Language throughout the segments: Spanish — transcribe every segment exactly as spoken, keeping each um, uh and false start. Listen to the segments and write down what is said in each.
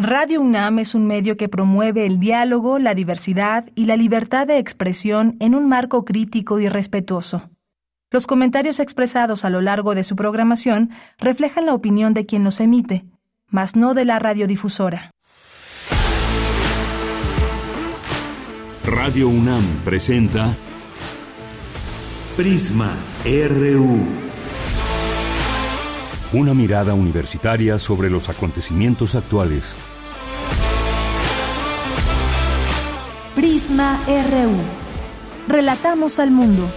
Radio UNAM es un medio que promueve el diálogo, la diversidad y la libertad de expresión en un marco crítico y respetuoso. Los comentarios expresados a lo largo de su programación reflejan la opinión de quien los emite, mas no de la radiodifusora. Radio UNAM presenta Prisma R U. Una mirada universitaria sobre los acontecimientos actuales. Prisma R U. Relatamos al mundo.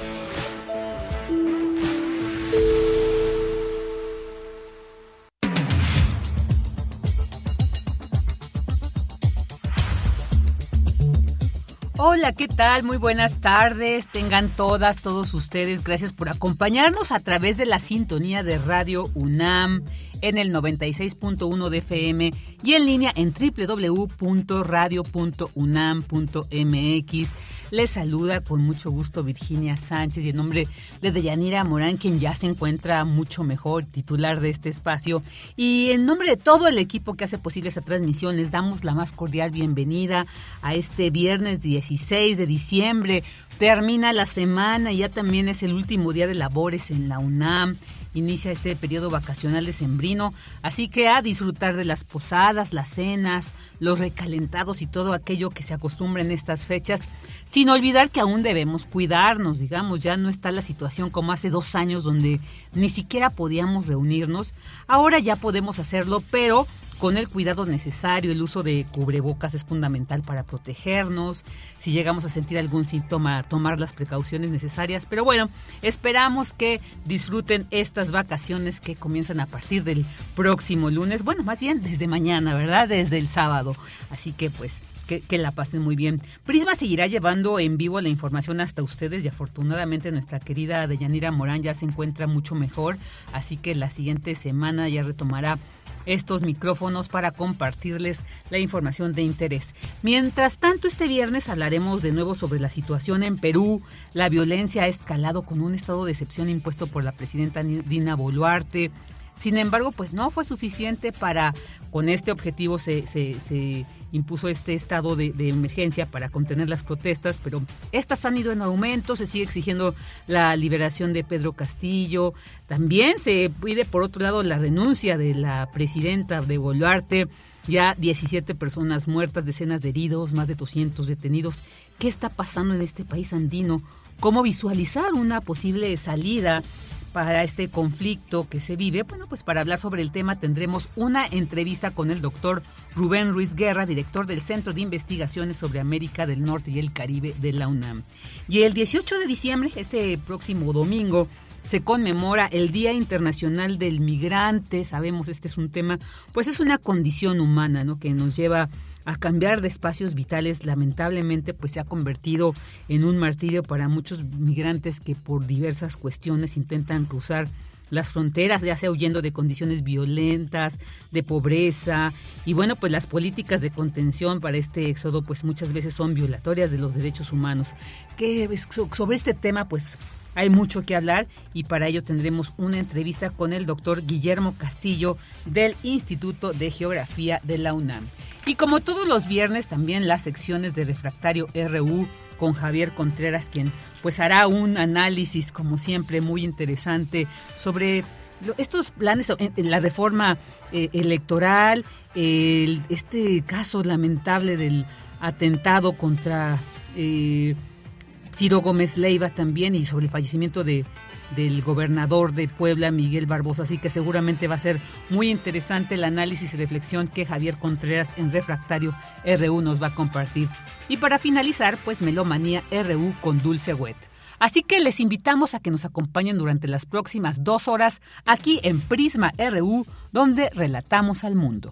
Hola, ¿qué tal? Muy buenas tardes. Tengan todas, todos ustedes. Gracias por acompañarnos a través de la sintonía de Radio UNAM en el noventa y seis punto uno de F M y en línea en doble u doble u doble u punto radio punto unam punto m x. Les saluda con mucho gusto Virginia Sánchez y en nombre de Deyanira Morán, quien ya se encuentra mucho mejor, titular de este espacio. Y en nombre de todo el equipo que hace posible esta transmisión, les damos la más cordial bienvenida a este viernes dieciséis de diciembre. Termina la semana y ya también es el último día de labores en la UNAM. Inicia este periodo vacacional decembrino, así que a disfrutar de las posadas, las cenas, los recalentados y todo aquello que se acostumbra en estas fechas, sin olvidar que aún debemos cuidarnos, digamos, ya no está la situación como hace dos años donde ni siquiera podíamos reunirnos. Ahora ya podemos hacerlo, pero con el cuidado necesario. El uso de cubrebocas es fundamental para protegernos. Si llegamos a sentir algún síntoma, tomar las precauciones necesarias. Pero bueno, esperamos que disfruten estas vacaciones que comienzan a partir del próximo lunes. Bueno, más bien desde mañana, ¿verdad? Desde el sábado. Así que pues que, que la pasen muy bien. Prisma seguirá llevando en vivo la información hasta ustedes y afortunadamente nuestra querida Deyanira Morán ya se encuentra mucho mejor. Así que la siguiente semana ya retomará estos micrófonos para compartirles la información de interés. Mientras tanto, este viernes hablaremos de nuevo sobre la situación en Perú. La violencia ha escalado con un estado de excepción impuesto por la presidenta Dina Boluarte. Sin embargo, pues no fue suficiente para, con este objetivo se, se, se impuso este estado de, de emergencia para contener las protestas, pero estas han ido en aumento. Se sigue exigiendo la liberación de Pedro Castillo. También se pide, por otro lado, la renuncia de la presidenta de Boluarte. Ya diecisiete personas muertas, decenas de heridos, más de doscientos detenidos. ¿Qué está pasando en este país andino? ¿Cómo visualizar una posible salida para este conflicto que se vive? Bueno, pues para hablar sobre el tema tendremos una entrevista con el doctor Rubén Ruiz Guerra, director del Centro de Investigaciones sobre América del Norte y el Caribe de la UNAM. Y el dieciocho de diciembre, este próximo domingo, se conmemora el Día Internacional del Migrante. Sabemos, este es un tema, pues es una condición humana, ¿no?, que nos lleva a cambiar de espacios vitales. Lamentablemente, pues se ha convertido en un martirio para muchos migrantes que por diversas cuestiones intentan cruzar las fronteras, ya sea huyendo de condiciones violentas, de pobreza, y bueno, pues las políticas de contención para este éxodo pues muchas veces son violatorias de los derechos humanos. Que sobre este tema pues hay mucho que hablar y para ello tendremos una entrevista con el doctor Guillermo Castillo del Instituto de Geografía de la UNAM. Y como todos los viernes, también las secciones de Refractario R U con Javier Contreras, quien pues hará un análisis, como siempre, muy interesante sobre estos planes, la reforma eh, electoral, el, este caso lamentable del atentado contra eh, Ciro Gómez Leiva también, y sobre el fallecimiento de del gobernador de Puebla, Miguel Barbosa. Así que seguramente va a ser muy interesante el análisis y reflexión que Javier Contreras en Refractario R U nos va a compartir. Y para finalizar, pues Melomanía R U con Dulce Wet. Así que les invitamos a que nos acompañen durante las próximas dos horas aquí en Prisma R U, donde relatamos al mundo.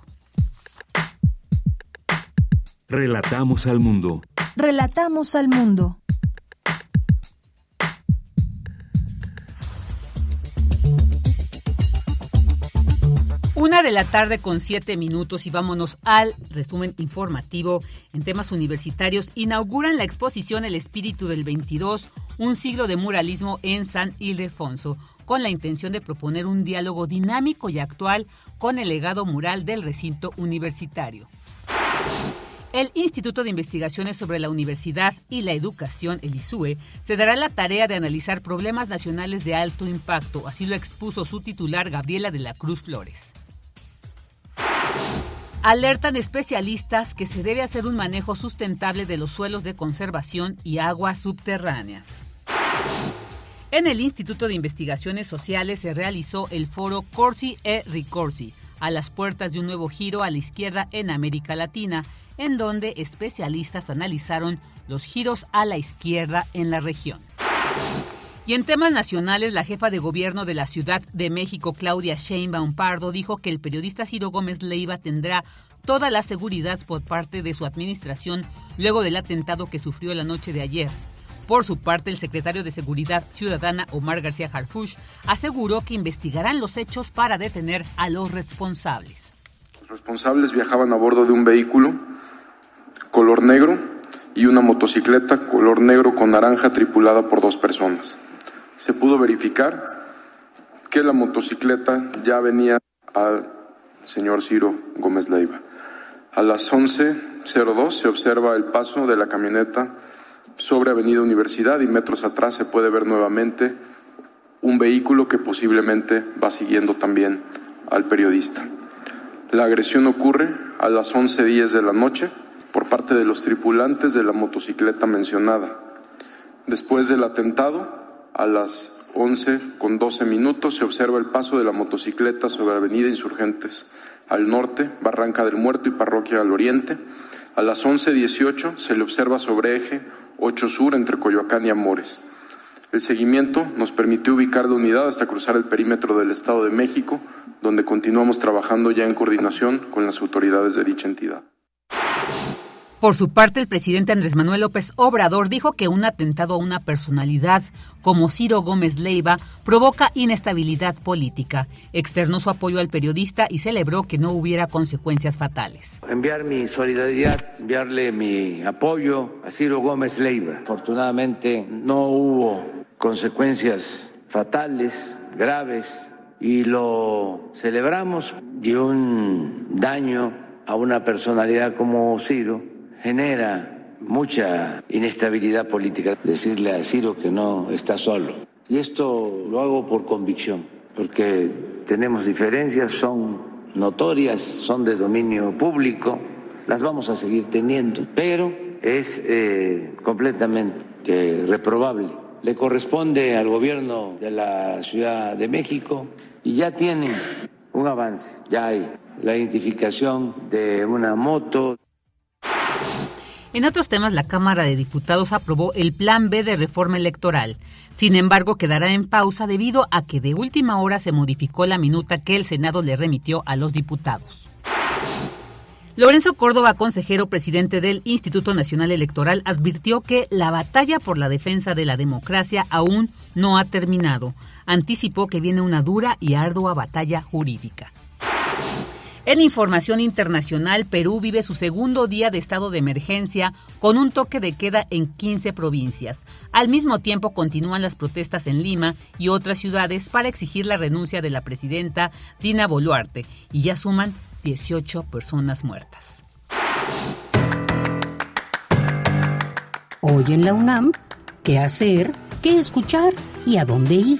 Relatamos al mundo. Relatamos al mundo. Una de la tarde con siete minutos y vámonos al resumen informativo. En temas universitarios, inauguran la exposición El Espíritu del veintidós, un siglo de muralismo en San Ildefonso, con la intención de proponer un diálogo dinámico y actual con el legado mural del recinto universitario. El Instituto de Investigaciones sobre la Universidad y la Educación, el I S U E, se dará la tarea de analizar problemas nacionales de alto impacto, así lo expuso su titular Gabriela de la Cruz Flores. Alertan especialistas que se debe hacer un manejo sustentable de los suelos de conservación y aguas subterráneas. En el Instituto de Investigaciones Sociales se realizó el foro Corsi e Ricorsi, a las puertas de un nuevo giro a la izquierda en América Latina, en donde especialistas analizaron los giros a la izquierda en la región. Y en temas nacionales, la jefa de gobierno de la Ciudad de México, Claudia Sheinbaum Pardo, dijo que el periodista Ciro Gómez Leiva tendrá toda la seguridad por parte de su administración luego del atentado que sufrió la noche de ayer. Por su parte, el secretario de Seguridad Ciudadana, Omar García Harfuch, aseguró que investigarán los hechos para detener a los responsables. Los responsables viajaban a bordo de un vehículo color negro y una motocicleta color negro con naranja tripulada por dos personas. Se pudo verificar que la motocicleta ya venía al señor Ciro Gómez Leiva. A las once cero dos se observa el paso de la camioneta sobre Avenida Universidad y metros atrás se puede ver nuevamente un vehículo que posiblemente va siguiendo también al periodista. La agresión ocurre a las once diez de la noche por parte de los tripulantes de la motocicleta mencionada. Después del atentado, a las once con doce minutos, se observa el paso de la motocicleta sobre Avenida Insurgentes al norte, Barranca del Muerto y Parroquia al oriente. A las once dieciocho se le observa sobre eje ocho Sur entre Coyoacán y Amores. El seguimiento nos permitió ubicar la unidad hasta cruzar el perímetro del Estado de México, donde continuamos trabajando ya en coordinación con las autoridades de dicha entidad. Por su parte, el presidente Andrés Manuel López Obrador dijo que un atentado a una personalidad como Ciro Gómez Leiva provoca inestabilidad política. Externó su apoyo al periodista y celebró que no hubiera consecuencias fatales. Enviar mi solidaridad, enviarle mi apoyo a Ciro Gómez Leiva. Afortunadamente no hubo consecuencias fatales, graves, y lo celebramos. Y un daño a una personalidad como Ciro genera mucha inestabilidad política. Decirle a Ciro que no está solo. Y esto lo hago por convicción, porque tenemos diferencias, son notorias, son de dominio público, las vamos a seguir teniendo, pero es eh, completamente eh, reprobable. Le corresponde al gobierno de la Ciudad de México y ya tienen un avance, ya hay la identificación de una moto. En otros temas, la Cámara de Diputados aprobó el Plan B de reforma electoral. Sin embargo, quedará en pausa debido a que de última hora se modificó la minuta que el Senado le remitió a los diputados. Lorenzo Córdoba, consejero presidente del Instituto Nacional Electoral, advirtió que la batalla por la defensa de la democracia aún no ha terminado. Anticipó que viene una dura y ardua batalla jurídica. En información internacional, Perú vive su segundo día de estado de emergencia con un toque de queda en quince provincias. Al mismo tiempo continúan las protestas en Lima y otras ciudades para exigir la renuncia de la presidenta Dina Boluarte y ya suman dieciocho personas muertas. Hoy en la UNAM, ¿qué hacer? ¿Qué escuchar? ¿Y a dónde ir?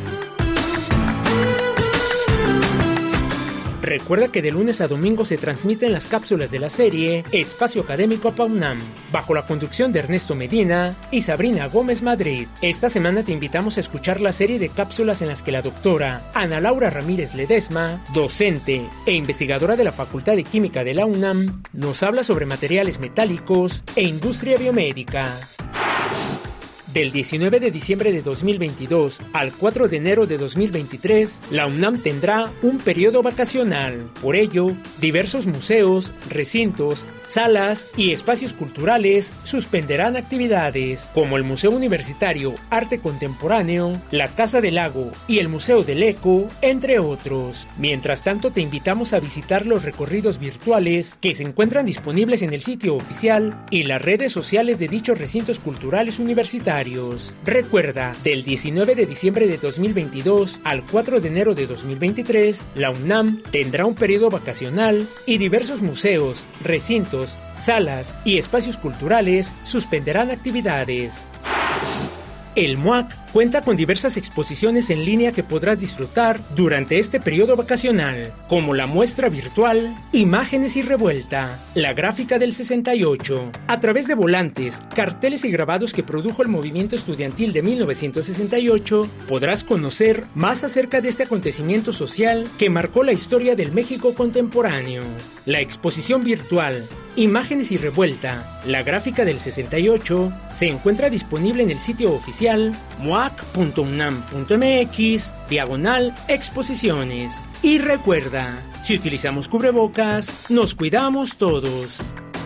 Recuerda que de lunes a domingo se transmiten las cápsulas de la serie Espacio Académico PAUNAM, bajo la conducción de Ernesto Medina y Sabrina Gómez Madrid. Esta semana te invitamos a escuchar la serie de cápsulas en las que la doctora Ana Laura Ramírez Ledesma, docente e investigadora de la Facultad de Química de la UNAM, nos habla sobre materiales metálicos e industria biomédica. Del diecinueve de diciembre de dos mil veintidós al cuatro de enero de dos mil veintitrés, la UNAM tendrá un periodo vacacional. Por ello, diversos museos, recintos, salas y espacios culturales suspenderán actividades, como el Museo Universitario Arte Contemporáneo, la Casa del Lago y el Museo del Eco, entre otros. Mientras tanto, te invitamos a visitar los recorridos virtuales que se encuentran disponibles en el sitio oficial y las redes sociales de dichos recintos culturales universitarios. universitarios. Recuerda, del diecinueve de diciembre de dos mil veintidós al cuatro de enero de dos mil veintitrés, la UNAM tendrá un periodo vacacional y diversos museos, recintos, salas y espacios culturales suspenderán actividades. El MUAC cuenta con diversas exposiciones en línea que podrás disfrutar durante este periodo vacacional, como la muestra virtual Imágenes y Revuelta, la gráfica del sesenta y ocho. A través de volantes, carteles y grabados que produjo el movimiento estudiantil de mil novecientos sesenta y ocho, podrás conocer más acerca de este acontecimiento social que marcó la historia del México contemporáneo. La exposición virtual Imágenes y Revuelta, la gráfica del sesenta y ocho, se encuentra disponible en el sitio oficial muac punto unam punto mx, diagonal exposiciones. Y recuerda, si utilizamos cubrebocas, nos cuidamos todos.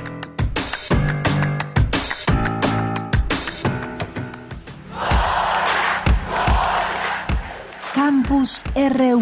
Campus R U.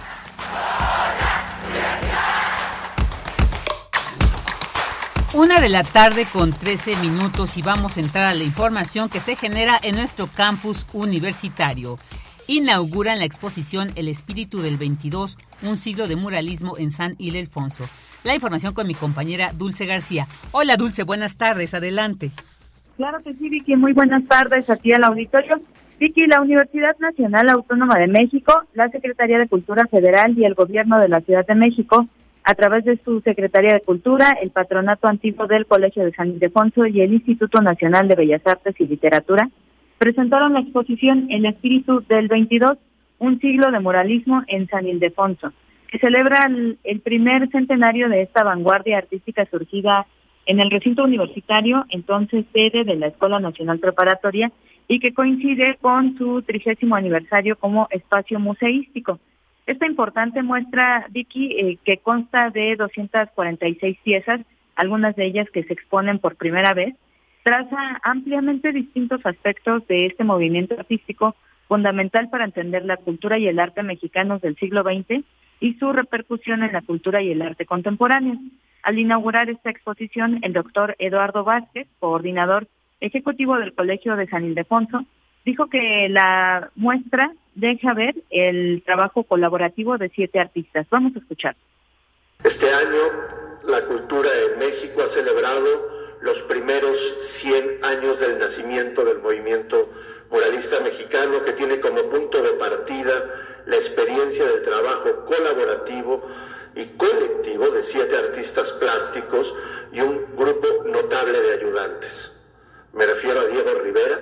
Una de la tarde con trece minutos y vamos a entrar a la información que se genera en nuestro campus universitario. Inauguran la exposición El Espíritu del veintidós, un siglo de muralismo en San Ildefonso. La información con mi compañera Dulce García. Hola Dulce, buenas tardes, adelante. Claro que sí, Vicky, muy buenas tardes aquí al auditorio. Vicky, la Universidad Nacional Autónoma de México, la Secretaría de Cultura Federal y el Gobierno de la Ciudad de México, a través de su Secretaría de Cultura, el Patronato Antiguo del Colegio de San Ildefonso y el Instituto Nacional de Bellas Artes y Literatura, presentaron la exposición El Espíritu del veintidós, un siglo de muralismo en San Ildefonso, que celebra el, el primer centenario de esta vanguardia artística surgida en el recinto universitario, entonces sede de la Escuela Nacional Preparatoria, y que coincide con su trigésimo aniversario como espacio museístico. Esta importante muestra, Vicky, eh, que consta de doscientas cuarenta y seis piezas, algunas de ellas que se exponen por primera vez, traza ampliamente distintos aspectos de este movimiento artístico fundamental para entender la cultura y el arte mexicanos del siglo veinte y su repercusión en la cultura y el arte contemporáneo. Al inaugurar esta exposición, el doctor Eduardo Vázquez, coordinador ejecutivo del Colegio de San Ildefonso, dijo que la muestra deja ver el trabajo colaborativo de siete artistas. Vamos a escuchar. Este año, la cultura en México ha celebrado los primeros cien años del nacimiento del movimiento muralista mexicano, que tiene como punto de partida la experiencia del trabajo colaborativo y colectivo de siete artistas plásticos y un grupo notable de ayudantes. Me refiero a Diego Rivera,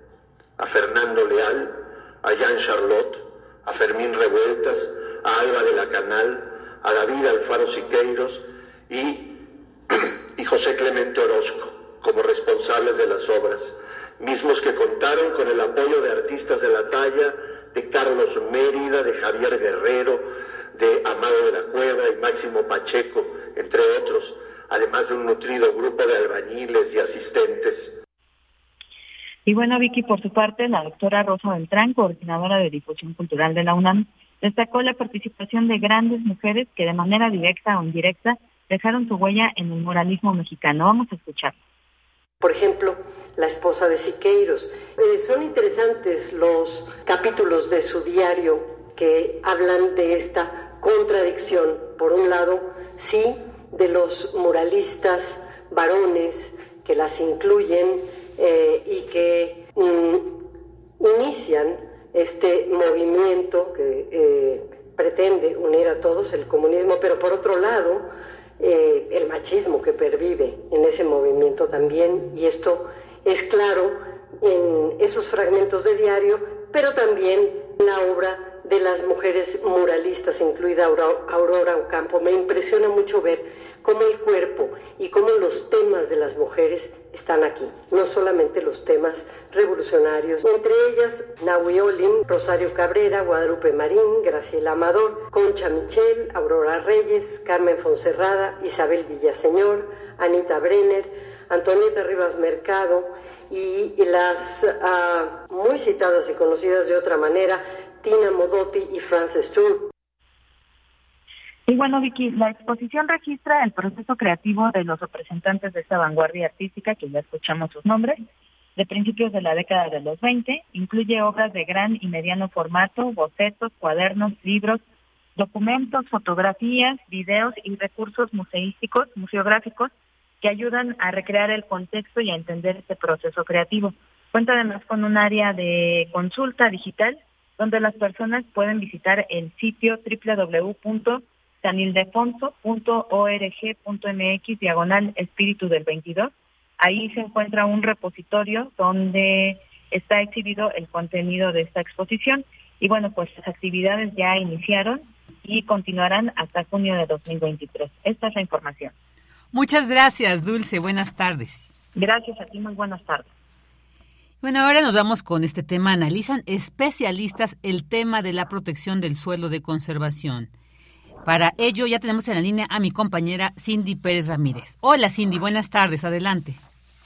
a Fernando Leal, a Jean Charlotte, a Fermín Revueltas, a Alba de la Canal, a David Alfaro Siqueiros y, y José Clemente Orozco como responsables de las obras, mismos que contaron con el apoyo de artistas de la talla de Carlos Mérida, de Javier Guerrero, de Amado de la Cueva y Máximo Pacheco, entre otros, además de un nutrido grupo de albañiles y asistentes. Y bueno, Vicky, por su parte, la doctora Rosa Beltrán, coordinadora de difusión cultural de la UNAM, destacó la participación de grandes mujeres que de manera directa o indirecta dejaron su huella en el muralismo mexicano. Vamos a escuchar. Por ejemplo, la esposa de Siqueiros. Eh, son interesantes los capítulos de su diario que hablan de esta contradicción. Por un lado, sí, de los muralistas varones que las incluyen, Eh, y que mm, inician este movimiento que eh, pretende unir a todos, el comunismo, pero por otro lado, eh, el machismo que pervive en ese movimiento también, y esto es claro en esos fragmentos de diario, pero también en la obra de las mujeres muralistas, incluida Aurora Ocampo. Me impresiona mucho ver cómo el cuerpo y cómo los temas de las mujeres están aquí, no solamente los temas revolucionarios, entre ellas Nahui Olin, Rosario Cabrera, Guadalupe Marín, Graciela Amador, Concha Michel, Aurora Reyes, Carmen Fonserrada, Isabel Villaseñor, Anita Brenner, Antonieta Rivas Mercado y las uh, muy citadas y conocidas de otra manera, Tina Modotti y Frances Tour. Y bueno, Vicky, la exposición registra el proceso creativo de los representantes de esta vanguardia artística, que ya escuchamos sus nombres, de principios de la década de los veinte. Incluye obras de gran y mediano formato, bocetos, cuadernos, libros, documentos, fotografías, videos y recursos museísticos, museográficos, que ayudan a recrear el contexto y a entender este proceso creativo. Cuenta además con un área de consulta digital, donde las personas pueden visitar el sitio doble u doble u doble u punto san ildefonso punto org punto m x diagonal espíritu del veintidós. Ahí se encuentra un repositorio donde está exhibido el contenido de esta exposición. Y bueno, pues las actividades ya iniciaron y continuarán hasta junio de dos mil veintitrés. Esta es la información. Muchas gracias, Dulce. Buenas tardes. Gracias a ti, muy buenas tardes. Bueno, ahora nos vamos con este tema. Analizan especialistas el tema de la protección del suelo de conservación. Para ello ya tenemos en la línea a mi compañera Cindy Pérez Ramírez. Hola Cindy, buenas tardes, adelante.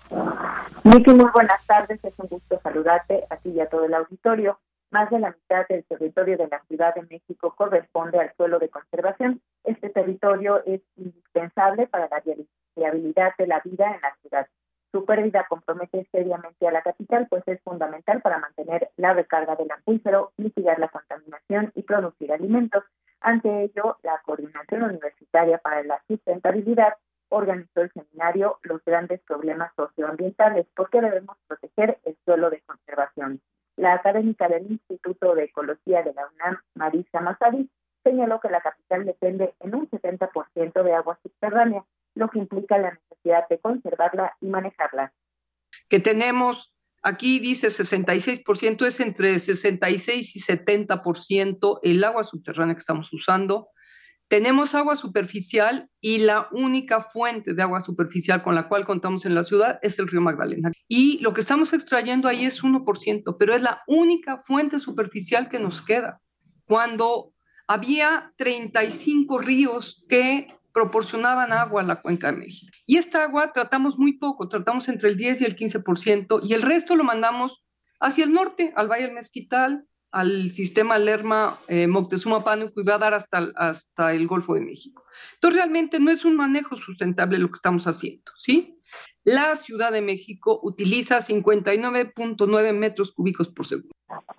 Vicky, muy buenas tardes, es un gusto saludarte a ti y a todo el auditorio. Más de la mitad del territorio de la Ciudad de México corresponde al suelo de conservación. Este territorio es indispensable para la viabilidad de la vida en la ciudad. Su pérdida compromete seriamente a la capital, pues es fundamental para mantener la recarga del acuífero, mitigar la contaminación y producir alimentos. Ante ello, la Coordinación Universitaria para la Sustentabilidad organizó el seminario Los grandes problemas socioambientales, ¿por qué debemos proteger el suelo de conservación? La académica del Instituto de Ecología de la UNAM, Marisa Massadi, señaló que la capital depende en un setenta por ciento de agua subterránea, lo que implica la necesidad de conservarla y manejarla. Que tenemos, aquí dice sesenta y seis por ciento, es entre sesenta y seis y setenta por ciento el agua subterránea que estamos usando. Tenemos agua superficial y la única fuente de agua superficial con la cual contamos en la ciudad es el río Magdalena. Y lo que estamos extrayendo ahí es uno por ciento, pero es la única fuente superficial que nos queda. Cuando había treinta y cinco ríos que proporcionaban agua a la Cuenca de México. Y esta agua tratamos muy poco, tratamos entre el diez y el quince por ciento, y el resto lo mandamos hacia el norte, al Valle del Mezquital, al sistema Lerma, eh, Moctezuma, Pánuco, y va a dar hasta, hasta el Golfo de México. Entonces, realmente no es un manejo sustentable lo que estamos haciendo, ¿sí? La Ciudad de México utiliza cincuenta y nueve punto nueve metros cúbicos por segundo.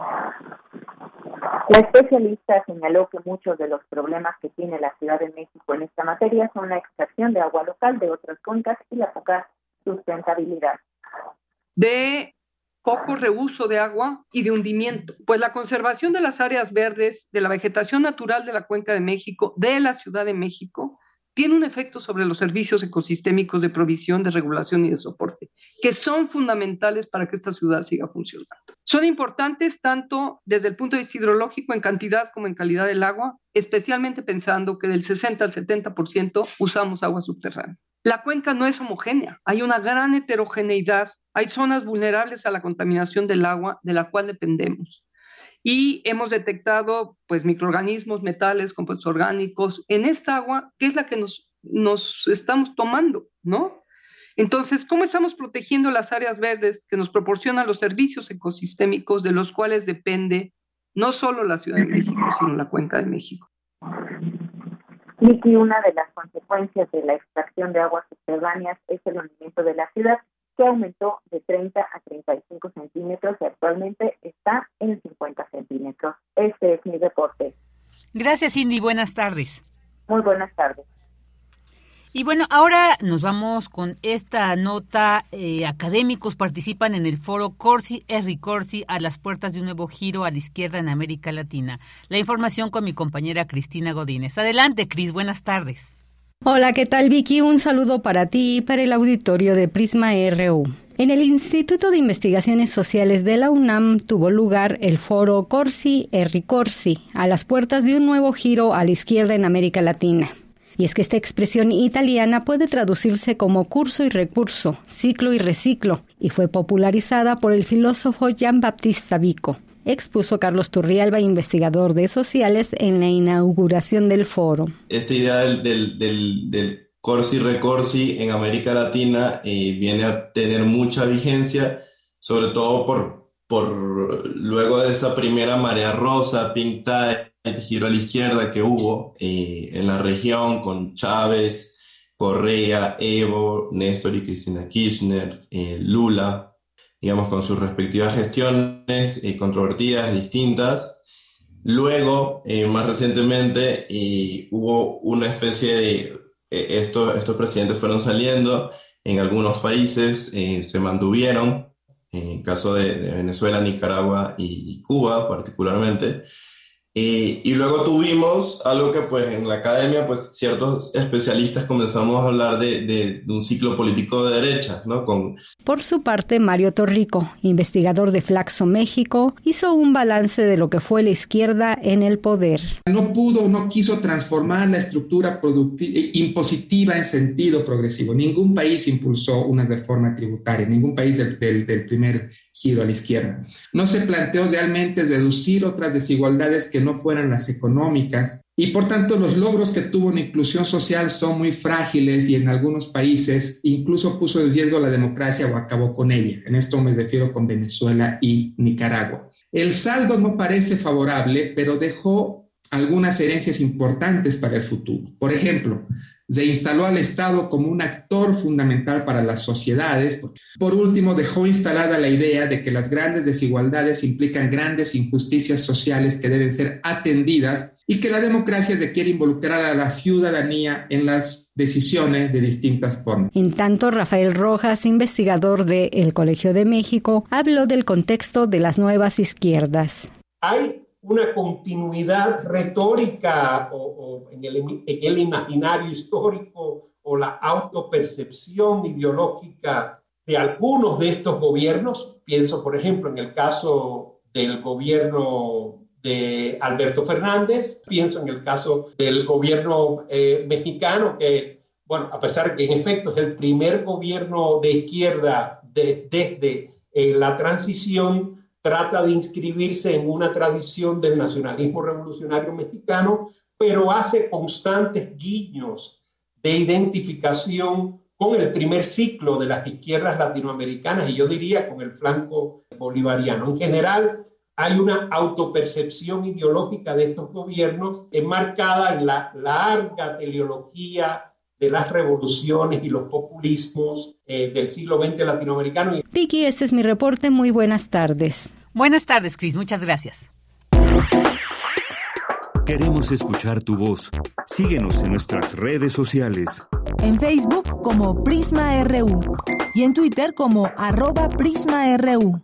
La especialista señaló que muchos de los problemas que tiene la Ciudad de México en esta materia son la extracción de agua local de otras cuencas y la poca sustentabilidad. De poco reuso de agua y de hundimiento. Pues la conservación de las áreas verdes, de la vegetación natural de la Cuenca de México, de la Ciudad de México, tiene un efecto sobre los servicios ecosistémicos de provisión, de regulación y de soporte, que son fundamentales para que esta ciudad siga funcionando. Son importantes tanto desde el punto de vista hidrológico, en cantidad como en calidad del agua, especialmente pensando que del sesenta al setenta por ciento usamos agua subterránea. La cuenca no es homogénea, hay una gran heterogeneidad, hay zonas vulnerables a la contaminación del agua de la cual dependemos. Y hemos detectado pues, microorganismos, metales, compuestos orgánicos en esta agua, que es la que nos, nos estamos tomando, ¿no? Entonces, ¿cómo estamos protegiendo las áreas verdes que nos proporcionan los servicios ecosistémicos de los cuales depende no solo la Ciudad de México, sino la Cuenca de México? Vicky, una de las consecuencias de la extracción de aguas subterráneas es el hundimiento de la ciudad, que aumentó de treinta a treinta y cinco centímetros y actualmente está en cincuenta centímetros. Este es mi reporte. Gracias, Cindy. Buenas tardes. Muy buenas tardes. Y bueno, ahora nos vamos con esta nota. Eh, académicos participan en el foro Corsi e Ricorsi a las puertas de un nuevo giro a la izquierda en América Latina. La información con mi compañera Cristina Godínez. Adelante, Cris. Buenas tardes. Hola, ¿qué tal, Vicky? Un saludo para ti y para el auditorio de Prisma R U. En el Instituto de Investigaciones Sociales de la UNAM tuvo lugar el foro Corsi e Ricorsi a las puertas de un nuevo giro a la izquierda en América Latina. Y es que esta expresión italiana puede traducirse como curso y recurso, ciclo y reciclo, y fue popularizada por el filósofo Giambattista Vico. Expuso Carlos Turrialba, investigador de sociales, en la inauguración del foro. Esta idea del, del, del, del corsi recorsi en América Latina eh, viene a tener mucha vigencia, sobre todo por, por luego de esa primera marea rosa, pink tide, el giro a la izquierda que hubo eh, en la región con Chávez, Correa, Evo, Néstor y Cristina Kirchner, eh, Lula. digamos, con sus respectivas gestiones eh, controvertidas, distintas. Luego, eh, más recientemente, eh, hubo una especie de... Eh, estos, estos presidentes fueron saliendo, en algunos países eh, se mantuvieron, en el caso de, de Venezuela, Nicaragua y, y Cuba particularmente. Eh, y luego tuvimos algo que pues en la academia pues ciertos especialistas comenzamos a hablar de, de, de un ciclo político de derechas, ¿no? Con... Por su parte, Mario Torrico, investigador de Flaxo México, hizo un balance de lo que fue la izquierda en el poder. No pudo, no quiso transformar la estructura productiva, impositiva en sentido progresivo. Ningún país impulsó una reforma tributaria, ningún país del, del, del primer giro a la izquierda. No se planteó realmente reducir otras desigualdades que no fueran las económicas, y por tanto los logros que tuvo en inclusión social son muy frágiles y en algunos países incluso puso en riesgo la democracia o acabó con ella. En esto me refiero con Venezuela y Nicaragua. El saldo no parece favorable, pero dejó algunas herencias importantes para el futuro. Por ejemplo, se instaló al Estado como un actor fundamental para las sociedades. Por último, dejó instalada la idea de que las grandes desigualdades implican grandes injusticias sociales que deben ser atendidas y que la democracia requiere involucrar a la ciudadanía en las decisiones de distintas formas. En tanto, Rafael Rojas, investigador de El Colegio de México, habló del contexto de las nuevas izquierdas. Hay una continuidad retórica o, o en, el, en el imaginario histórico o la autopercepción ideológica de algunos de estos gobiernos. Pienso, por ejemplo, en el caso del gobierno de Alberto Fernández, pienso en el caso del gobierno eh, mexicano, que, bueno, a pesar de que en efecto es el primer gobierno de izquierda de, desde eh, la transición, trata de inscribirse en una tradición del nacionalismo revolucionario mexicano, pero hace constantes guiños de identificación con el primer ciclo de las izquierdas latinoamericanas y yo diría con el flanco bolivariano. En general, hay una autopercepción ideológica de estos gobiernos enmarcada en la larga teleología de las revoluciones y los populismos eh, del siglo veinte latinoamericano. Vicky, este es mi reporte. Muy buenas tardes. Buenas tardes, Cris. Muchas gracias. Queremos escuchar tu voz. Síguenos en nuestras redes sociales. En Facebook como Prisma R U y en Twitter como arroba Prisma R U.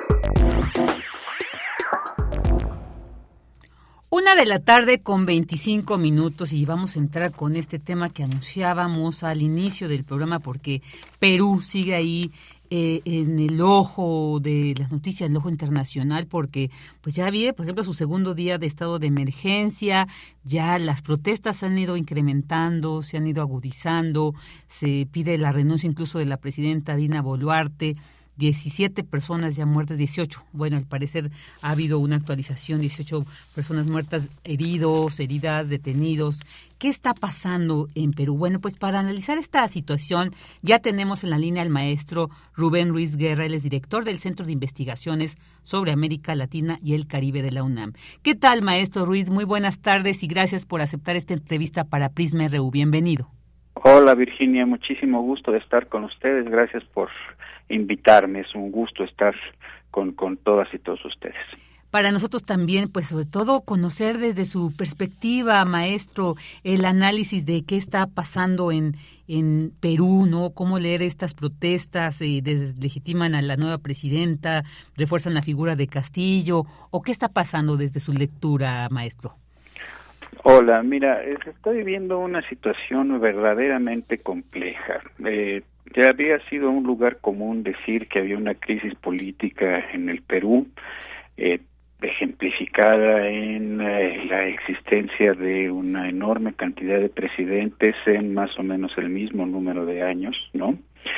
Una de la tarde con veinticinco minutos y vamos a entrar con este tema que anunciábamos al inicio del programa porque Perú sigue ahí eh, en el ojo de las noticias, en el ojo internacional, porque pues ya viene, por ejemplo, su segundo día de estado de emergencia, ya las protestas han ido incrementando, se han ido agudizando, se pide la renuncia incluso de la presidenta Dina Boluarte. diecisiete personas ya muertas, dieciocho. Bueno, al parecer ha habido una actualización, dieciocho personas muertas, heridos, heridas, detenidos. ¿Qué está pasando en Perú? Bueno, pues para analizar esta situación ya tenemos en la línea al maestro Rubén Ruiz Guerra, él es director del Centro de Investigaciones sobre América Latina y el Caribe de la UNAM. ¿Qué tal, maestro Ruiz? Muy buenas tardes y gracias por aceptar esta entrevista para Prisma R U. Bienvenido. Hola, Virginia, muchísimo gusto de estar con ustedes. Gracias por invitarme, es un gusto estar con, con todas y todos ustedes. Para nosotros también, pues sobre todo conocer desde su perspectiva, maestro, el análisis de qué está pasando en, en Perú, ¿no? Cómo leer estas protestas, eh, deslegitiman a la nueva presidenta, refuerzan la figura de Castillo, o qué está pasando desde su lectura, maestro. Hola, mira, se está viviendo una situación verdaderamente compleja. Eh, Ya había sido un lugar común decir que había una crisis política en el Perú, eh, ejemplificada en eh, la existencia de una enorme cantidad de presidentes en más o menos el mismo número de años, ¿no?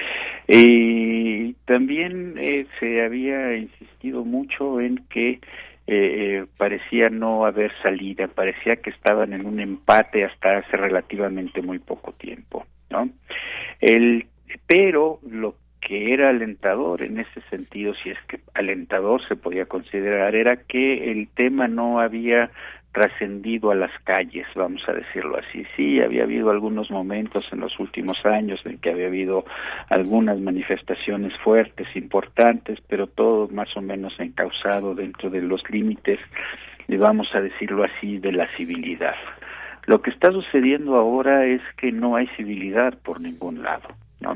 Y también eh, se había insistido mucho en que eh, parecía no haber salida, parecía que estaban en un empate hasta hace relativamente muy poco tiempo, ¿no? El Pero lo que era alentador en ese sentido, si es que alentador se podía considerar, era que el tema no había trascendido a las calles, vamos a decirlo así. Sí, había habido algunos momentos en los últimos años en que había habido algunas manifestaciones fuertes, importantes, pero todo más o menos encauzado dentro de los límites, y vamos a decirlo así, de la civilidad. Lo que está sucediendo ahora es que no hay civilidad por ningún lado, ¿no?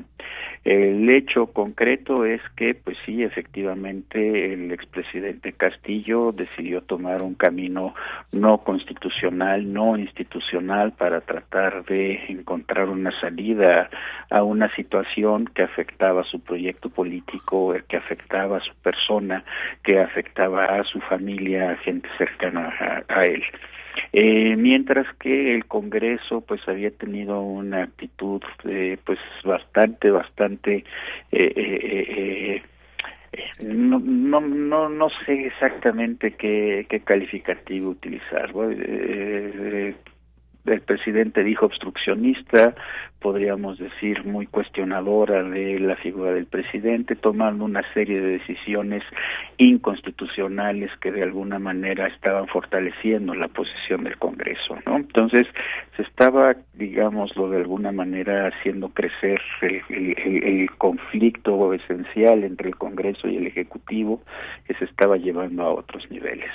El hecho concreto es que, pues sí, efectivamente, el expresidente Castillo decidió tomar un camino no constitucional, no institucional, para tratar de encontrar una salida a una situación que afectaba a su proyecto político, que afectaba a su persona, que afectaba a su familia, a gente cercana a, a él. Eh, mientras que el Congreso pues había tenido una actitud eh, pues bastante bastante eh, eh, eh, no, no no no sé exactamente qué, qué calificativo utilizar. Bueno, eh, eh, el presidente dijo obstruccionista, podríamos decir muy cuestionadora de la figura del presidente, tomando una serie de decisiones inconstitucionales que de alguna manera estaban fortaleciendo la posición del Congreso, ¿no? Entonces se estaba, digámoslo de alguna manera, haciendo crecer el, el, el conflicto esencial entre el Congreso y el Ejecutivo, que se estaba llevando a otros niveles.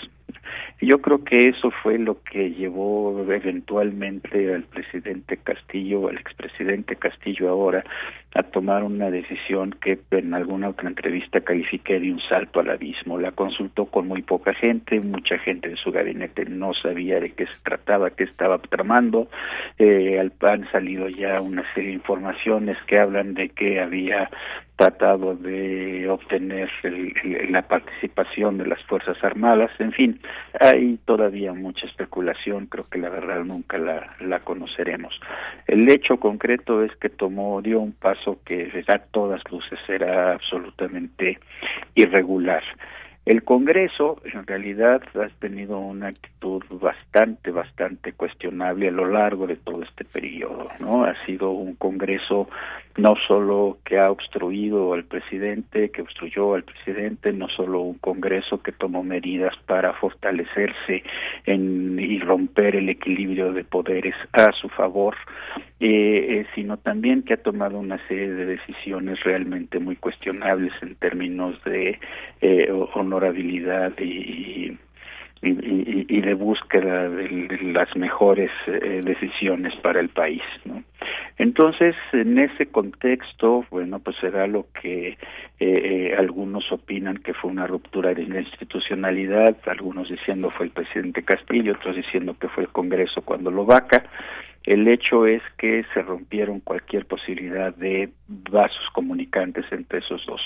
Yo creo que eso fue lo que llevó eventualmente al presidente Castillo, al expresidente Castillo ahora, a tomar una decisión que en alguna otra entrevista califiqué de un salto al abismo. La consultó con muy poca gente, mucha gente de su gabinete no sabía de qué se trataba, qué estaba tramando. Eh, han salido ya una serie de informaciones que hablan de que había tratado de obtener el, el, la participación de las Fuerzas Armadas. En fin, hay todavía mucha especulación, creo que la verdad nunca la, la conoceremos. El hecho concreto es que tomó, dio un paso que a todas luces era absolutamente irregular. El Congreso, en realidad, ha tenido una actitud bastante, bastante cuestionable a lo largo de todo este periodo, ¿no? Ha sido un Congreso no solo que ha obstruido al presidente, que obstruyó al presidente, no solo un Congreso que tomó medidas para fortalecerse en, y romper el equilibrio de poderes a su favor, eh, eh, sino también que ha tomado una serie de decisiones realmente muy cuestionables en términos de eh, honorabilidad y, y, y, y de búsqueda de, de las mejores eh, decisiones para el país, ¿no? Entonces, en ese contexto, bueno, pues será lo que eh, eh, algunos opinan que fue una ruptura de la institucionalidad, algunos diciendo fue el presidente Castillo, otros diciendo que fue el Congreso cuando lo vaca. El hecho es que se rompieron cualquier posibilidad de vasos comunicantes entre esos dos,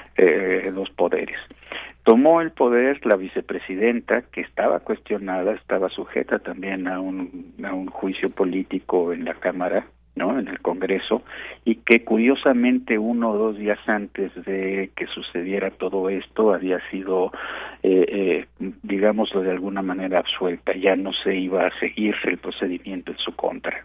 eh, dos poderes. Tomó el poder la vicepresidenta, que estaba cuestionada, estaba sujeta también a un, a un juicio político en la Cámara, ¿no?, en el Congreso, y que curiosamente uno o dos días antes de que sucediera todo esto había sido, eh, eh, digámoslo de alguna manera, absuelta, ya no se iba a seguir el procedimiento en su contra.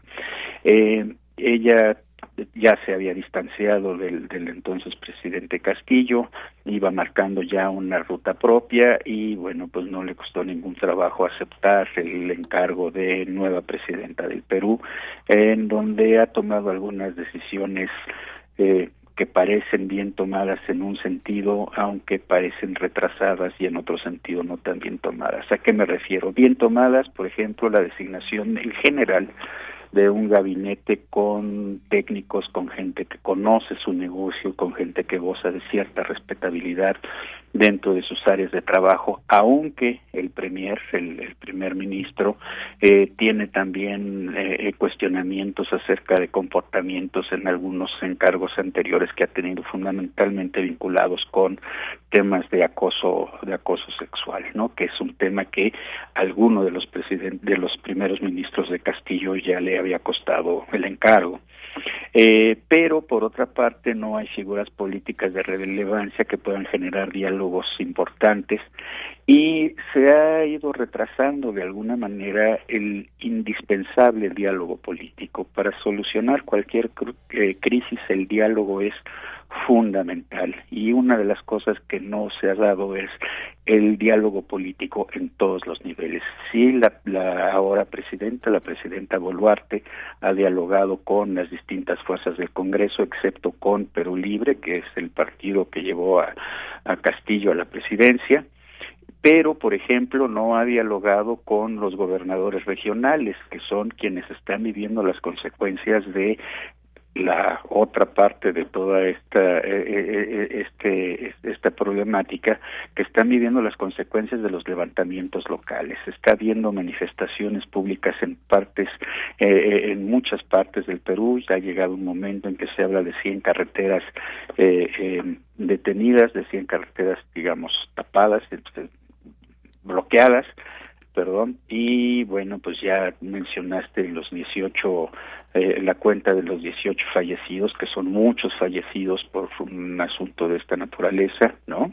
Eh, ella ya se había distanciado del, del entonces presidente Castillo, iba marcando ya una ruta propia y bueno, pues no le costó ningún trabajo aceptar el encargo de nueva presidenta del Perú, en donde ha tomado algunas decisiones eh, que parecen bien tomadas en un sentido, aunque parecen retrasadas y en otro sentido no tan bien tomadas. ¿A qué me refiero? Bien tomadas, por ejemplo, la designación en general de un gabinete con técnicos, con gente que conoce su negocio, con gente que goza de cierta respetabilidad dentro de sus áreas de trabajo, aunque el premier, el, el primer ministro, eh, tiene también eh, cuestionamientos acerca de comportamientos en algunos encargos anteriores que ha tenido, fundamentalmente vinculados con temas de acoso, de acoso sexual, ¿no?, que es un tema que alguno de los presidentes, de los primeros ministros de Castillo ya le había costado el encargo. Eh, pero por otra parte no hay figuras políticas de relevancia que puedan generar diálogos importantes y se ha ido retrasando de alguna manera el indispensable diálogo político. Para solucionar cualquier eh, crisis el diálogo es fundamental y una de las cosas que no se ha dado es el diálogo político en todos los niveles. Sí, la, la ahora presidenta, la presidenta Boluarte, ha dialogado con las distintas fuerzas del Congreso, excepto con Perú Libre, que es el partido que llevó a, a Castillo a la presidencia, pero, por ejemplo, no ha dialogado con los gobernadores regionales, que son quienes están viviendo las consecuencias de la otra parte de toda esta eh, este esta problemática, que están viviendo las consecuencias de los levantamientos locales. Está habiendo manifestaciones públicas en partes eh, en muchas partes del Perú. Ya ha llegado un momento en que se habla de cien carreteras eh, eh, detenidas, de cien carreteras, digamos, tapadas, eh, bloqueadas, perdón, y bueno, pues ya mencionaste los dieciocho, eh, la cuenta de los dieciocho fallecidos, que son muchos fallecidos por un asunto de esta naturaleza, ¿no?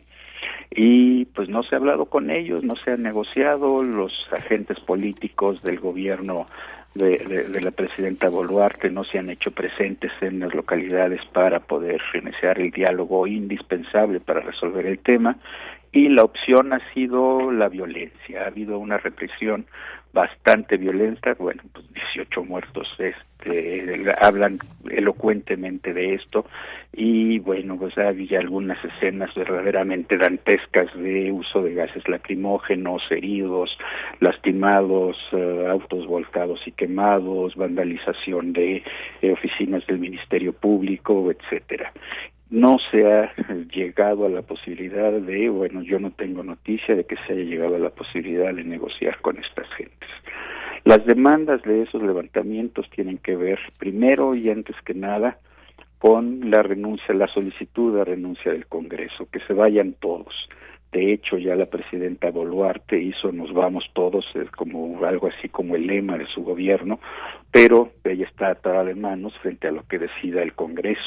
Y pues no se ha hablado con ellos, no se ha negociado, los agentes políticos del gobierno de, de, de la presidenta Boluarte no se han hecho presentes en las localidades para poder iniciar el diálogo indispensable para resolver el tema. Y la opción ha sido la violencia. Ha habido una represión bastante violenta, bueno, pues dieciocho muertos este, hablan elocuentemente de esto, y bueno, pues había algunas escenas verdaderamente dantescas de uso de gases lacrimógenos, heridos, lastimados, uh, autos volcados y quemados, vandalización de eh, oficinas del Ministerio Público, etcétera. No se ha llegado a la posibilidad de, bueno, yo no tengo noticia de que se haya llegado a la posibilidad de negociar con estas gentes. Las demandas de esos levantamientos tienen que ver, primero y antes que nada, con la renuncia, la solicitud de renuncia del Congreso, que se vayan todos. De hecho, ya la presidenta Boluarte hizo "nos vamos todos", es como algo así como el lema de su gobierno, pero ella está atada de manos frente a lo que decida el Congreso.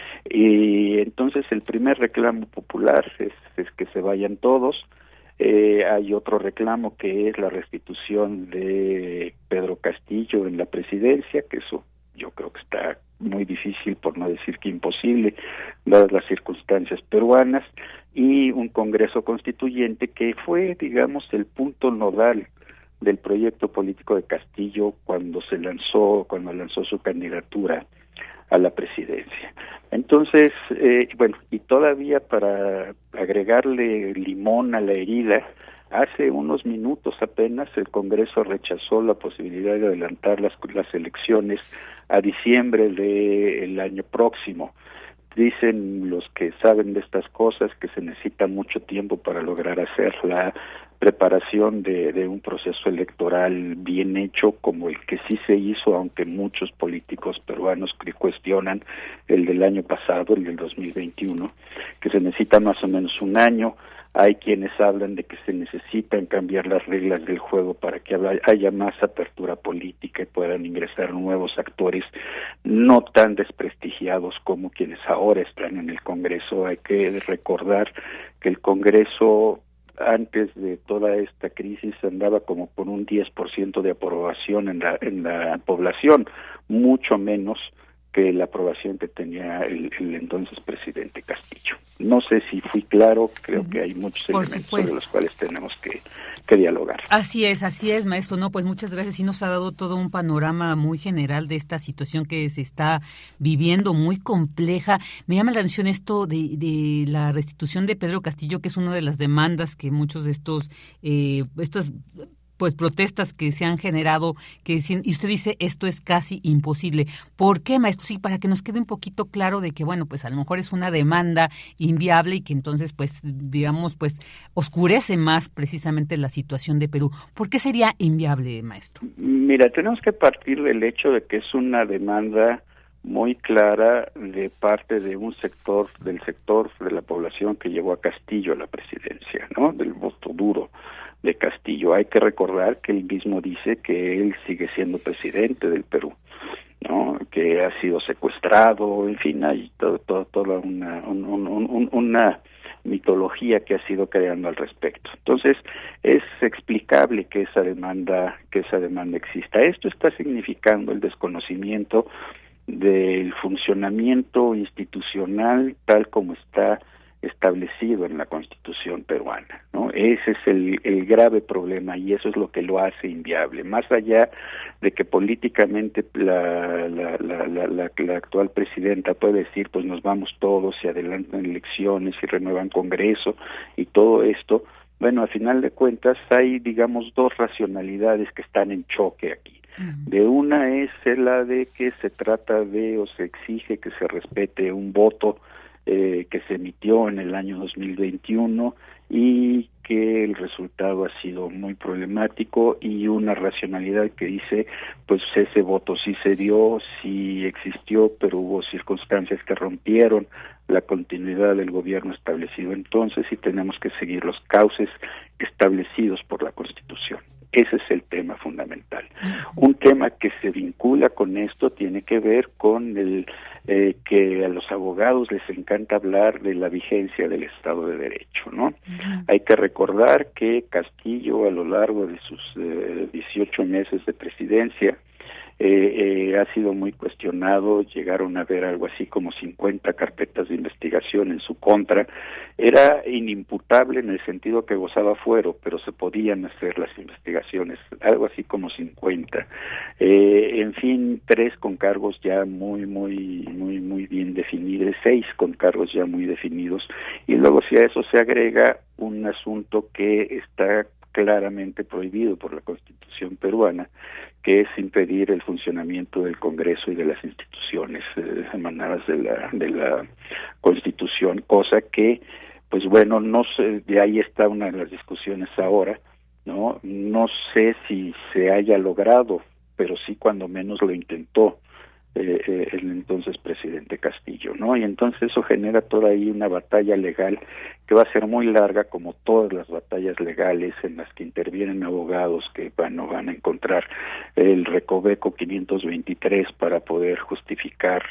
Y entonces el primer reclamo popular es, es que se vayan todos. Eh, hay otro reclamo que es la restitución de Pedro Castillo en la presidencia, que eso yo creo que está muy difícil, por no decir que imposible, dadas las circunstancias peruanas, y un Congreso Constituyente que fue, digamos, el punto nodal del proyecto político de Castillo cuando se lanzó, cuando lanzó su candidatura a la presidencia. Entonces, eh, bueno, y todavía para agregarle limón a la herida, hace unos minutos apenas el Congreso rechazó la posibilidad de adelantar las, las elecciones a diciembre del año próximo. Dicen los que saben de estas cosas que se necesita mucho tiempo para lograr hacer la preparación de, de un proceso electoral bien hecho como el que sí se hizo, aunque muchos políticos peruanos cuestionan el del año pasado, el del dos mil veintiuno, que se necesita más o menos un año. Hay quienes hablan de que se necesitan cambiar las reglas del juego para que haya más apertura política y puedan ingresar nuevos actores no tan desprestigiados como quienes ahora están en el Congreso. Hay que recordar que el Congreso, antes de toda esta crisis, andaba como por un diez por ciento de aprobación en la en la población, mucho menos que la aprobación que tenía el, el entonces presidente Castillo. No sé si fui claro, creo que hay muchos Por elementos supuesto. sobre los cuales tenemos que, que dialogar. Así es, así es, maestro. No, pues muchas gracias. Y nos ha dado todo un panorama muy general de esta situación que se está viviendo, muy compleja. Me llama la atención esto de, de la restitución de Pedro Castillo, que es una de las demandas que muchos de estos, eh, estos pues protestas que se han generado, que y usted dice esto es casi imposible. ¿Por qué, maestro? Sí, para que nos quede un poquito claro de que, bueno, pues a lo mejor es una demanda inviable y que entonces, pues, digamos, pues, oscurece más precisamente la situación de Perú. ¿Por qué sería inviable, maestro? Mira, tenemos que partir del hecho de que es una demanda muy clara de parte de un sector, del sector de la población que llevó a Castillo a la presidencia, ¿no? Del voto duro de Castillo. Hay que recordar que él mismo dice que él sigue siendo presidente del Perú, ¿no? Que ha sido secuestrado, en fin, hay todo, todo, toda una, un, un, un, una mitología que ha sido creando al respecto. Entonces, es explicable que esa demanda, que esa demanda exista. Esto está significando el desconocimiento del funcionamiento institucional tal como está establecido en la Constitución peruana, ¿no? Ese es el, el grave problema y eso es lo que lo hace inviable. Más allá de que políticamente la, la, la, la, la, la actual presidenta puede decir, pues nos vamos todos y adelantan elecciones y renuevan Congreso y todo esto, bueno, a final de cuentas hay, digamos, dos racionalidades que están en choque aquí. Uh-huh. De una es la de que se trata de o se exige que se respete un voto eh, que se emitió en el año dos mil veintiuno y que el resultado ha sido muy problemático, y una racionalidad que dice, pues ese voto sí se dio, sí existió, pero hubo circunstancias que rompieron la continuidad del gobierno establecido entonces y tenemos que seguir los cauces establecidos por la Constitución. Ese es el tema fundamental. Un tema que se vincula con esto tiene que ver con el eh, que a los abogados les encanta hablar de la vigencia del Estado de Derecho, ¿no? Uh-huh. Hay que recordar que Castillo, a lo largo de sus eh, dieciocho meses de presidencia, Eh, eh, ha sido muy cuestionado. Llegaron a haber algo así como cincuenta carpetas de investigación en su contra. Era inimputable en el sentido que gozaba fuero, pero se podían hacer las investigaciones, algo así como cincuenta. Eh, en fin, tres con cargos ya muy, muy, muy, muy bien definidos, seis con cargos ya muy definidos, y luego si a eso se agrega un asunto que está claramente prohibido por la Constitución peruana, que es impedir el funcionamiento del Congreso y de las instituciones eh, emanadas de la de la Constitución, cosa que, pues bueno, no sé, de ahí está una de las discusiones ahora, no, no sé si se haya logrado, pero sí cuando menos lo intentó eh, eh, el entonces presidente Castillo, ¿no? Y entonces eso genera toda ahí una batalla legal que va a ser muy larga, como todas las batallas legales en las que intervienen abogados que van, no van a encontrar el recoveco quinientos veintitrés para poder justificar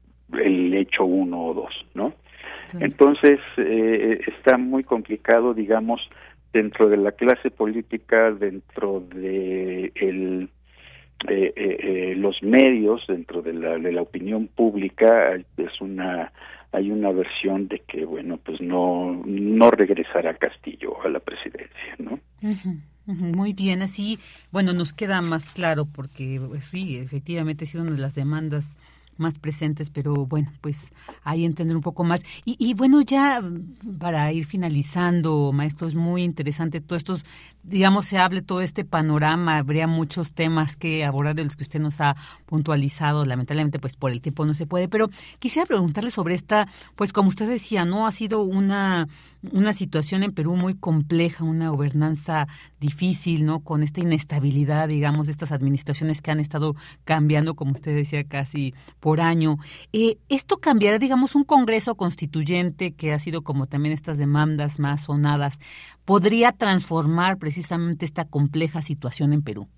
el hecho uno o dos, ¿no? Sí. Entonces eh, está muy complicado, digamos, dentro de la clase política, dentro de el Eh, eh, eh, los medios, dentro de la de la opinión pública, es una hay una versión de que, bueno, pues no no regresará Castillo a la presidencia, ¿no? Uh-huh, uh-huh, muy bien, así, bueno, nos queda más claro porque pues, sí, efectivamente ha sido una de las demandas más presentes, pero bueno, pues ahí entender un poco más. Y, y bueno, ya para ir finalizando, maestro, es muy interesante todo esto, digamos, se hable todo este panorama, habría muchos temas que abordar de los que usted nos ha puntualizado, lamentablemente pues por el tiempo no se puede, pero quisiera preguntarle sobre esta, pues como usted decía, ¿no? Ha sido una, una situación en Perú muy compleja, una gobernanza difícil, ¿no? Con esta inestabilidad, digamos, de estas administraciones que han estado cambiando, como usted decía, casi por año. Eh, ¿Esto cambiará, digamos, un Congreso constituyente que ha sido como también estas demandas más sonadas, podría transformar precisamente esta compleja situación en Perú?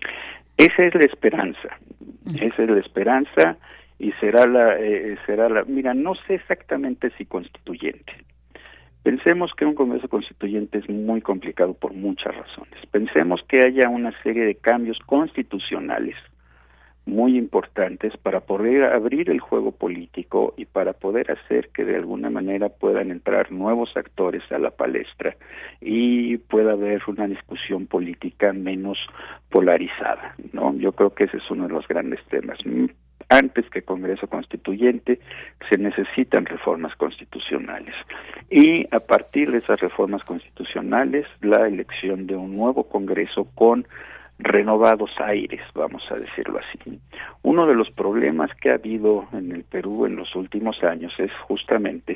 Esa es la esperanza, uh-huh. Esa es la esperanza y será la, eh, será la, mira, no sé exactamente si constituyente. Pensemos que un Congreso constituyente es muy complicado por muchas razones. Pensemos que haya una serie de cambios constitucionales muy importantes para poder abrir el juego político y para poder hacer que de alguna manera puedan entrar nuevos actores a la palestra y pueda haber una discusión política menos polarizada, ¿no? Yo creo que ese es uno de los grandes temas. Antes que Congreso Constituyente, se necesitan reformas constitucionales. Y a partir de esas reformas constitucionales, la elección de un nuevo Congreso con renovados aires, vamos a decirlo así. Uno de los problemas que ha habido en el Perú en los últimos años es justamente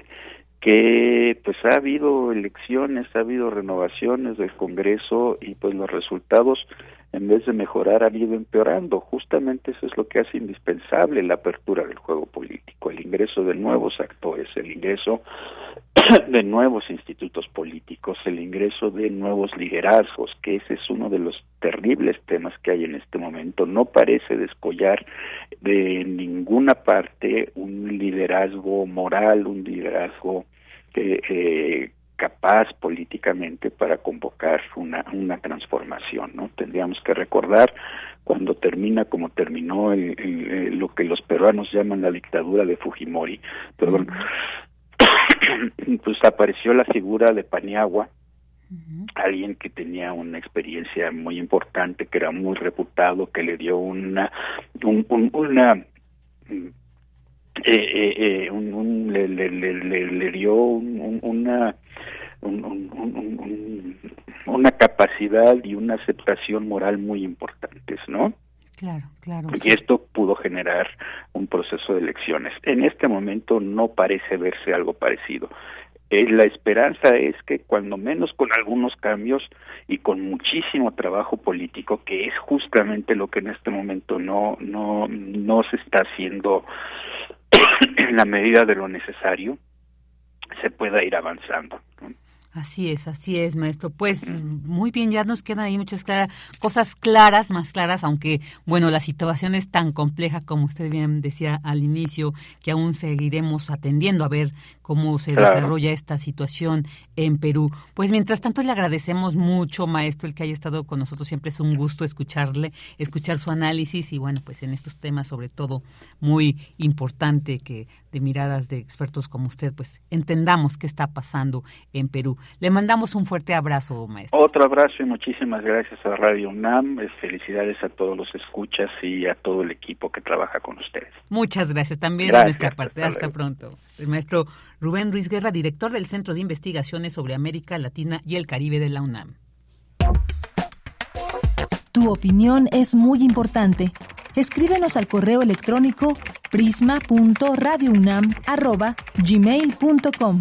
que pues ha habido elecciones, ha habido renovaciones del Congreso y pues los resultados, en vez de mejorar, han ido empeorando. Justamente eso es lo que hace indispensable la apertura del juego político, el ingreso de nuevos actores, el ingreso de nuevos institutos políticos, el ingreso de nuevos liderazgos, que ese es uno de los terribles temas que hay en este momento. No parece descollar de ninguna parte un liderazgo moral, un liderazgo eh, eh, capaz políticamente para convocar una una transformación, ¿no? Tendríamos que recordar cuando termina como terminó el, el, el, lo que los peruanos llaman la dictadura de Fujimori, perdón, pues apareció la figura de Paniagua, uh-huh. alguien que tenía una experiencia muy importante, que era muy reputado, que le dio una, un, un, una eh, eh, eh, un, un, le, le, le, le dio un, un, una Un, un, un, un, una capacidad y una aceptación moral muy importantes, ¿no? Claro, claro. Y sí. esto pudo generar un proceso de elecciones. En este momento no parece verse algo parecido. Eh, la esperanza es que cuando menos con algunos cambios y con muchísimo trabajo político, que es justamente lo que en este momento no no no se está haciendo en la medida de lo necesario, se pueda ir avanzando, ¿no? Así es, así es, maestro. Pues muy bien, ya nos quedan ahí muchas claras, cosas claras, más claras, aunque, bueno, la situación es tan compleja, como usted bien decía al inicio, que aún seguiremos atendiendo a ver cómo se claro. desarrolla esta situación en Perú. Pues mientras tanto le agradecemos mucho, maestro, el que haya estado con nosotros. Siempre es un gusto escucharle, escuchar su análisis y, bueno, pues en estos temas sobre todo muy importante que de miradas de expertos como usted, pues entendamos qué está pasando en Perú. Le mandamos un fuerte abrazo, maestro. Otro abrazo y muchísimas gracias a Radio UNAM. Felicidades a todos los escuchas y a todo el equipo que trabaja con ustedes. Muchas gracias también gracias, de nuestra parte. Hasta, hasta pronto. El maestro Rubén Ruiz Guerra, director del Centro de Investigaciones sobre América Latina y el Caribe de la UNAM. Tu opinión es muy importante. Escríbenos al correo electrónico prisma punto radio unam arroba gmail punto com.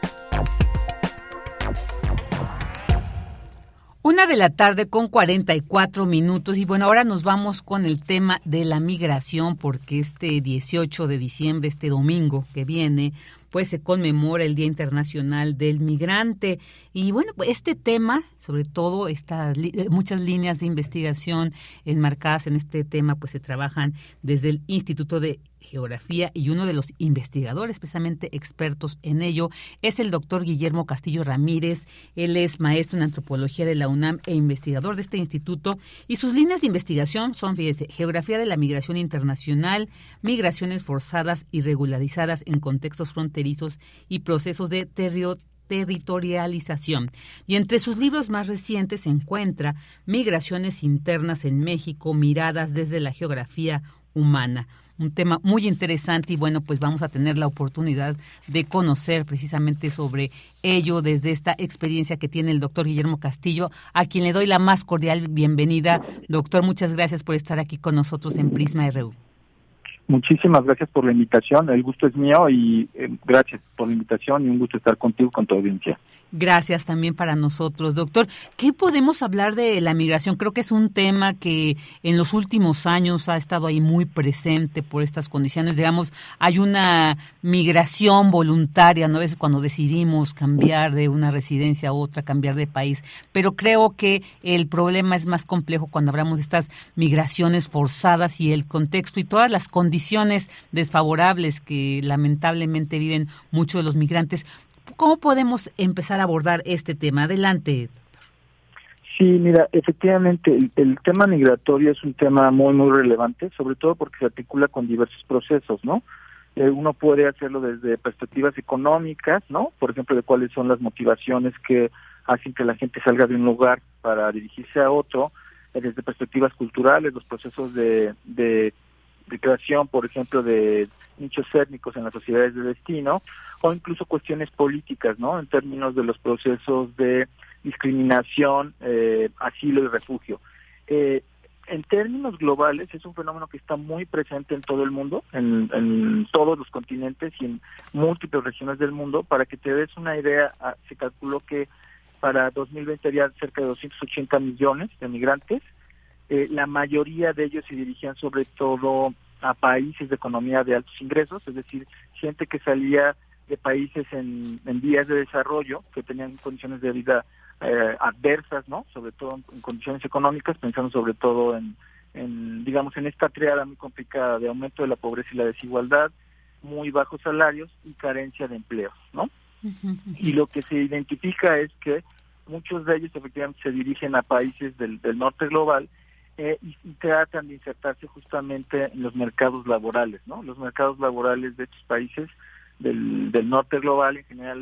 Una de la tarde con cuarenta y cuatro minutos y bueno, ahora nos vamos con el tema de la migración porque este dieciocho de diciembre, este domingo que viene, pues se conmemora el Día Internacional del Migrante y bueno, pues este tema, sobre todo estas muchas líneas de investigación enmarcadas en este tema, pues se trabajan desde el Instituto de Geografía y uno de los investigadores, precisamente expertos en ello, es el doctor Guillermo Castillo Ramírez. Él es maestro en antropología de la UNAM e investigador de este instituto y sus líneas de investigación son, fíjese, geografía de la migración internacional, migraciones forzadas y regularizadas en contextos fronterizos y procesos de terrio territorialización. Y entre sus libros más recientes se encuentra Migraciones internas en México, miradas desde la geografía humana. Un tema muy interesante y bueno, pues vamos a tener la oportunidad de conocer precisamente sobre ello desde esta experiencia que tiene el doctor Guillermo Castillo, a quien le doy la más cordial bienvenida. Doctor, muchas gracias por estar aquí con nosotros en Prisma R U. Muchísimas gracias por la invitación, el gusto es mío y eh, gracias por la invitación y un gusto estar contigo, con tu audiencia. Gracias también para nosotros, doctor. ¿Qué podemos hablar de la migración? Creo que es un tema que en los últimos años ha estado ahí muy presente por estas condiciones. Digamos, hay una migración voluntaria, ¿no? A veces cuando decidimos cambiar de una residencia a otra, cambiar de país. Pero creo que el problema es más complejo cuando hablamos de estas migraciones forzadas y el contexto y todas las condiciones desfavorables que lamentablemente viven muchos de los migrantes. ¿Cómo podemos empezar a abordar este tema? Adelante, doctor. Sí, mira, efectivamente, el, el tema migratorio es un tema muy, muy relevante, sobre todo porque se articula con diversos procesos, ¿no? Eh, uno puede hacerlo desde perspectivas económicas, ¿no? Por ejemplo, de cuáles son las motivaciones que hacen que la gente salga de un lugar para dirigirse a otro, eh, desde perspectivas culturales, los procesos de, de, de creación, por ejemplo, de nichos étnicos en las sociedades de destino, o incluso cuestiones políticas, ¿no? En términos de los procesos de discriminación, eh, asilo y refugio. Eh, en términos globales es un fenómeno que está muy presente en todo el mundo, en, en todos los continentes y en múltiples regiones del mundo. Para que te des una idea, se calculó que para dos mil veinte había cerca de doscientos ochenta millones de migrantes. Eh, la mayoría de ellos se dirigían sobre todo a países de economía de altos ingresos, es decir, gente que salía de países en, en vías de desarrollo, que tenían condiciones de vida eh, adversas, ¿no? Sobre todo en, en condiciones económicas, pensando sobre todo en, en, digamos, en esta triada muy complicada de aumento de la pobreza y la desigualdad, muy bajos salarios y carencia de empleos, ¿no? Uh-huh. Y lo que se identifica es que muchos de ellos efectivamente se dirigen a países del, del norte global, Eh, y, y tratan de insertarse justamente en los mercados laborales, ¿no? Los mercados laborales de estos países del, del norte global en general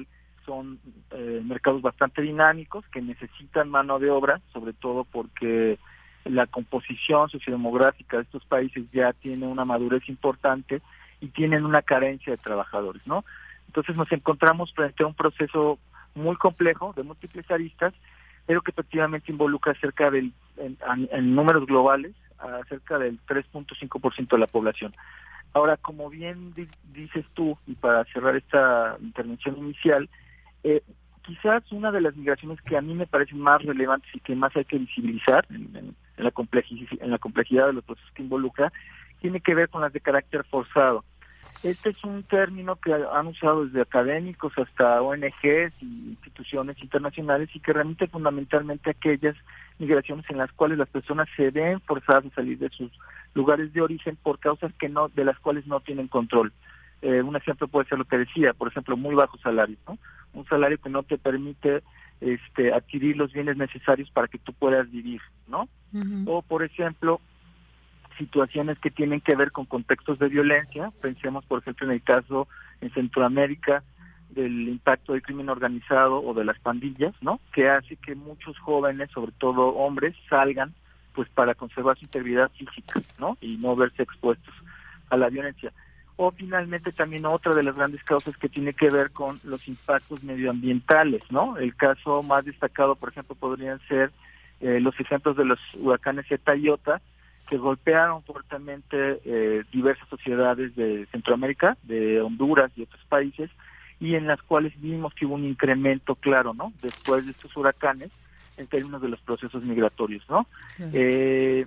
son eh, mercados bastante dinámicos que necesitan mano de obra, sobre todo porque la composición sociodemográfica de estos países ya tiene una madurez importante y tienen una carencia de trabajadores, ¿no? Entonces nos encontramos frente a un proceso muy complejo, de múltiples aristas, pero que efectivamente involucra cerca del, en, en números globales, a cerca del tres punto cinco por ciento de la población. Ahora, como bien di- dices tú, y para cerrar esta intervención inicial, eh, quizás una de las migraciones que a mí me parecen más relevantes y que más hay que visibilizar en, en, en, la, complejidad, en la complejidad de los procesos que involucra, tiene que ver con las de carácter forzado. Este es un término que han usado desde académicos hasta O N Ges y instituciones internacionales y que remite fundamentalmente a aquellas migraciones en las cuales las personas se ven forzadas a salir de sus lugares de origen por causas que no, de las cuales no tienen control. Eh, un ejemplo puede ser lo que decía, por ejemplo, muy bajo salario, ¿no? Un salario que no te permite este, adquirir los bienes necesarios para que tú puedas vivir, ¿no? Uh-huh. O, por ejemplo, situaciones que tienen que ver con contextos de violencia. Pensemos, por ejemplo, en el caso en Centroamérica del impacto del crimen organizado o de las pandillas, ¿no? Que hace que muchos jóvenes, sobre todo hombres, salgan pues para conservar su integridad física, ¿no? Y no verse expuestos a la violencia. O finalmente también otra de las grandes causas que tiene que ver con los impactos medioambientales, ¿no? El caso más destacado, por ejemplo, podrían ser eh, los ejemplos de los huracanes Eta y Iota, que golpearon fuertemente eh, diversas sociedades de Centroamérica, de Honduras y otros países, y en las cuales vimos que hubo un incremento claro, ¿no? Después de estos huracanes, en términos de los procesos migratorios, ¿no? Sí. Eh,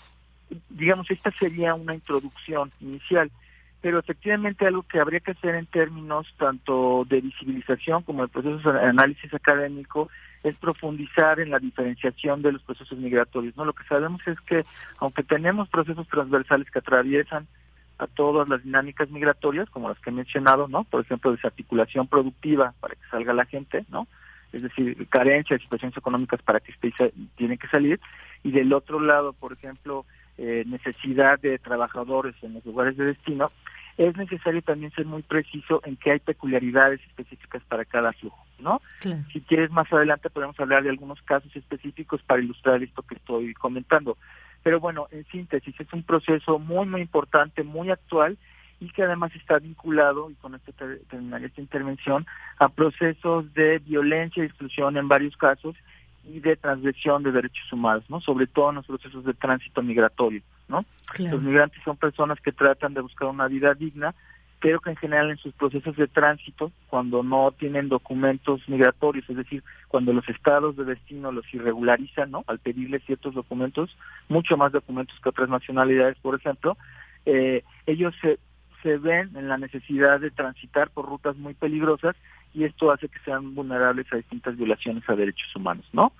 digamos, esta sería una introducción inicial, pero efectivamente algo que habría que hacer en términos tanto de visibilización como de procesos de análisis académico es profundizar en la diferenciación de los procesos migratorios, ¿no? Lo que sabemos es que, aunque tenemos procesos transversales que atraviesan a todas las dinámicas migratorias, como las que he mencionado, ¿no? Por ejemplo, desarticulación productiva para que salga la gente, ¿no? Es decir, carencia de situaciones económicas para que esté, tienen que salir, y del otro lado, por ejemplo, eh, necesidad de trabajadores en los lugares de destino. Es necesario también ser muy preciso en que hay peculiaridades específicas para cada flujo, ¿no? Claro. Si quieres, más adelante podemos hablar de algunos casos específicos para ilustrar esto que estoy comentando. Pero bueno, en síntesis, es un proceso muy, muy importante, muy actual, y que además está vinculado, y con esto terminaré esta intervención, a procesos de violencia y exclusión en varios casos, y de transgresión de derechos humanos, ¿no? Sobre todo en los procesos de tránsito migratorio, ¿no? Claro. Los migrantes son personas que tratan de buscar una vida digna, pero que en general en sus procesos de tránsito, cuando no tienen documentos migratorios, es decir, cuando los estados de destino los irregularizan, ¿no? Al pedirles ciertos documentos, mucho más documentos que otras nacionalidades, por ejemplo, eh, ellos se, se ven en la necesidad de transitar por rutas muy peligrosas, y esto hace que sean vulnerables a distintas violaciones a derechos humanos, ¿no?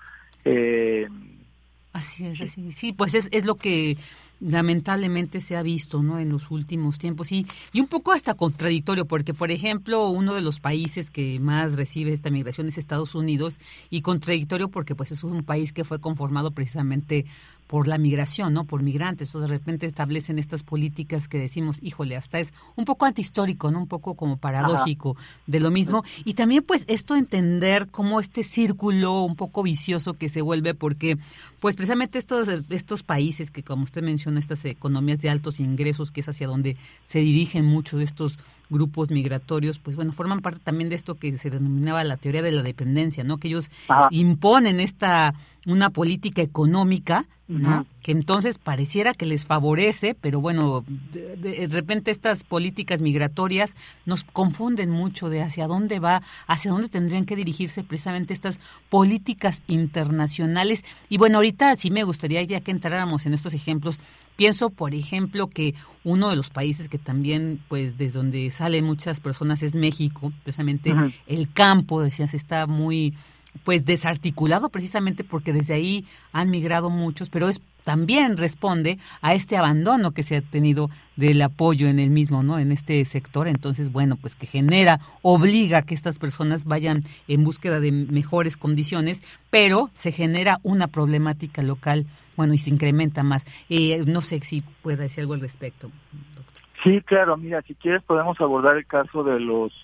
Eh, así es, así sí, pues es, es lo que lamentablemente se ha visto, ¿no? En los últimos tiempos, y, y un poco hasta contradictorio, porque, por ejemplo, uno de los países que más recibe esta migración es Estados Unidos, y contradictorio porque pues es un país que fue conformado precisamente por la migración, ¿no? Por migrantes. Entonces, de repente establecen estas políticas que decimos, híjole, hasta es un poco antihistórico, ¿no? Un poco como paradójico. Ajá. De lo mismo. Y también, pues, esto entender cómo este círculo un poco vicioso que se vuelve, porque, pues, precisamente estos, estos países que, como usted menciona, estas economías de altos ingresos, que es hacia donde se dirigen muchos de estos grupos migratorios, pues, bueno, forman parte también de esto que se denominaba la teoría de la dependencia, ¿no? Que ellos Ajá. imponen esta, una política económica, ¿no? Uh-huh. Que entonces pareciera que les favorece, pero bueno, de, de, de repente estas políticas migratorias nos confunden mucho de hacia dónde va, hacia dónde tendrían que dirigirse precisamente estas políticas internacionales. Y bueno, ahorita sí me gustaría ya que entráramos en estos ejemplos. Pienso, por ejemplo, que uno de los países que también, pues, desde donde salen muchas personas es México, precisamente uh-huh. el campo, decías, está muy pues desarticulado precisamente porque desde ahí han migrado muchos, pero es también responde a este abandono que se ha tenido del apoyo en el mismo, ¿no? En este sector. Entonces, bueno, pues que genera, obliga a que estas personas vayan en búsqueda de mejores condiciones, pero se genera una problemática local, bueno, y se incrementa más. Eh, no sé si pueda decir algo al respecto, doctor. Sí, claro, mira, si quieres podemos abordar el caso de los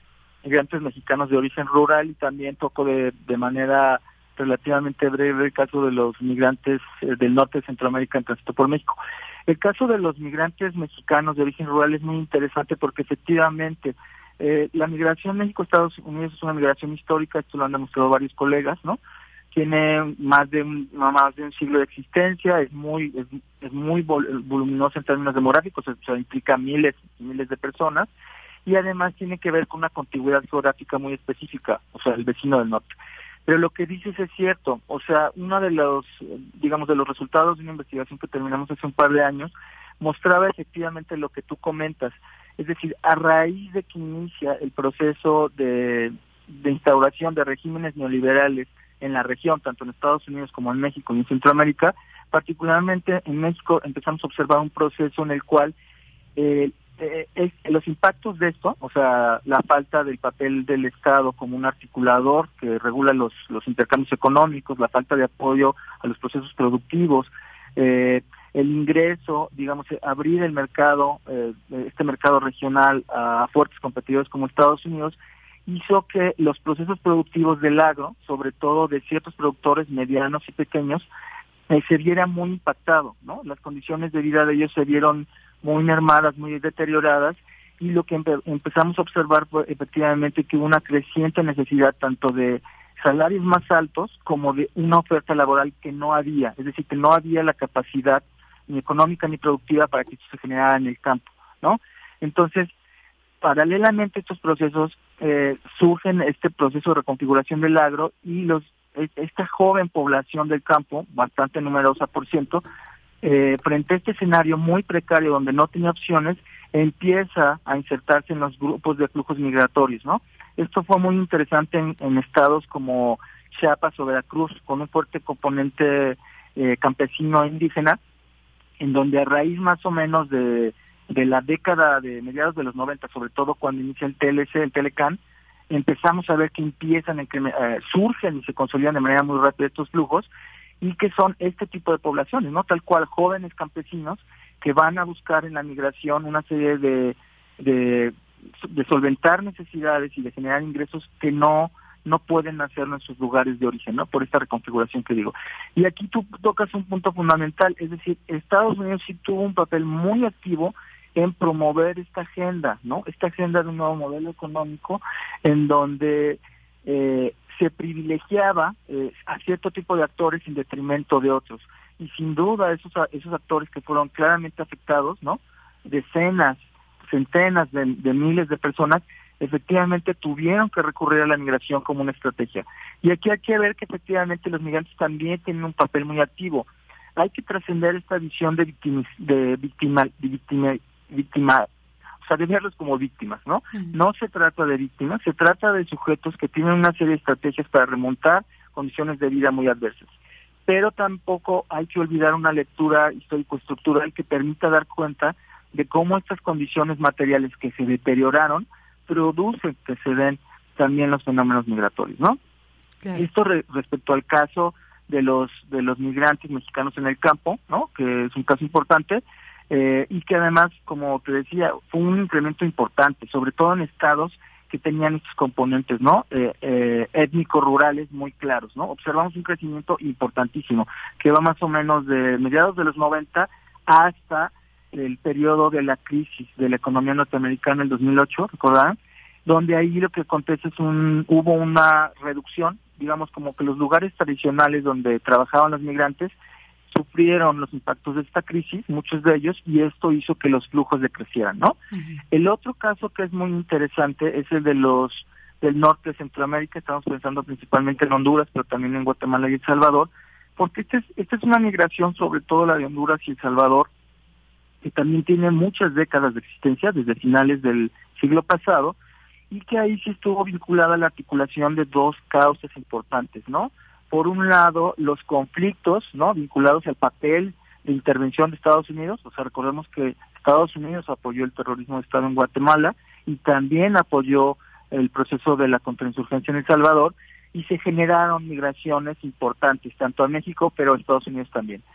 migrantes mexicanos de origen rural, y también toco de, de manera relativamente breve el caso de los migrantes eh, del norte de Centroamérica en tránsito por México. El caso de los migrantes mexicanos de origen rural es muy interesante porque efectivamente eh, la migración México-Estados Unidos es una migración histórica, esto lo han demostrado varios colegas, ¿no? Tiene más de un, más de un siglo de existencia, es muy es, es muy vol- voluminosa en términos demográficos, o sea, implica miles y miles de personas, y además tiene que ver con una contigüidad geográfica muy específica, o sea, el vecino del norte. Pero lo que dices es cierto, o sea, uno de los, digamos, de los resultados de una investigación que terminamos hace un par de años mostraba efectivamente lo que tú comentas, es decir, a raíz de que inicia el proceso de, de instauración de regímenes neoliberales en la región, tanto en Estados Unidos como en México y en Centroamérica, particularmente en México empezamos a observar un proceso en el cual eh, Eh, es, los impactos de esto, o sea, la falta del papel del Estado como un articulador que regula los, los intercambios económicos, la falta de apoyo a los procesos productivos, eh, el ingreso, digamos, abrir el mercado, eh, este mercado regional a fuertes competidores como Estados Unidos, hizo que los procesos productivos del agro, sobre todo de ciertos productores medianos y pequeños, eh, se viera muy impactado, ¿no? Las condiciones de vida de ellos se vieron muy mermadas, muy deterioradas, y lo que empe- empezamos a observar fue efectivamente que hubo una creciente necesidad tanto de salarios más altos como de una oferta laboral que no había, es decir, que no había la capacidad ni económica ni productiva para que esto se generara en el campo, ¿no? Entonces, paralelamente a estos procesos eh, surgen este proceso de reconfiguración del agro, y los esta joven población del campo, bastante numerosa por ciento, Eh, frente a este escenario muy precario donde no tenía opciones, empieza a insertarse en los grupos de flujos migratorios, ¿no? Esto fue muy interesante en, en estados como Chiapas o Veracruz, con un fuerte componente eh, campesino e indígena, en donde a raíz más o menos de, de la década de mediados de los noventa, sobre todo cuando inicia el T L C, el Telecán, empezamos a ver que empiezan, en que eh, surgen y se consolidan de manera muy rápida estos flujos, y que son este tipo de poblaciones, ¿no? Tal cual jóvenes campesinos que van a buscar en la migración una serie de, de, de solventar necesidades y de generar ingresos que no no pueden hacerlo en sus lugares de origen, ¿no? Por esta reconfiguración que digo. Y aquí tú tocas un punto fundamental, es decir, Estados Unidos sí tuvo un papel muy activo en promover esta agenda, ¿no? Esta agenda de un nuevo modelo económico en donde eh, se privilegiaba eh, a cierto tipo de actores en detrimento de otros, y sin duda esos esos actores que fueron claramente afectados, ¿no? Decenas, centenas de, de miles de personas efectivamente tuvieron que recurrir a la migración como una estrategia. Y aquí hay que ver que efectivamente los migrantes también tienen un papel muy activo. Hay que trascender esta visión de víctima, de víctima, de víctima, víctima o sea, de verlos como víctimas, ¿no? Uh-huh. No se trata de víctimas, se trata de sujetos que tienen una serie de estrategias para remontar condiciones de vida muy adversas. Pero tampoco hay que olvidar una lectura histórico-estructural que permita dar cuenta de cómo estas condiciones materiales que se deterioraron producen que se den también los fenómenos migratorios, ¿no? Claro. Esto re- respecto al caso de los de los migrantes mexicanos en el campo, ¿no? Que es un caso importante. Eh, y que además, como te decía, fue un incremento importante, sobre todo en estados que tenían estos componentes, ¿no? Eh, eh, étnicos rurales muy claros, ¿no? Observamos un crecimiento importantísimo, que va más o menos de mediados de los noventa hasta el periodo de la crisis de la economía norteamericana en dos mil ocho, ¿recordarán? Donde ahí lo que acontece es un, hubo una reducción, digamos, como que los lugares tradicionales donde trabajaban los migrantes sufrieron los impactos de esta crisis, muchos de ellos, y esto hizo que los flujos decrecieran, ¿no? Uh-huh. El otro caso que es muy interesante es el de los del norte de Centroamérica. Estamos pensando principalmente en Honduras, pero también en Guatemala y El Salvador, porque esta es, esta es una migración, sobre todo la de Honduras y El Salvador, que también tiene muchas décadas de existencia, desde finales del siglo pasado, y que ahí sí estuvo vinculada a la articulación de dos causas importantes, ¿no? Por un lado, los conflictos, ¿no? Vinculados al papel de intervención de Estados Unidos. O sea, recordemos que Estados Unidos apoyó el terrorismo de Estado en Guatemala y también apoyó el proceso de la contrainsurgencia en El Salvador, y se generaron migraciones importantes, tanto a México, pero a Estados Unidos también.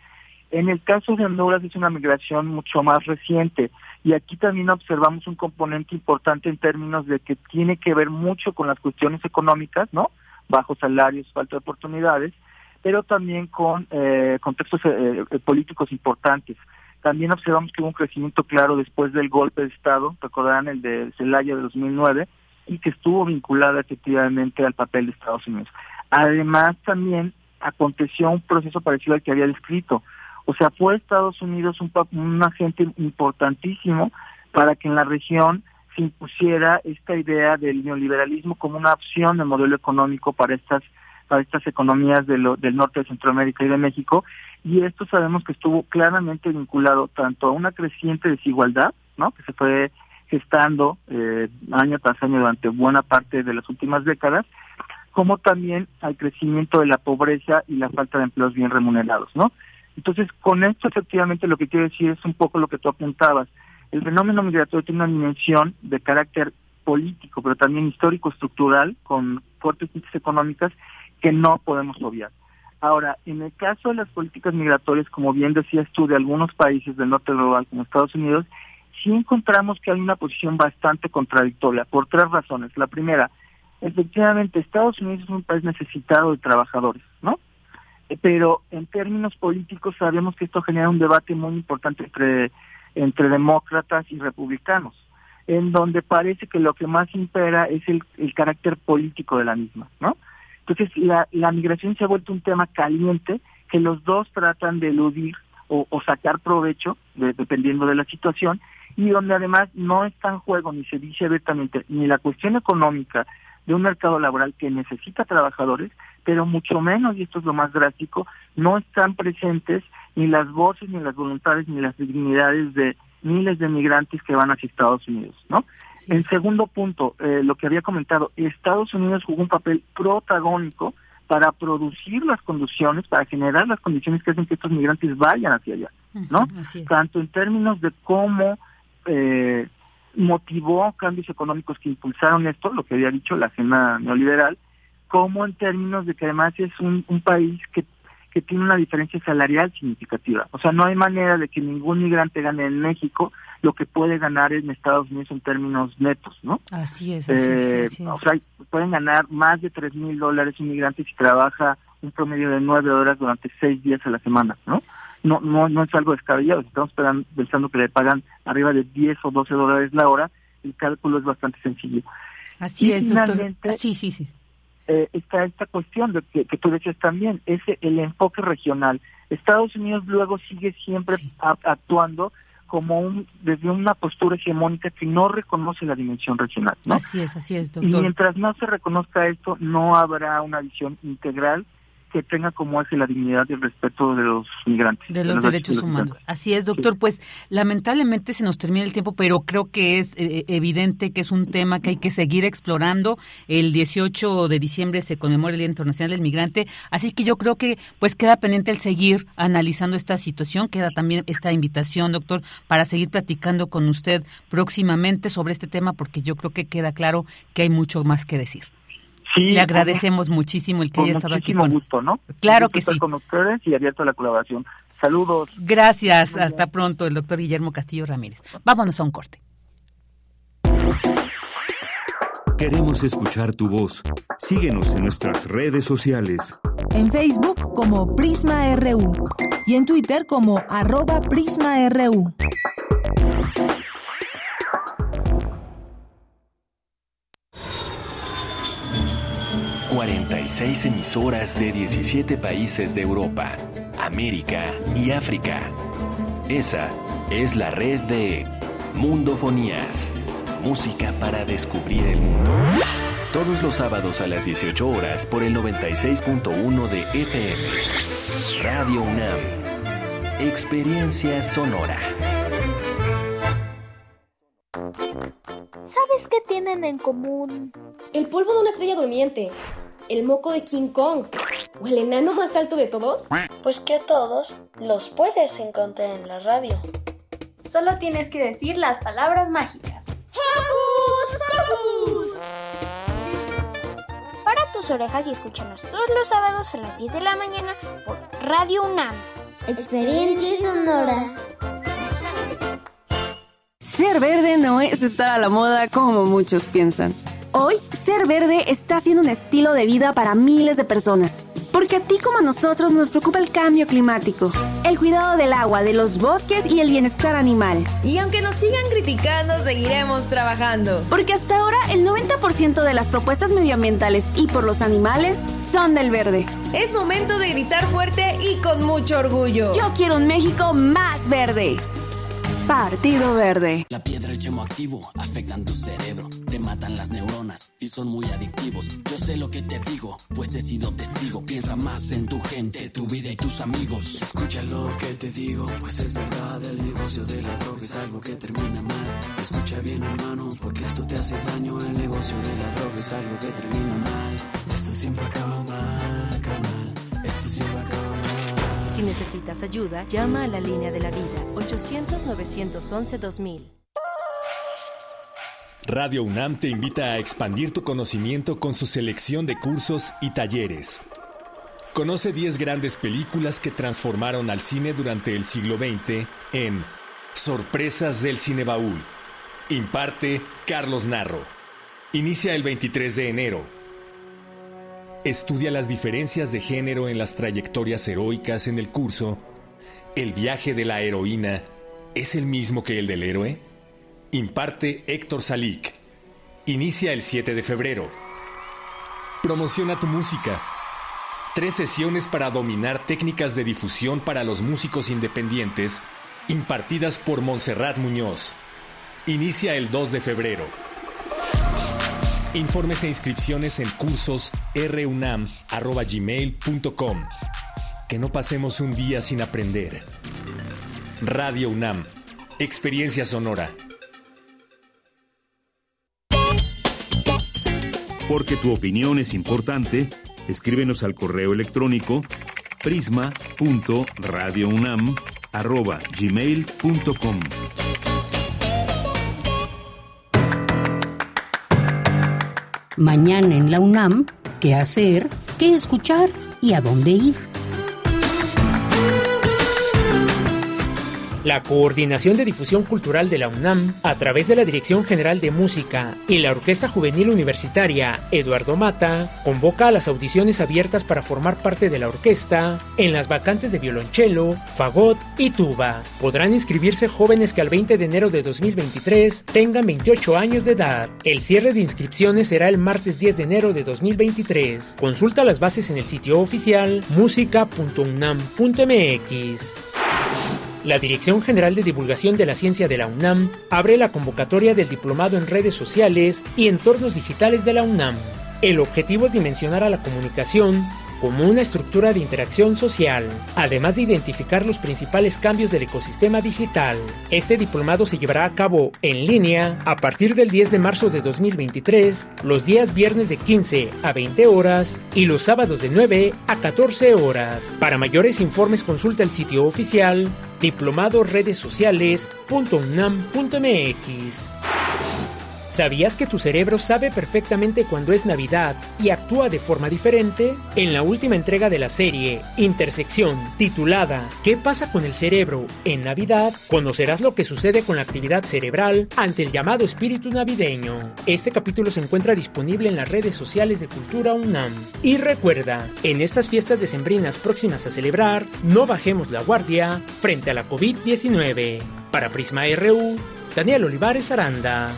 En el caso de Honduras es una migración mucho más reciente y aquí también observamos un componente importante en términos de que tiene que ver mucho con las cuestiones económicas, ¿no? Bajos salarios, falta de oportunidades, pero también con eh, contextos eh, políticos importantes. También observamos que hubo un crecimiento claro después del golpe de Estado, recordarán el de Zelaya de dos mil nueve, y que estuvo vinculada efectivamente al papel de Estados Unidos. Además, también aconteció un proceso parecido al que había descrito. O sea, fue Estados Unidos un, un agente importantísimo para que en la región se impusiera esta idea del neoliberalismo como una opción de modelo económico para estas para estas economías de lo, del norte de Centroamérica y de México, y esto sabemos que estuvo claramente vinculado tanto a una creciente desigualdad, ¿no?, que se fue gestando eh, año tras año durante buena parte de las últimas décadas, como también al crecimiento de la pobreza y la falta de empleos bien remunerados, ¿no? Entonces, con esto efectivamente lo que quiero decir es un poco lo que tú apuntabas. El fenómeno migratorio tiene una dimensión de carácter político, pero también histórico-estructural, con fuertes crisis económicas que no podemos obviar. Ahora, en el caso de las políticas migratorias, como bien decías tú, de algunos países del norte global, como Estados Unidos, sí encontramos que hay una posición bastante contradictoria, por tres razones. La primera, efectivamente, Estados Unidos es un país necesitado de trabajadores, ¿no? Pero en términos políticos sabemos que esto genera un debate muy importante entre, entre demócratas y republicanos, en donde parece que lo que más impera es el, el carácter político de la misma, ¿no? Entonces, la, la migración se ha vuelto un tema caliente que los dos tratan de eludir o, o sacar provecho, de, dependiendo de la situación, y donde además no está en juego, ni se dice abiertamente, ni la cuestión económica de un mercado laboral que necesita trabajadores, pero mucho menos, y esto es lo más drástico, no están presentes ni las voces, ni las voluntades, ni las dignidades de miles de migrantes que van hacia Estados Unidos, ¿no? Sí. En segundo punto, eh, lo que había comentado, Estados Unidos jugó un papel protagónico para producir las condiciones, para generar las condiciones que hacen que estos migrantes vayan hacia allá, ¿no? Uh-huh, tanto en términos de cómo eh, motivó cambios económicos que impulsaron esto, lo que había dicho la agenda neoliberal, como en términos de que además es un, un país que que tiene una diferencia salarial significativa. O sea, no hay manera de que ningún migrante gane en México lo que puede ganar en Estados Unidos en términos netos, ¿no? Así es, así eh, es. Así es. O sea, pueden ganar más de tres mil dólares un migrante si trabaja un promedio de nueve horas durante seis días a la semana, ¿no? No no no es algo descabellado. Si estamos pensando que le pagan arriba de diez o doce dólares la hora, el cálculo es bastante sencillo. Así y es, finalmente, doctor. Sí, sí, sí. Eh, está esta cuestión de que, que tú decías también, es el enfoque regional. Estados Unidos luego sigue siempre sí. a, actuando como un desde una postura hegemónica que no reconoce la dimensión regional, ¿no? Así es, así es, doctor. Y mientras no se reconozca esto, no habrá una visión integral que tenga como eje la dignidad y el respeto de los migrantes. De los, de los derechos de los humanos. Migrantes. Así es, doctor. Sí. Pues lamentablemente se nos termina el tiempo, pero creo que es eh, evidente que es un tema que hay que seguir explorando. El dieciocho de diciembre se conmemora el Día Internacional del Migrante, así que yo creo que pues queda pendiente el seguir analizando esta situación. Queda también esta invitación, doctor, para seguir platicando con usted próximamente sobre este tema, porque yo creo que queda claro que hay mucho más que decir. Sí, le agradecemos con, muchísimo el que haya estado aquí. Con gusto, ¿no? Claro que sí. Con ustedes y abierto a la colaboración. Saludos. Gracias. Hasta pronto, el doctor Guillermo Castillo Ramírez. Vámonos a un corte. Queremos escuchar tu voz. Síguenos en nuestras redes sociales. En Facebook como Prisma R U y en Twitter como arroba Prisma R U. cuarenta y seis emisoras de diecisiete países de Europa, América y África. Esa es la red de Mundofonías, música para descubrir el mundo. Todos los sábados a las dieciocho horas por el noventa y seis punto uno de F M. Radio UNAM. Experiencia sonora. ¿Sabes qué tienen en común? El polvo de una estrella durmiente, el moco de King Kong o el enano más alto de todos. Pues que a todos los puedes encontrar en la radio. Solo tienes que decir las palabras mágicas. ¡Hocus Pocus! Para tus orejas y escúchanos todos los sábados a las diez de la mañana por Radio UNAM. Experiencia sonora. Ser verde no es estar a la moda como muchos piensan. Hoy, ser verde está siendo un estilo de vida para miles de personas. Porque a ti como a nosotros nos preocupa el cambio climático, el cuidado del agua, de los bosques y el bienestar animal. Y aunque nos sigan criticando, seguiremos trabajando. Porque hasta ahora el noventa por ciento de las propuestas medioambientales y por los animales son del verde. Es momento de gritar fuerte y con mucho orgullo. Yo quiero un México más verde. Partido Verde. La piedra y el yemo activo afectan tu cerebro, te matan las neuronas y son muy adictivos. Yo sé lo que te digo, pues he sido testigo. Piensa más en tu gente, tu vida y tus amigos. Escucha lo que te digo, pues es verdad. El negocio de la droga es algo que termina mal. Escucha bien, hermano, porque esto te hace daño. El negocio de la droga es algo que termina mal. Esto siempre acaba mal, carnal. Esto siempre acaba mal. Si necesitas ayuda, llama a la línea de la vida, ochocientos, novecientos once, dos mil. Radio UNAM te invita a expandir tu conocimiento con su selección de cursos y talleres. Conoce diez grandes películas que transformaron al cine durante el siglo veinte en Sorpresas del Cinebaúl. Imparte Carlos Narro. Inicia el veintitrés de enero. Estudia las diferencias de género en las trayectorias heroicas en el curso ¿El viaje de la heroína es el mismo que el del héroe? Imparte Héctor Salic. Inicia el siete de febrero. Promociona tu música. Tres sesiones para dominar técnicas de difusión para los músicos independientes, impartidas por Montserrat Muñoz. Inicia el dos de febrero. Informes e inscripciones en cursos r unam arroba gmail punto com. Que no pasemos un día sin aprender. Radio UNAM. Experiencia sonora. Porque tu opinión es importante, escríbenos al correo electrónico prisma punto radio unam arroba gmail punto com. Mañana en la UNAM, ¿qué hacer? ¿Qué escuchar? ¿Y a dónde ir? La Coordinación de Difusión Cultural de la UNAM, a través de la Dirección General de Música y la Orquesta Juvenil Universitaria Eduardo Mata, convoca a las audiciones abiertas para formar parte de la orquesta en las vacantes de violonchelo, fagot y tuba. Podrán inscribirse jóvenes que al veinte de enero de dos mil veintitrés tengan veintiocho años de edad. El cierre de inscripciones será el martes diez de enero de dos mil veintitrés. Consulta las bases en el sitio oficial música punto unam punto m x. La Dirección General de Divulgación de la Ciencia de la UNAM abre la convocatoria del Diplomado en Redes Sociales y Entornos Digitales de la UNAM. El objetivo es dimensionar a la comunicación como una estructura de interacción social, además de identificar los principales cambios del ecosistema digital. Este diplomado se llevará a cabo en línea a partir del diez de marzo de dos mil veintitrés, los días viernes de quince a veinte horas y los sábados de nueve a catorce horas. Para mayores informes consulta el sitio oficial diplomado redes sociales punto unam punto m x. ¿Sabías que tu cerebro sabe perfectamente cuando es Navidad y actúa de forma diferente? En la última entrega de la serie Intersección, titulada ¿Qué pasa con el cerebro en Navidad?, conocerás lo que sucede con la actividad cerebral ante el llamado espíritu navideño. Este capítulo se encuentra disponible en las redes sociales de Cultura UNAM. Y recuerda, en estas fiestas decembrinas próximas a celebrar, no bajemos la guardia frente a la covid diecinueve. Para Prisma R U, Daniel Olivares Aranda.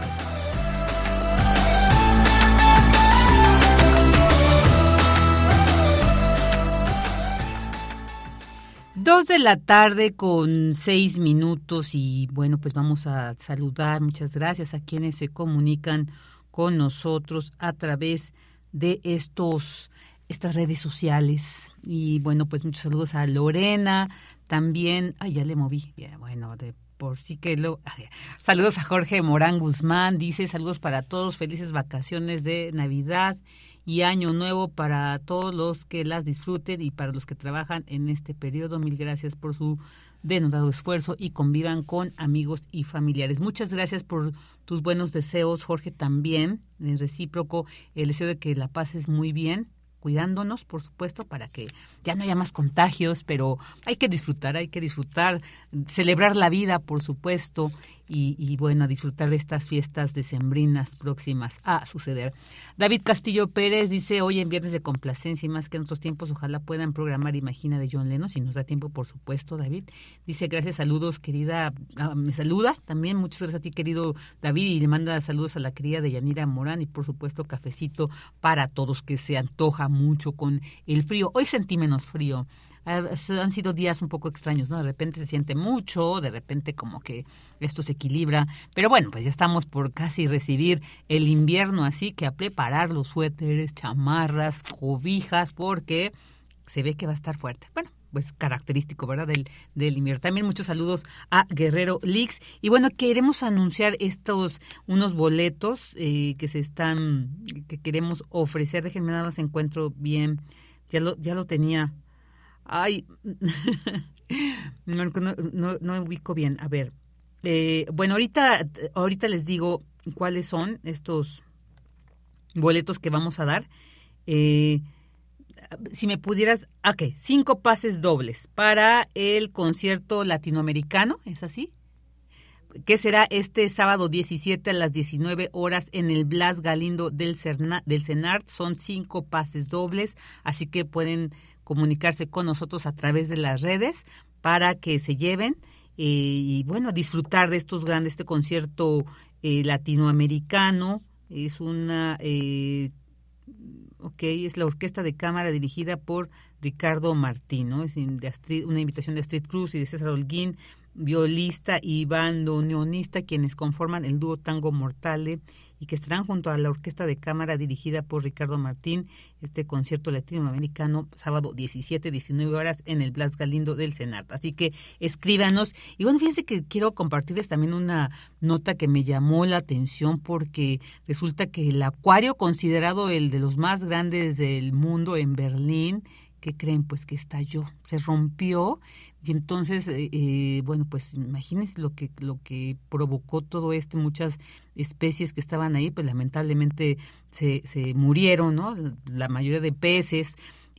Dos de la tarde con seis minutos y bueno, pues vamos a saludar, muchas gracias a quienes se comunican con nosotros a través de estos estas redes sociales. Y bueno, pues muchos saludos a Lorena, también, ay, ya le moví, bueno, de por sí que lo... Saludos a Jorge Morán Guzmán, dice, saludos para todos, felices vacaciones de Navidad y Año Nuevo para todos los que las disfruten y para los que trabajan en este periodo. Mil gracias por su denotado esfuerzo y convivan con amigos y familiares. Muchas gracias por tus buenos deseos, Jorge, también, en recíproco, el deseo de que la pases muy bien cuidándonos, por supuesto, para que ya no haya más contagios, pero hay que disfrutar, hay que disfrutar, celebrar la vida, por supuesto, y, y bueno, disfrutar de estas fiestas decembrinas próximas a suceder. David Castillo Pérez dice, hoy en Viernes de Complacencia y más que en otros tiempos, ojalá puedan programar Imagina de John Lennon, si nos da tiempo, por supuesto, David. Dice, gracias, saludos, querida, ah, me saluda también, muchas gracias a ti, querido David, y le manda saludos a la querida Deyanira Morán y, por supuesto, cafecito para todos, que se antoja mucho con el frío. Hoy sentí menos frío. Han sido días un poco extraños, ¿no? De repente se siente mucho, de repente como que esto se equilibra, pero bueno, pues ya estamos por casi recibir el invierno, así que a preparar los suéteres, chamarras, cobijas, porque se ve que va a estar fuerte. Bueno, pues característico, ¿verdad?, del, del invierno. También muchos saludos a Guerrero Lix. Y bueno, queremos anunciar estos, unos boletos eh, que se están, que queremos ofrecer. Déjenme nada más encuentro bien, ya lo, ya lo tenía. Ay, no, no, no, no ubico bien. A ver, eh, bueno, ahorita, ahorita les digo cuáles son estos boletos que vamos a dar. Eh, si me pudieras, ok, cinco pases dobles para el concierto latinoamericano, ¿es así? Que será este sábado diecisiete a las diecinueve horas en el Blas Galindo del, Cerna, del CENART. Son cinco pases dobles, así que pueden comunicarse con nosotros a través de las redes para que se lleven eh, y bueno, disfrutar de estos grandes, este concierto eh, latinoamericano. Es una, eh, ok, es la Orquesta de Cámara dirigida por Ricardo Martín, ¿no? Es de Astrid, una invitación de Astrid Cruz y de César Holguín, violista y bandoneonista, quienes conforman el dúo Tango Mortale y que estarán junto a la Orquesta de Cámara dirigida por Ricardo Martín, este concierto latinoamericano, sábado diecisiete, diecinueve horas en el Blas Galindo del CENART. Así que escríbanos. Y bueno, fíjense que quiero compartirles también una nota que me llamó la atención, porque resulta que el acuario considerado el de los más grandes del mundo en Berlín, ¿qué creen? Pues que estalló, se rompió. Y entonces, eh, bueno, pues imagínense lo que lo que provocó todo esto. Muchas especies que estaban ahí, pues lamentablemente se, se murieron, ¿no? La mayoría de peces,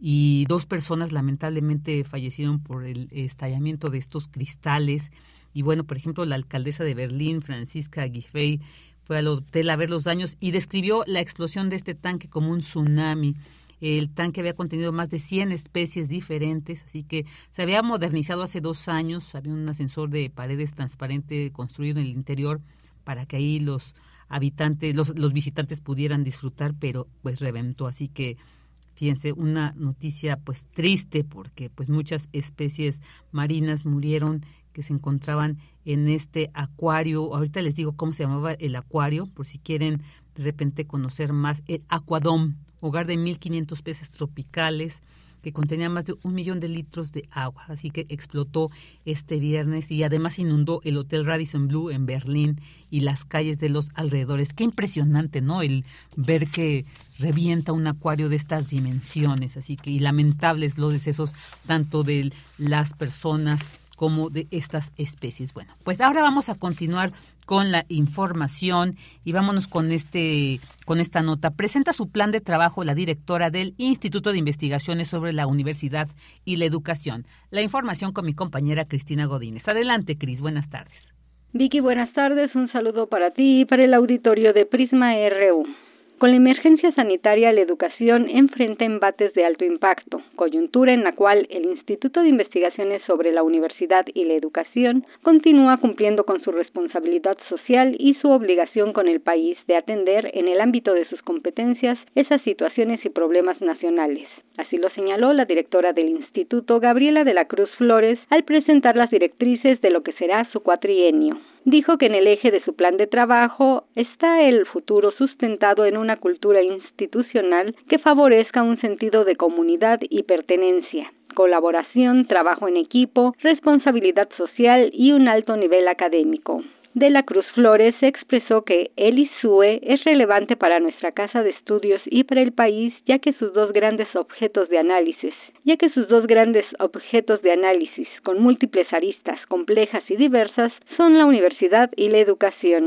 y dos personas lamentablemente fallecieron por el estallamiento de estos cristales. Y bueno, por ejemplo, la alcaldesa de Berlín, Franziska Giffey, fue al hotel a ver los daños y describió la explosión de este tanque como un tsunami. El tanque había contenido más de cien especies diferentes, así que se había modernizado hace dos años. Había un ascensor de paredes transparente construido en el interior para que ahí los habitantes, los, los visitantes pudieran disfrutar, pero pues reventó. Así que fíjense, una noticia pues triste, porque pues muchas especies marinas murieron que se encontraban en este acuario. Ahorita les digo cómo se llamaba el acuario, por si quieren de repente conocer más. El Aquadome, hogar de mil quinientos peces tropicales, que contenía más de un millón de litros de agua. Así que explotó este viernes y además inundó el Hotel Radisson Blu en Berlín y las calles de los alrededores. Qué impresionante, ¿no?, el ver que revienta un acuario de estas dimensiones. Así que, y lamentables los decesos tanto de las personas como de estas especies. Bueno, pues ahora vamos a continuar con la información y vámonos con este con esta nota. Presenta su plan de trabajo la directora del Instituto de Investigaciones sobre la Universidad y la Educación. La información con mi compañera Cristina Godínez. Adelante, Cris, buenas tardes. Vicky, buenas tardes. Un saludo para ti y para el auditorio de Prisma R U. Con la emergencia sanitaria, la educación enfrenta embates de alto impacto, coyuntura en la cual el Instituto de Investigaciones sobre la Universidad y la Educación continúa cumpliendo con su responsabilidad social y su obligación con el país de atender en el ámbito de sus competencias esas situaciones y problemas nacionales. Así lo señaló la directora del Instituto, Gabriela de la Cruz Flores, al presentar las directrices de lo que será su cuatrienio. Dijo que en el eje de su plan de trabajo está el futuro sustentado en una cultura institucional que favorezca un sentido de comunidad y pertenencia, colaboración, trabajo en equipo, responsabilidad social y un alto nivel académico. De la Cruz Flores expresó que el I S U E es relevante para nuestra casa de estudios y para el país, ya que sus dos grandes objetos de análisis, ya que sus dos grandes objetos de análisis, con múltiples aristas complejas y diversas, son la universidad y la educación.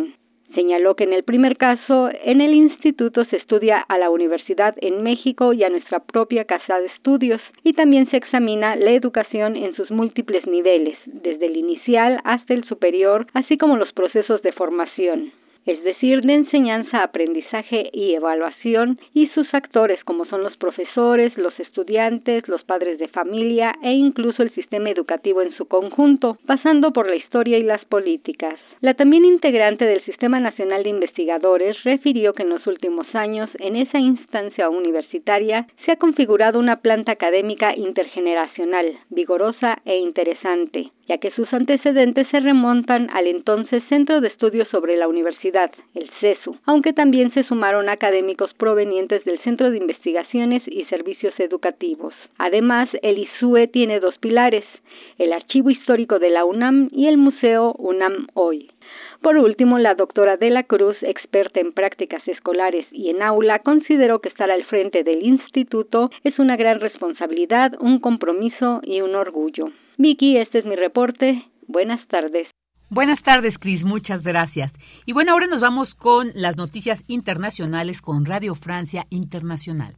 Señaló que en el primer caso, en el instituto se estudia a la universidad en México y a nuestra propia casa de estudios, y también se examina la educación en sus múltiples niveles, desde el inicial hasta el superior, así como los procesos de formación, es decir, de enseñanza, aprendizaje y evaluación, y sus actores como son los profesores, los estudiantes, los padres de familia e incluso el sistema educativo en su conjunto, pasando por la historia y las políticas. La también integrante del Sistema Nacional de Investigadores refirió que en los últimos años, en esa instancia universitaria, se ha configurado una planta académica intergeneracional, vigorosa e interesante, ya que sus antecedentes se remontan al entonces Centro de Estudios sobre la Universidad, el CESU, aunque también se sumaron académicos provenientes del Centro de Investigaciones y Servicios Educativos. Además, el I S U E tiene dos pilares, el Archivo Histórico de la UNAM y el Museo UNAM Hoy. Por último, la doctora de la Cruz, experta en prácticas escolares y en aula, consideró que estar al frente del instituto es una gran responsabilidad, un compromiso y un orgullo. Vicky, este es mi reporte. Buenas tardes. Buenas tardes, Cris, muchas gracias. Y bueno, ahora nos vamos con las noticias internacionales con Radio Francia Internacional.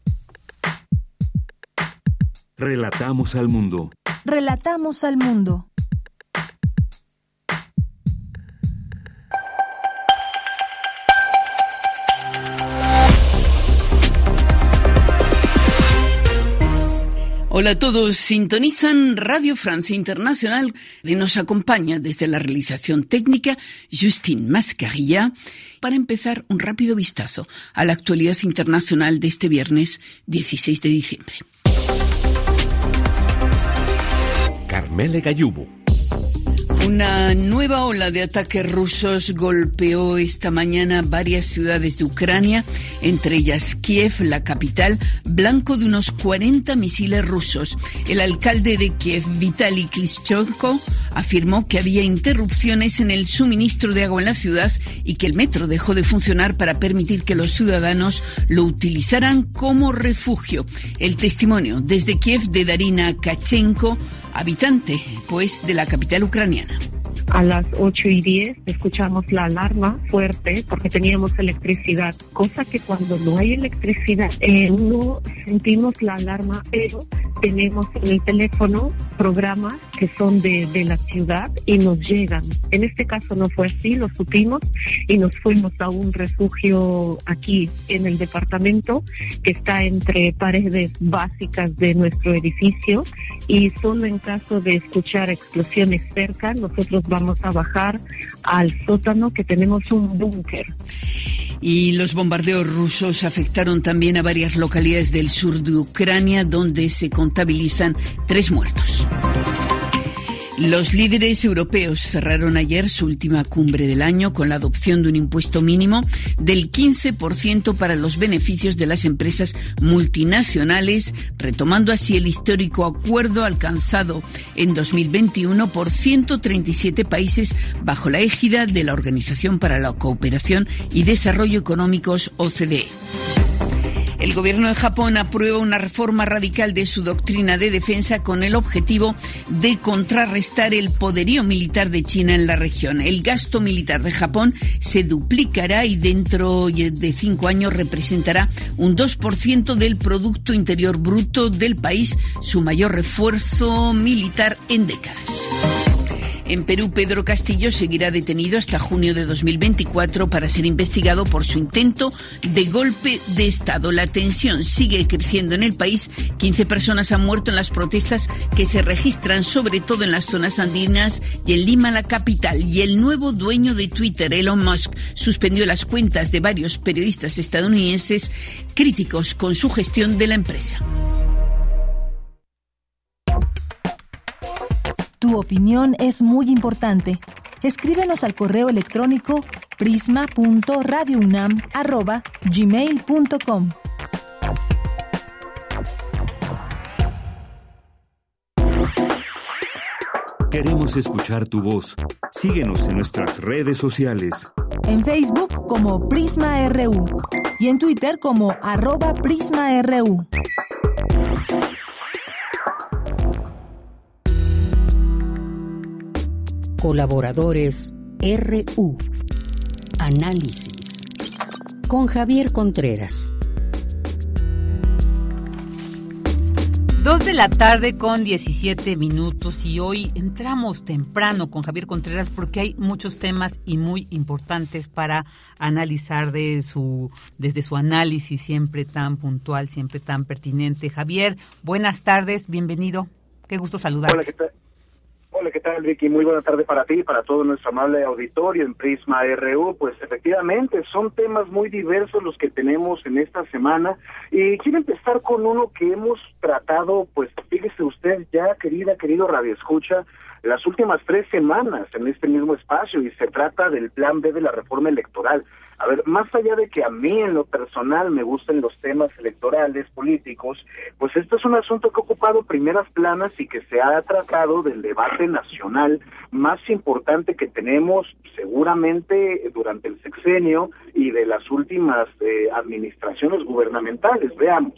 Relatamos al mundo. Relatamos al mundo. Hola a todos, sintonizan Radio Francia Internacional y nos acompaña desde la realización técnica Justine Mascarilla para empezar un rápido vistazo a la actualidad internacional de este viernes dieciséis de diciembre. Carmele Gallubo. Una nueva ola de ataques rusos golpeó esta mañana varias ciudades de Ucrania, entre ellas Kiev, la capital, blanco de unos cuarenta misiles rusos. El alcalde de Kiev, Vitaly Klitschko, afirmó que había interrupciones en el suministro de agua en la ciudad y que el metro dejó de funcionar para permitir que los ciudadanos lo utilizaran como refugio. El testimonio desde Kiev de Darina Kachenko, habitante, pues, de la capital ucraniana. A las ocho y diez escuchamos la alarma fuerte porque teníamos electricidad, cosa que cuando no hay electricidad eh, no sentimos la alarma, pero tenemos en el teléfono programas que son de, de la ciudad y nos llegan. En este caso no fue así, lo supimos y nos fuimos a un refugio aquí en el departamento que está entre paredes básicas de nuestro edificio, y solo en caso de escuchar explosiones cerca nosotros vamos Vamos a bajar al sótano, que tenemos un búnker. Y los bombardeos rusos afectaron también a varias localidades del sur de Ucrania, donde se contabilizan tres muertos. Los líderes europeos cerraron ayer su última cumbre del año con la adopción de un impuesto mínimo del quince por ciento para los beneficios de las empresas multinacionales, retomando así el histórico acuerdo alcanzado en dos mil veintiuno por ciento treinta y siete países bajo la égida de la Organización para la Cooperación y Desarrollo Económicos, O C D E. El gobierno de Japón aprueba una reforma radical de su doctrina de defensa con el objetivo de contrarrestar el poderío militar de China en la región. El gasto militar de Japón se duplicará y dentro de cinco años representará un dos por ciento del Producto Interior Bruto del país, su mayor refuerzo militar en décadas. En Perú, Pedro Castillo seguirá detenido hasta junio de dos mil veinticuatro para ser investigado por su intento de golpe de Estado. La tensión sigue creciendo en el país. quince personas han muerto en las protestas que se registran sobre todo en las zonas andinas y en Lima, la capital. Y el nuevo dueño de Twitter, Elon Musk, suspendió las cuentas de varios periodistas estadounidenses críticos con su gestión de la empresa. Tu opinión es muy importante. Escríbenos al correo electrónico prisma punto radio unam arroba gmail punto com. Queremos escuchar tu voz. Síguenos en nuestras redes sociales. En Facebook como Prisma R U y en Twitter como arroba Prisma R U. Colaboradores R U. Análisis. Con Javier Contreras. Dos de la tarde con diecisiete minutos y hoy entramos temprano con Javier Contreras porque hay muchos temas y muy importantes para analizar de su, desde su análisis siempre tan puntual, siempre tan pertinente. Javier, buenas tardes, bienvenido, qué gusto saludarte. Hola, ¿qué tal? Hola, ¿qué tal, Vicky? Muy buena tarde para ti y para todo nuestro amable auditorio en Prisma R U. Pues efectivamente, son temas muy diversos los que tenemos en esta semana y quiero empezar con uno que hemos tratado, pues fíjese usted ya, querida, querido Radio Escucha, las últimas tres semanas en este mismo espacio y se trata del plan B de la reforma electoral. A ver, más allá de que a mí en lo personal me gusten los temas electorales, políticos, pues esto es un asunto que ha ocupado primeras planas y que se ha tratado del debate nacional más importante que tenemos seguramente durante el sexenio y de las últimas eh, administraciones gubernamentales. Veamos.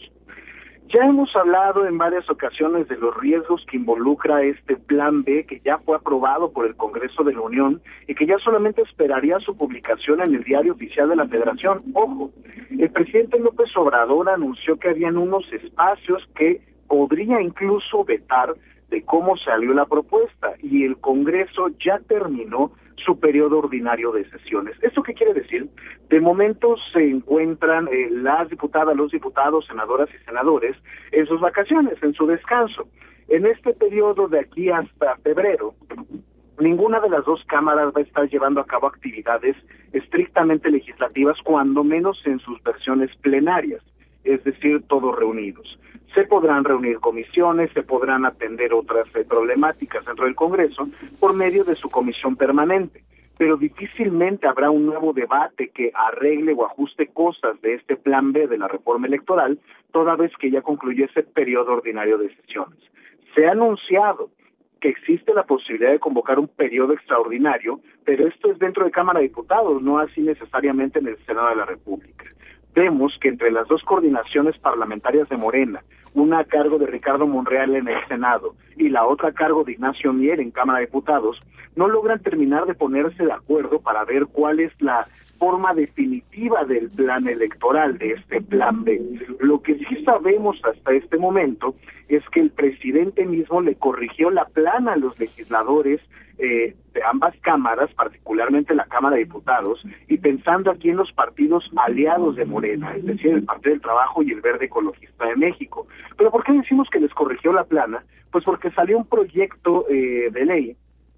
Ya hemos hablado en varias ocasiones de los riesgos que involucra este plan B que ya fue aprobado por el Congreso de la Unión y que ya solamente esperaría su publicación en el Diario Oficial de la Federación. Ojo, el presidente López Obrador anunció que habían unos espacios que podría incluso vetar de cómo salió la propuesta y el Congreso ya terminó su periodo ordinario de sesiones. ¿Esto qué quiere decir? De momento se encuentran eh, las diputadas, los diputados, senadoras y senadores en sus vacaciones, en su descanso. En este periodo de aquí hasta febrero, ninguna de las dos cámaras va a estar llevando a cabo actividades estrictamente legislativas, cuando menos en sus versiones plenarias, es decir, todos reunidos. Se podrán reunir comisiones, se podrán atender otras eh, problemáticas dentro del Congreso por medio de su comisión permanente, pero difícilmente habrá un nuevo debate que arregle o ajuste cosas de este plan B de la reforma electoral, toda vez que ya concluyó ese periodo ordinario de sesiones. Se ha anunciado que existe la posibilidad de convocar un periodo extraordinario, pero esto es dentro de Cámara de Diputados, no así necesariamente en el Senado de la República. Vemos que entre las dos coordinaciones parlamentarias de Morena, una a cargo de Ricardo Monreal en el Senado y la otra a cargo de Ignacio Mier en Cámara de Diputados, no logran terminar de ponerse de acuerdo para ver cuál es la forma definitiva del plan electoral, de este plan B. Lo que sí sabemos hasta este momento es que el presidente mismo le corrigió la plana a los legisladores eh, de ambas cámaras, particularmente la Cámara de Diputados, y pensando aquí en los partidos aliados de Morena, es decir, el Partido del Trabajo y el Verde Ecologista de México. ¿Pero por qué decimos que les corrigió la plana? Pues porque salió un proyecto eh, de ley,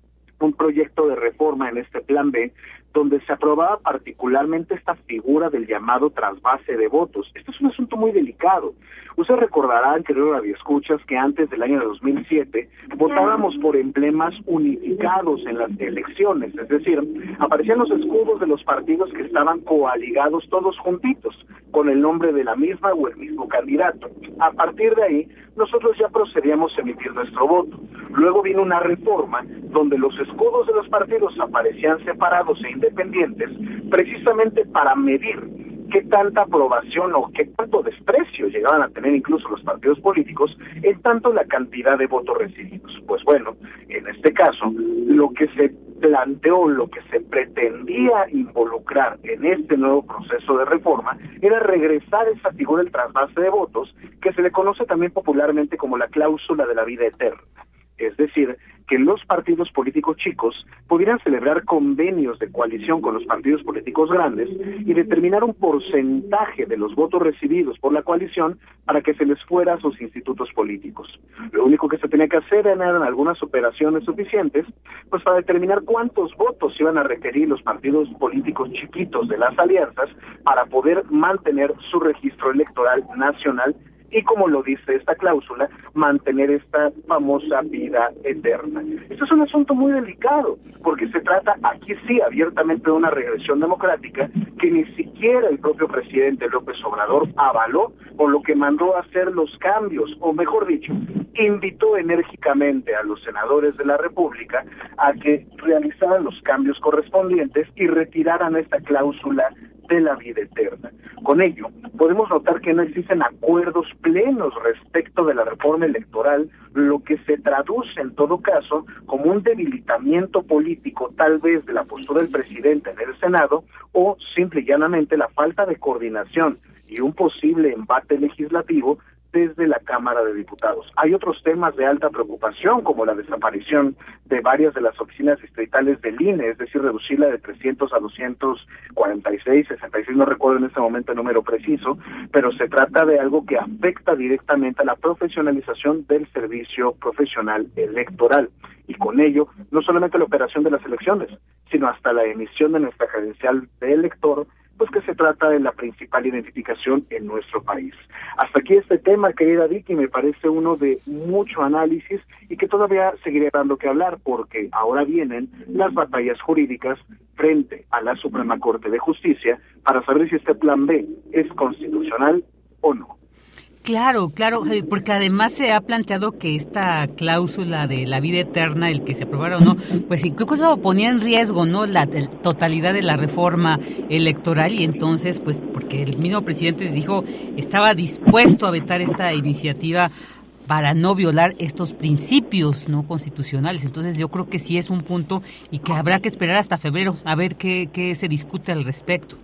un proyecto de reforma en este plan B, donde se aprobaba particularmente esta figura del llamado trasvase de votos. Esto es un asunto muy delicado. Ustedes recordarán, queridos radioescuchas, que antes del año de dos mil siete votábamos por emblemas unificados en las elecciones, es decir, aparecían los escudos de los partidos que estaban coaligados todos juntitos, con el nombre de la misma o el mismo candidato. A partir de ahí, nosotros ya procedíamos a emitir nuestro voto. Luego vino una reforma donde los escudos de los partidos aparecían separados e independientes, precisamente para medir qué tanta aprobación o qué tanto desprecio llegaban a tener incluso los partidos políticos en tanto la cantidad de votos recibidos. Pues bueno, en este caso, lo que se planteó, lo que se pretendía involucrar en este nuevo proceso de reforma era regresar esa figura del trasvase de votos, que se le conoce también popularmente como la cláusula de la vida eterna. Es decir, que los partidos políticos chicos pudieran celebrar convenios de coalición con los partidos políticos grandes y determinar un porcentaje de los votos recibidos por la coalición para que se les fuera a sus institutos políticos. Lo único que se tenía que hacer eran algunas operaciones suficientes pues para determinar cuántos votos iban a requerir los partidos políticos chiquitos de las alianzas para poder mantener su registro electoral nacional y, como lo dice esta cláusula, mantener esta famosa vida eterna. Esto es un asunto muy delicado, porque se trata aquí sí abiertamente de una regresión democrática que ni siquiera el propio presidente López Obrador avaló, por lo que mandó a hacer los cambios, o mejor dicho, invitó enérgicamente a los senadores de la República a que realizaran los cambios correspondientes y retiraran esta cláusula de la vida eterna. Con ello, podemos notar que no existen acuerdos plenos respecto de la reforma electoral, lo que se traduce en todo caso como un debilitamiento político tal vez de la postura del presidente en el Senado o simple y llanamente la falta de coordinación y un posible embate legislativo desde la Cámara de Diputados. Hay otros temas de alta preocupación, como la desaparición de varias de las oficinas distritales del I N E, es decir, reducirla de trescientos a doscientos cuarenta y seis, sesenta y seis, no recuerdo en este momento el número preciso, pero se trata de algo que afecta directamente a la profesionalización del servicio profesional electoral, y con ello, no solamente la operación de las elecciones, sino hasta la emisión de nuestra credencial de elector, pues que se trata de la principal identificación en nuestro país. Hasta aquí este tema, querida Vicky, me parece uno de mucho análisis y que todavía seguiré dando que hablar, porque ahora vienen las batallas jurídicas frente a la Suprema Corte de Justicia para saber si este plan B es constitucional o no. Claro, claro, porque además se ha planteado que esta cláusula de la vida eterna, el que se aprobara o no, pues incluso ponía en riesgo, ¿no?, la, la totalidad de la reforma electoral, y entonces, pues, porque el mismo presidente dijo estaba dispuesto a vetar esta iniciativa para no violar estos principios no constitucionales. Entonces yo creo que sí es un punto y que habrá que esperar hasta febrero a ver qué, qué se discute al respecto.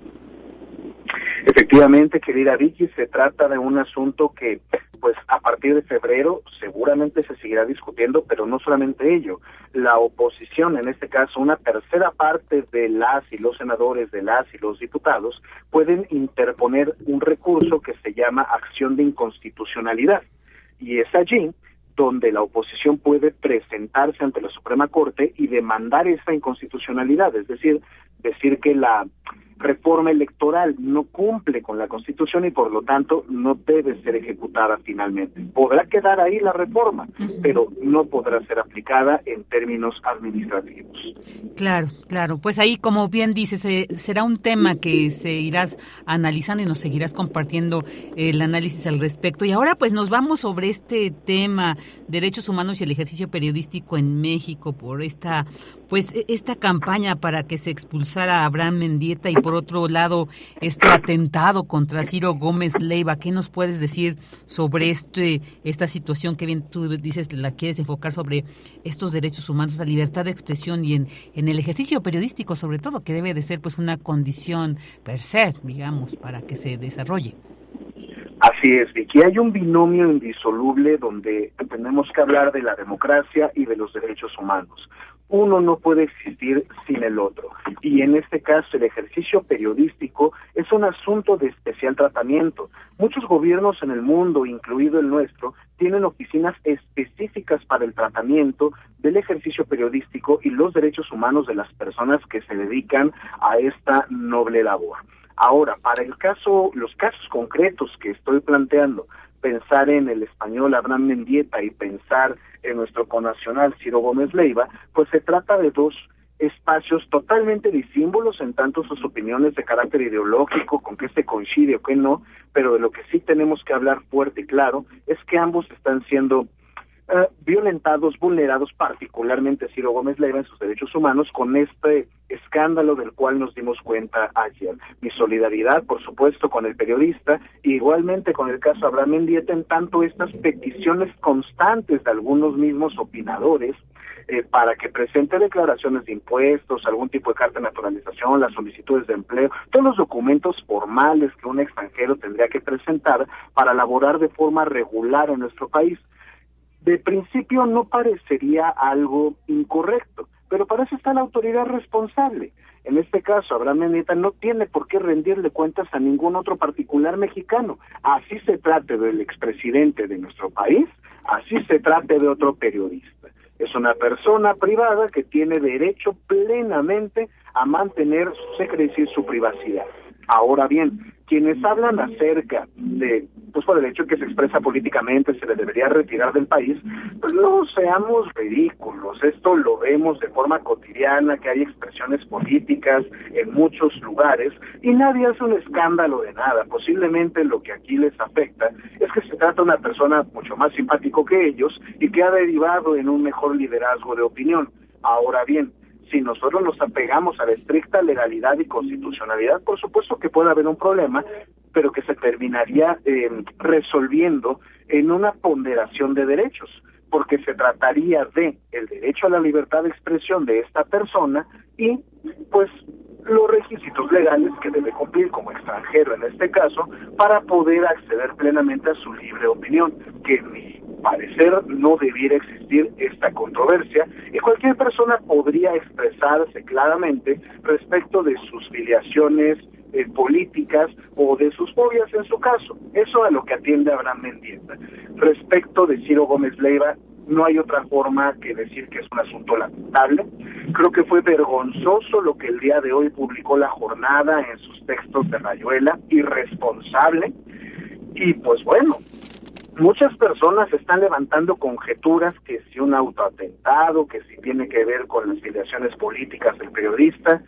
Efectivamente, querida Vicky, se trata de un asunto que, pues, a partir de febrero seguramente se seguirá discutiendo, pero no solamente ello. La oposición, en este caso, una tercera parte de las y los senadores, de las y los diputados, pueden interponer un recurso que se llama acción de inconstitucionalidad. Y es allí donde la oposición puede presentarse ante la Suprema Corte y demandar esa inconstitucionalidad, es decir, decir que la reforma electoral no cumple con la Constitución y por lo tanto no debe ser ejecutada finalmente. Podrá quedar ahí la reforma, pero no podrá ser aplicada en términos administrativos. Claro, claro. Pues ahí, como bien dices, eh, será un tema que se irás analizando y nos seguirás compartiendo el análisis al respecto. Y ahora pues nos vamos sobre este tema, derechos humanos y el ejercicio periodístico en México, por esta pues esta campaña para que se expulsara a Abraham Mendieta y por otro lado este atentado contra Ciro Gómez Leiva. ¿Qué nos puedes decir sobre este esta situación que bien tú dices la quieres enfocar sobre estos derechos humanos, la libertad de expresión y en, en el ejercicio periodístico sobre todo, que debe de ser pues una condición per se, digamos, para que se desarrolle? Así es, Vicky. Hay un binomio indisoluble donde tenemos que hablar de la democracia y de los derechos humanos. Uno no puede existir sin el otro. Y en este caso, el ejercicio periodístico es un asunto de especial tratamiento. Muchos gobiernos en el mundo, incluido el nuestro, tienen oficinas específicas para el tratamiento del ejercicio periodístico y los derechos humanos de las personas que se dedican a esta noble labor. Ahora, para el caso, los casos concretos que estoy planteando, pensar en el español Abraham Mendieta y pensar en nuestro connacional Ciro Gómez Leiva, pues se trata de dos espacios totalmente disímbolos en tanto sus opiniones de carácter ideológico, con qué se coincide o qué no, pero de lo que sí tenemos que hablar fuerte y claro es que ambos están siendo Uh, violentados, vulnerados, particularmente Ciro Gómez Leiva en sus derechos humanos, con este escándalo del cual nos dimos cuenta ayer. Mi solidaridad, por supuesto, con el periodista, e igualmente con el caso Abraham Mendieta, en tanto estas peticiones constantes de algunos mismos opinadores eh, para que presente declaraciones de impuestos, algún tipo de carta de naturalización, las solicitudes de empleo, todos los documentos formales que un extranjero tendría que presentar para laborar de forma regular en nuestro país. De principio no parecería algo incorrecto, pero para eso está la autoridad responsable. En este caso, Abraham Mendieta no tiene por qué rendirle cuentas a ningún otro particular mexicano. Así se trate del expresidente de nuestro país, así se trate de otro periodista. Es una persona privada que tiene derecho plenamente a mantener su secrecía y su privacidad. Ahora bien, quienes hablan acerca de, pues por el hecho de que se expresa políticamente, se le debería retirar del país, pues no seamos ridículos. Esto lo vemos de forma cotidiana, que hay expresiones políticas en muchos lugares y nadie hace un escándalo de nada. Posiblemente lo que aquí les afecta es que se trata de una persona mucho más simpático que ellos y que ha derivado en un mejor liderazgo de opinión. Ahora bien, si nosotros nos apegamos a la estricta legalidad y constitucionalidad, por supuesto que puede haber un problema, pero que se terminaría eh, resolviendo en una ponderación de derechos, porque se trataría de el derecho a la libertad de expresión de esta persona y, pues, los requisitos legales que debe cumplir como extranjero en este caso para poder acceder plenamente a su libre opinión, que en mi parecer no debiera existir esta controversia y cualquier persona podría expresarse claramente respecto de sus filiaciones eh, políticas o de sus fobias en su caso. Eso a lo que atiende Abraham Mendieta. Respecto de Ciro Gómez Leiva, no hay otra forma que decir que es un asunto lamentable. Creo que fue vergonzoso lo que el día de hoy publicó La Jornada en sus textos de Rayuela, irresponsable. Y pues bueno, muchas personas están levantando conjeturas que si un autoatentado, que si tiene que ver con las filiaciones políticas del periodista.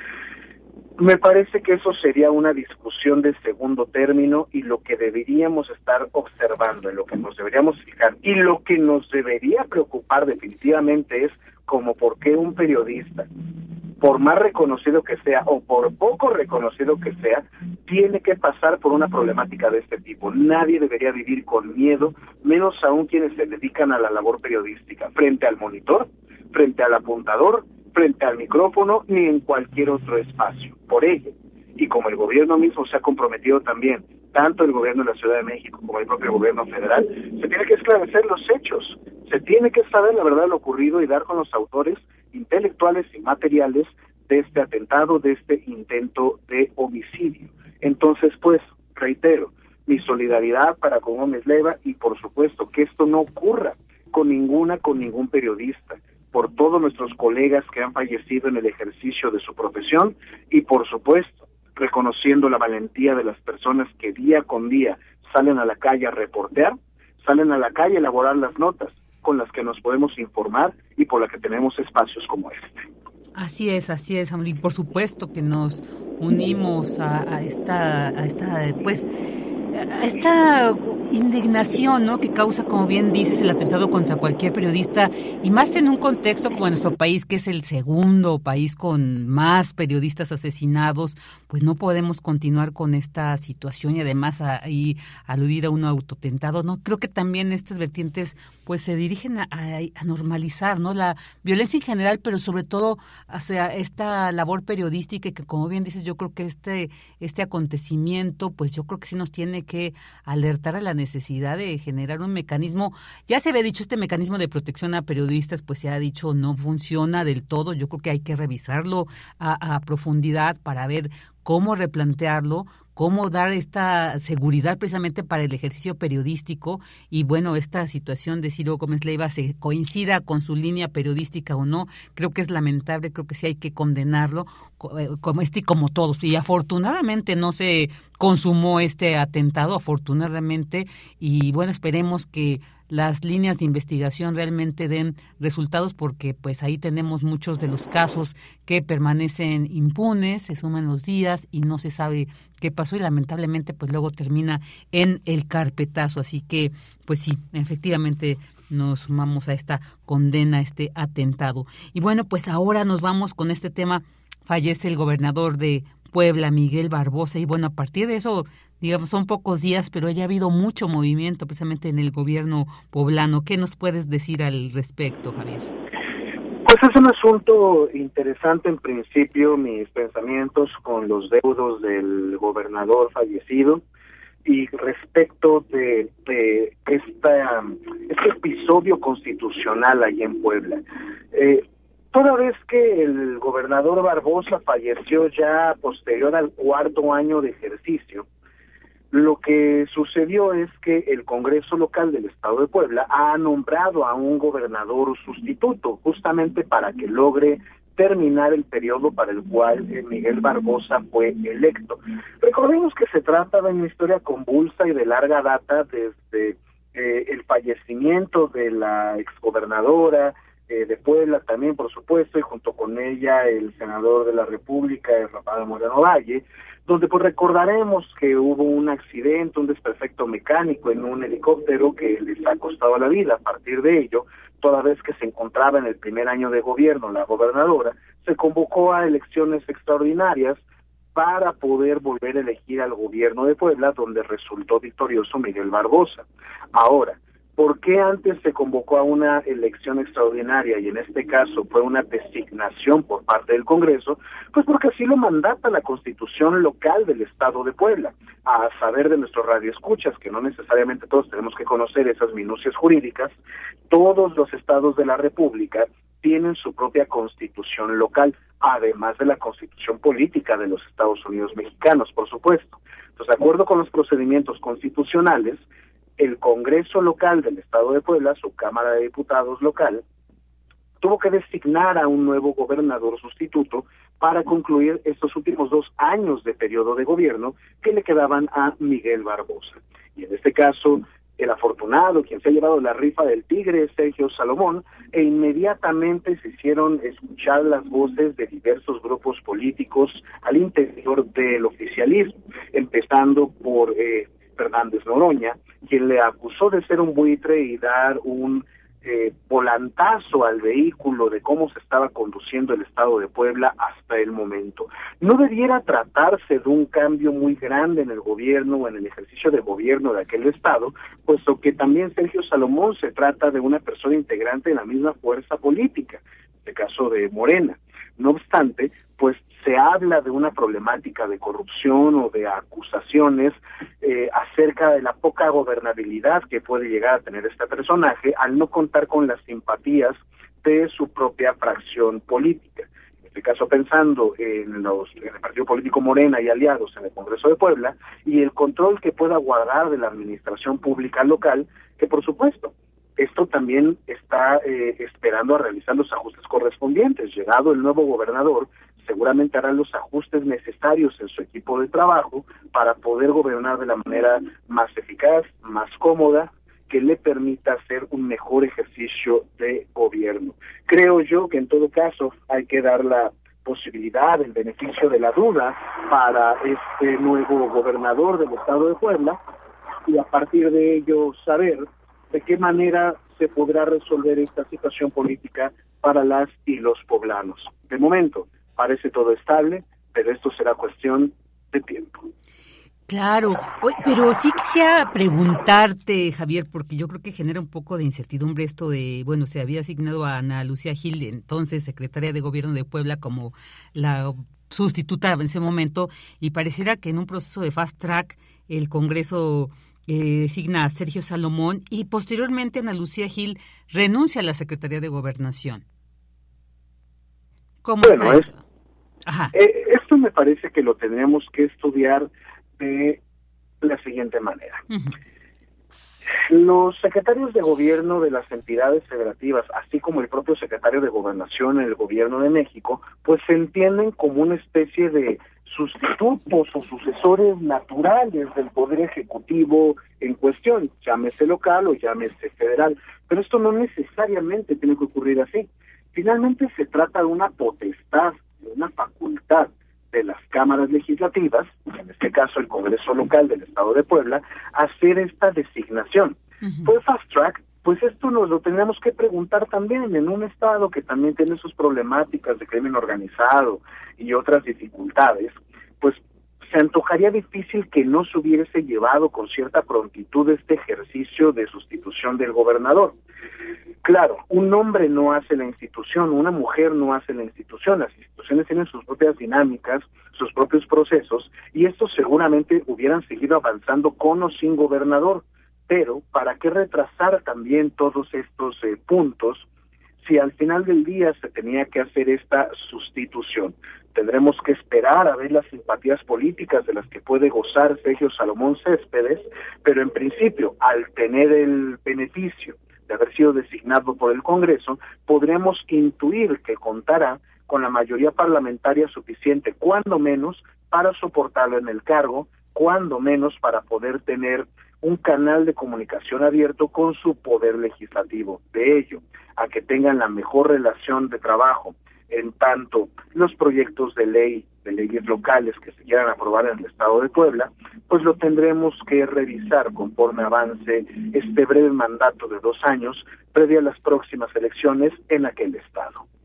Me parece que eso sería una discusión de segundo término y lo que deberíamos estar observando, en lo que nos deberíamos fijar y lo que nos debería preocupar definitivamente es como por qué un periodista, por más reconocido que sea o por poco reconocido que sea, tiene que pasar por una problemática de este tipo. Nadie debería vivir con miedo, menos aún quienes se dedican a la labor periodística, frente al monitor, frente al apuntador, frente al micrófono, ni en cualquier otro espacio. Por ello, y como el gobierno mismo se ha comprometido también, tanto el gobierno de la Ciudad de México como el propio gobierno federal, se tiene que esclarecer los hechos, se tiene que saber la verdad de lo ocurrido y dar con los autores intelectuales y materiales de este atentado, de este intento de homicidio. Entonces, pues, reitero, mi solidaridad para con Gómez Leiva y por supuesto que esto no ocurra con ninguna, con ningún periodista, por todos nuestros colegas que han fallecido en el ejercicio de su profesión y por supuesto reconociendo la valentía de las personas que día con día salen a la calle a reportear, salen a la calle a elaborar las notas con las que nos podemos informar y por las que tenemos espacios como este. Así es, así es, y por supuesto que nos unimos a, a esta, a esta, pues, a esta indignación, ¿no?, que causa, como bien dices, el atentado contra cualquier periodista, y más en un contexto como en nuestro país, que es el segundo país con más periodistas asesinados. Pues no podemos continuar con esta situación y además ahí aludir a un autotentado, ¿no? Creo que también estas vertientes pues se dirigen a, a, a normalizar, ¿no?, la violencia en general, pero sobre todo hacia esta labor periodística y que, como bien dices, yo creo que este este acontecimiento, pues yo creo que sí nos tiene que alertar a la necesidad de generar un mecanismo. Ya se había dicho, este mecanismo de protección a periodistas, pues se ha dicho no funciona del todo. Yo creo que hay que revisarlo a, a profundidad para ver cómo replantearlo, cómo dar esta seguridad precisamente para el ejercicio periodístico. Y bueno, esta situación de Ciro Gómez Leiva, se coincida con su línea periodística o no, creo que es lamentable, creo que sí hay que condenarlo, como este y como todos. Y afortunadamente no se consumó este atentado, afortunadamente, y bueno, esperemos que las líneas de investigación realmente den resultados, porque pues ahí tenemos muchos de los casos que permanecen impunes, se suman los días y no se sabe qué pasó y lamentablemente pues luego termina en el carpetazo. Así que pues sí, efectivamente nos sumamos a esta condena, a este atentado. Y bueno, pues ahora nos vamos con este tema. Fallece el gobernador de Puebla, Miguel Barbosa, y bueno, a partir de eso, digamos, son pocos días, pero ya ha habido mucho movimiento precisamente en el gobierno poblano. ¿Qué nos puedes decir al respecto, Javier? Pues es un asunto interesante. En principio, mis pensamientos con los deudos del gobernador fallecido y respecto de, de esta, este episodio constitucional allí en Puebla. Eh, Toda vez que el gobernador Barbosa falleció ya posterior al cuarto año de ejercicio, lo que sucedió es que el Congreso local del Estado de Puebla ha nombrado a un gobernador sustituto, justamente para que logre terminar el periodo para el cual Miguel Barbosa fue electo. Recordemos que se trata de una historia convulsa y de larga data, desde eh, el fallecimiento de la exgobernadora de Puebla también, por supuesto, y junto con ella el senador de la República, Rafael Moreno Valle, donde pues recordaremos que hubo un accidente, un desperfecto mecánico en un helicóptero que les ha costado la vida. A partir de ello, toda vez que se encontraba en el primer año de gobierno la gobernadora, se convocó a elecciones extraordinarias para poder volver a elegir al gobierno de Puebla, donde resultó victorioso Miguel Barbosa. Ahora, ¿Por qué antes se convocó a una elección extraordinaria y en este caso fue una designación por parte del Congreso? Pues porque así lo mandata la Constitución local del Estado de Puebla. A saber de nuestros radioescuchas, que no necesariamente todos tenemos que conocer esas minucias jurídicas, todos los estados de la República tienen su propia Constitución local, además de la Constitución política de los Estados Unidos mexicanos, por supuesto. Entonces, de acuerdo con los procedimientos constitucionales, el Congreso local del Estado de Puebla, su Cámara de Diputados local, tuvo que designar a un nuevo gobernador sustituto para concluir estos últimos dos años de periodo de gobierno que le quedaban a Miguel Barbosa. Y en este caso, el afortunado, quien se ha llevado la rifa del tigre, es Sergio Salomón, e inmediatamente se hicieron escuchar las voces de diversos grupos políticos al interior del oficialismo, empezando por eh, Fernández Noroña, quien le acusó de ser un buitre y dar un eh, volantazo al vehículo de cómo se estaba conduciendo el Estado de Puebla hasta el momento. No debiera tratarse de un cambio muy grande en el gobierno o en el ejercicio de gobierno de aquel Estado, puesto que también Sergio Salomón se trata de una persona integrante de la misma fuerza política, en este caso de Morena. No obstante, pues se habla de una problemática de corrupción o de acusaciones eh, acerca de la poca gobernabilidad que puede llegar a tener este personaje al no contar con las simpatías de su propia fracción política. En este caso pensando en, los, en el partido político Morena y aliados en el Congreso de Puebla y el control que pueda guardar de la administración pública local, que por supuesto esto también está eh, esperando a realizar los ajustes correspondientes. Llegado el nuevo gobernador, seguramente hará los ajustes necesarios en su equipo de trabajo para poder gobernar de la manera más eficaz, más cómoda, que le permita hacer un mejor ejercicio de gobierno. Creo yo que en todo caso hay que dar la posibilidad, el beneficio de la duda para este nuevo gobernador del Estado de Puebla y a partir de ello saber de qué manera se podrá resolver esta situación política para las y los poblanos. De momento, parece todo estable, pero esto será cuestión de tiempo. Claro, Oye, pero sí quisiera preguntarte, Javier, porque yo creo que genera un poco de incertidumbre esto de, bueno, se había asignado a Ana Lucía Gil, entonces secretaria de Gobierno de Puebla, como la sustituta en ese momento, y pareciera que en un proceso de fast track el Congreso eh, designa a Sergio Salomón y posteriormente Ana Lucía Gil renuncia a la Secretaría de Gobernación. ¿Cómo bueno, está es, esto? Ajá. Eh, esto me parece que lo tenemos que estudiar de la siguiente manera. Uh-huh. Los secretarios de gobierno de las entidades federativas, así como el propio secretario de Gobernación en el Gobierno de México, pues se entienden como una especie de sustitutos o sucesores naturales del Poder Ejecutivo en cuestión, llámese local o llámese federal, pero esto no necesariamente tiene que ocurrir así. Finalmente se trata de una potestad, de una facultad de las cámaras legislativas, en este caso el Congreso local del Estado de Puebla, hacer esta designación. Uh-huh. ¿Fue fast track? Pues esto nos lo tenemos que preguntar también en un Estado que también tiene sus problemáticas de crimen organizado y otras dificultades, pues se antojaría difícil que no se hubiese llevado con cierta prontitud este ejercicio de sustitución del gobernador. Claro, un hombre no hace la institución, una mujer no hace la institución, las instituciones tienen sus propias dinámicas, sus propios procesos, y estos seguramente hubieran seguido avanzando con o sin gobernador, pero ¿para qué retrasar también todos estos eh, puntos si al final del día se tenía que hacer esta sustitución? Tendremos que esperar a ver las simpatías políticas de las que puede gozar Sergio Salomón Céspedes, pero en principio, al tener el beneficio de haber sido designado por el Congreso, podremos intuir que contará con la mayoría parlamentaria suficiente, cuando menos, para soportarlo en el cargo, cuando menos para poder tener un canal de comunicación abierto con su poder legislativo. De ello, a que tengan la mejor relación de trabajo, en tanto los proyectos de ley, de leyes locales que se quieran aprobar en el Estado de Puebla, pues lo tendremos que revisar conforme avance este breve mandato de dos años, previo a las próximas elecciones en aquel Estado.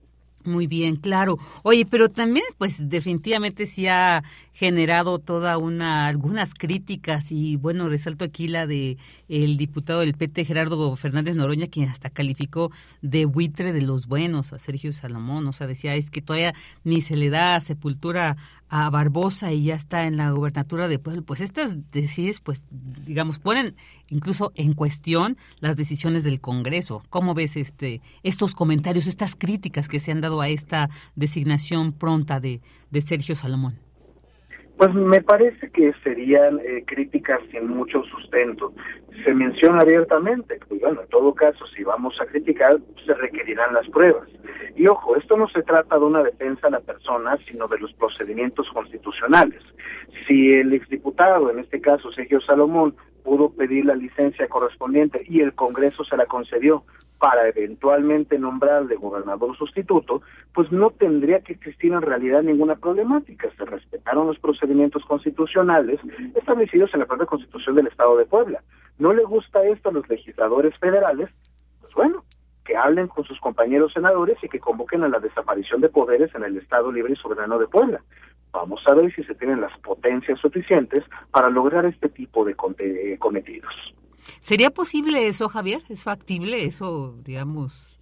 Muy bien, claro. Oye, pero también, pues, definitivamente sí ha generado toda una, algunas críticas y, bueno, resalto aquí la de el diputado del P T, Gerardo Fernández Noroña, quien hasta calificó de buitre de los buenos a Sergio Salomón. O sea, decía, es que todavía ni se le da sepultura a Barbosa y ya está en la gubernatura de Puebla. Pues estas decisiones, pues, digamos, ponen incluso en cuestión las decisiones del Congreso. ¿Cómo ves este estos comentarios, estas críticas que se han dado a esta designación pronta de, de Sergio Salomón? Pues me parece que serían eh, críticas sin mucho sustento. Se menciona abiertamente, pues bueno, en todo caso, si vamos a criticar, se requerirán las pruebas. Y ojo, esto no se trata de una defensa a la persona, sino de los procedimientos constitucionales. Si el exdiputado, en este caso Sergio Salomón, pudo pedir la licencia correspondiente y el Congreso se la concedió para eventualmente nombrarle gobernador sustituto, pues no tendría que existir en realidad ninguna problemática. Se respetaron los procedimientos constitucionales establecidos en la propia Constitución del Estado de Puebla. ¿No le gusta esto a los legisladores federales? Pues bueno, que hablen con sus compañeros senadores y que convoquen a la desaparición de poderes en el Estado Libre y Soberano de Puebla. Vamos a ver si se tienen las potencias suficientes para lograr este tipo de cometidos. ¿Sería posible eso, Javier? ¿Es factible eso, digamos,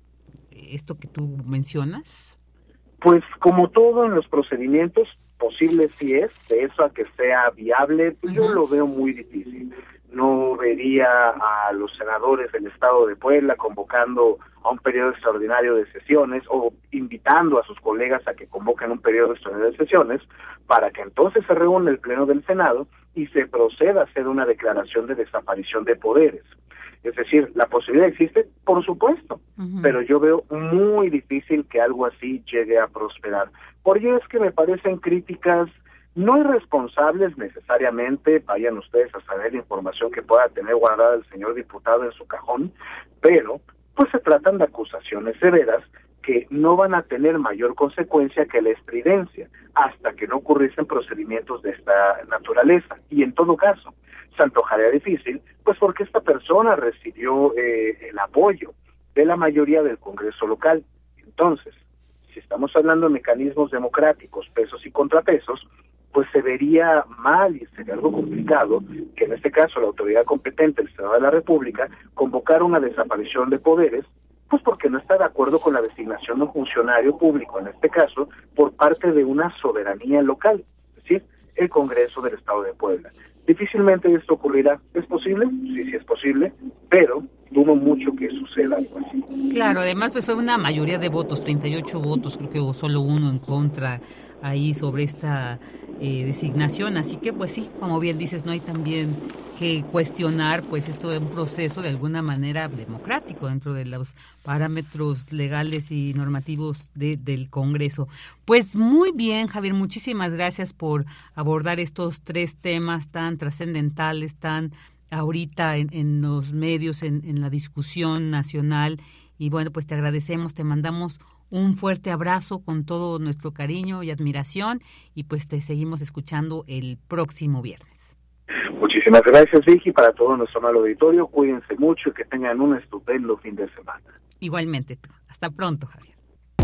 esto que tú mencionas? Pues como todo en los procedimientos, posible sí es, de eso a que sea viable, pues yo lo veo muy difícil. No vería a los senadores del Estado de Puebla convocando a un periodo extraordinario de sesiones o invitando a sus colegas a que convoquen un periodo extraordinario de sesiones para que entonces se reúna el Pleno del Senado y se proceda a hacer una declaración de desaparición de poderes. Es decir, ¿la posibilidad existe? Por supuesto, uh-huh. pero yo veo muy difícil que algo así llegue a prosperar. Por ello es que me parecen críticas no irresponsables necesariamente, vayan ustedes a saber la información que pueda tener guardada el señor diputado en su cajón, pero pues se tratan de acusaciones severas que no van a tener mayor consecuencia que la estridencia hasta que no ocurriesen procedimientos de esta naturaleza. Y en todo caso, se antojaría difícil, pues porque esta persona recibió eh, el apoyo de la mayoría del Congreso local. Entonces, si estamos hablando de mecanismos democráticos, pesos y contrapesos, pues se vería mal y sería algo complicado que en este caso la autoridad competente, el Senado de la República, convocara una desaparición de poderes, pues porque no está de acuerdo con la designación de un funcionario público, en este caso, por parte de una soberanía local, es decir, el Congreso del Estado de Puebla. Difícilmente esto ocurrirá. ¿Es posible? Sí, sí es posible, pero dudo mucho que suceda algo así. Claro, además pues fue una mayoría de votos, treinta y ocho votos, creo que hubo solo uno en contra ahí sobre esta eh, designación, así que pues sí, como bien dices, no hay también que cuestionar pues esto de un proceso de alguna manera democrático dentro de los parámetros legales y normativos de, del Congreso. Pues muy bien, Javier, muchísimas gracias por abordar estos tres temas tan trascendentales, tan ahorita en, en los medios, en, en la discusión nacional, y bueno, pues te agradecemos, te mandamos un fuerte abrazo con todo nuestro cariño y admiración, y pues te seguimos escuchando el próximo viernes. Muchísimas gracias, Vicky, para todo nuestro amable auditorio. Cuídense mucho y que tengan un estupendo fin de semana. Igualmente tú. Hasta pronto, Javier.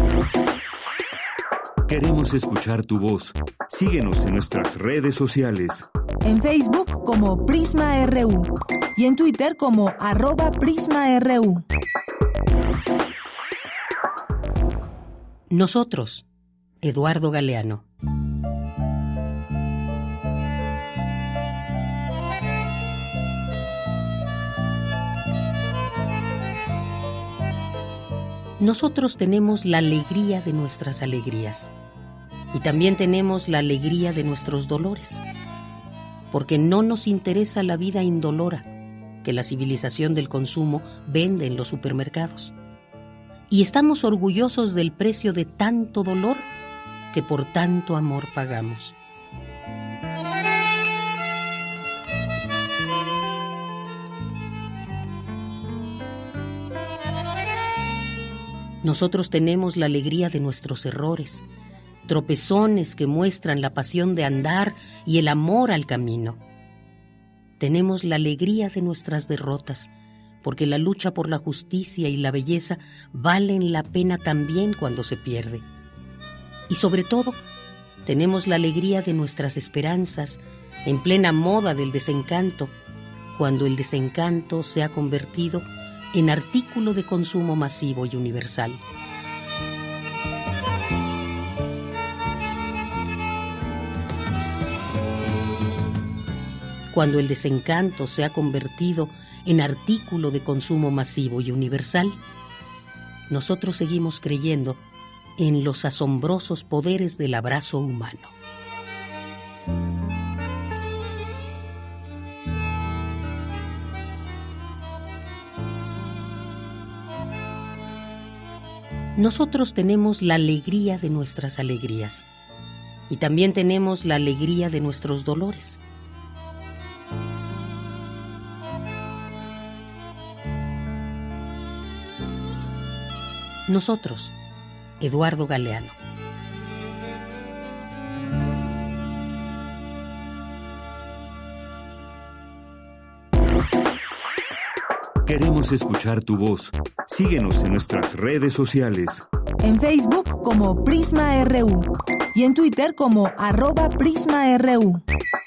Queremos escuchar tu voz. Síguenos en nuestras redes sociales. En Facebook como Prisma R U y en Twitter como arroba Prisma R U. Nosotros, Eduardo Galeano. Nosotros tenemos la alegría de nuestras alegrías y también tenemos la alegría de nuestros dolores, porque no nos interesa la vida indolora que la civilización del consumo vende en los supermercados. Y estamos orgullosos del precio de tanto dolor que por tanto amor pagamos. Nosotros tenemos la alegría de nuestros errores, tropezones que muestran la pasión de andar y el amor al camino. Tenemos la alegría de nuestras derrotas, porque la lucha por la justicia y la belleza valen la pena también cuando se pierde. Y sobre todo, tenemos la alegría de nuestras esperanzas en plena moda del desencanto, cuando el desencanto se ha convertido en artículo de consumo masivo y universal. Cuando el desencanto se ha convertido en artículo de consumo masivo y universal, nosotros seguimos creyendo en los asombrosos poderes del abrazo humano. Nosotros tenemos la alegría de nuestras alegrías y también tenemos la alegría de nuestros dolores. Nosotros, Eduardo Galeano. Queremos escuchar tu voz. Síguenos en nuestras redes sociales. En Facebook como Prisma R U y en Twitter como arroba Prisma R U.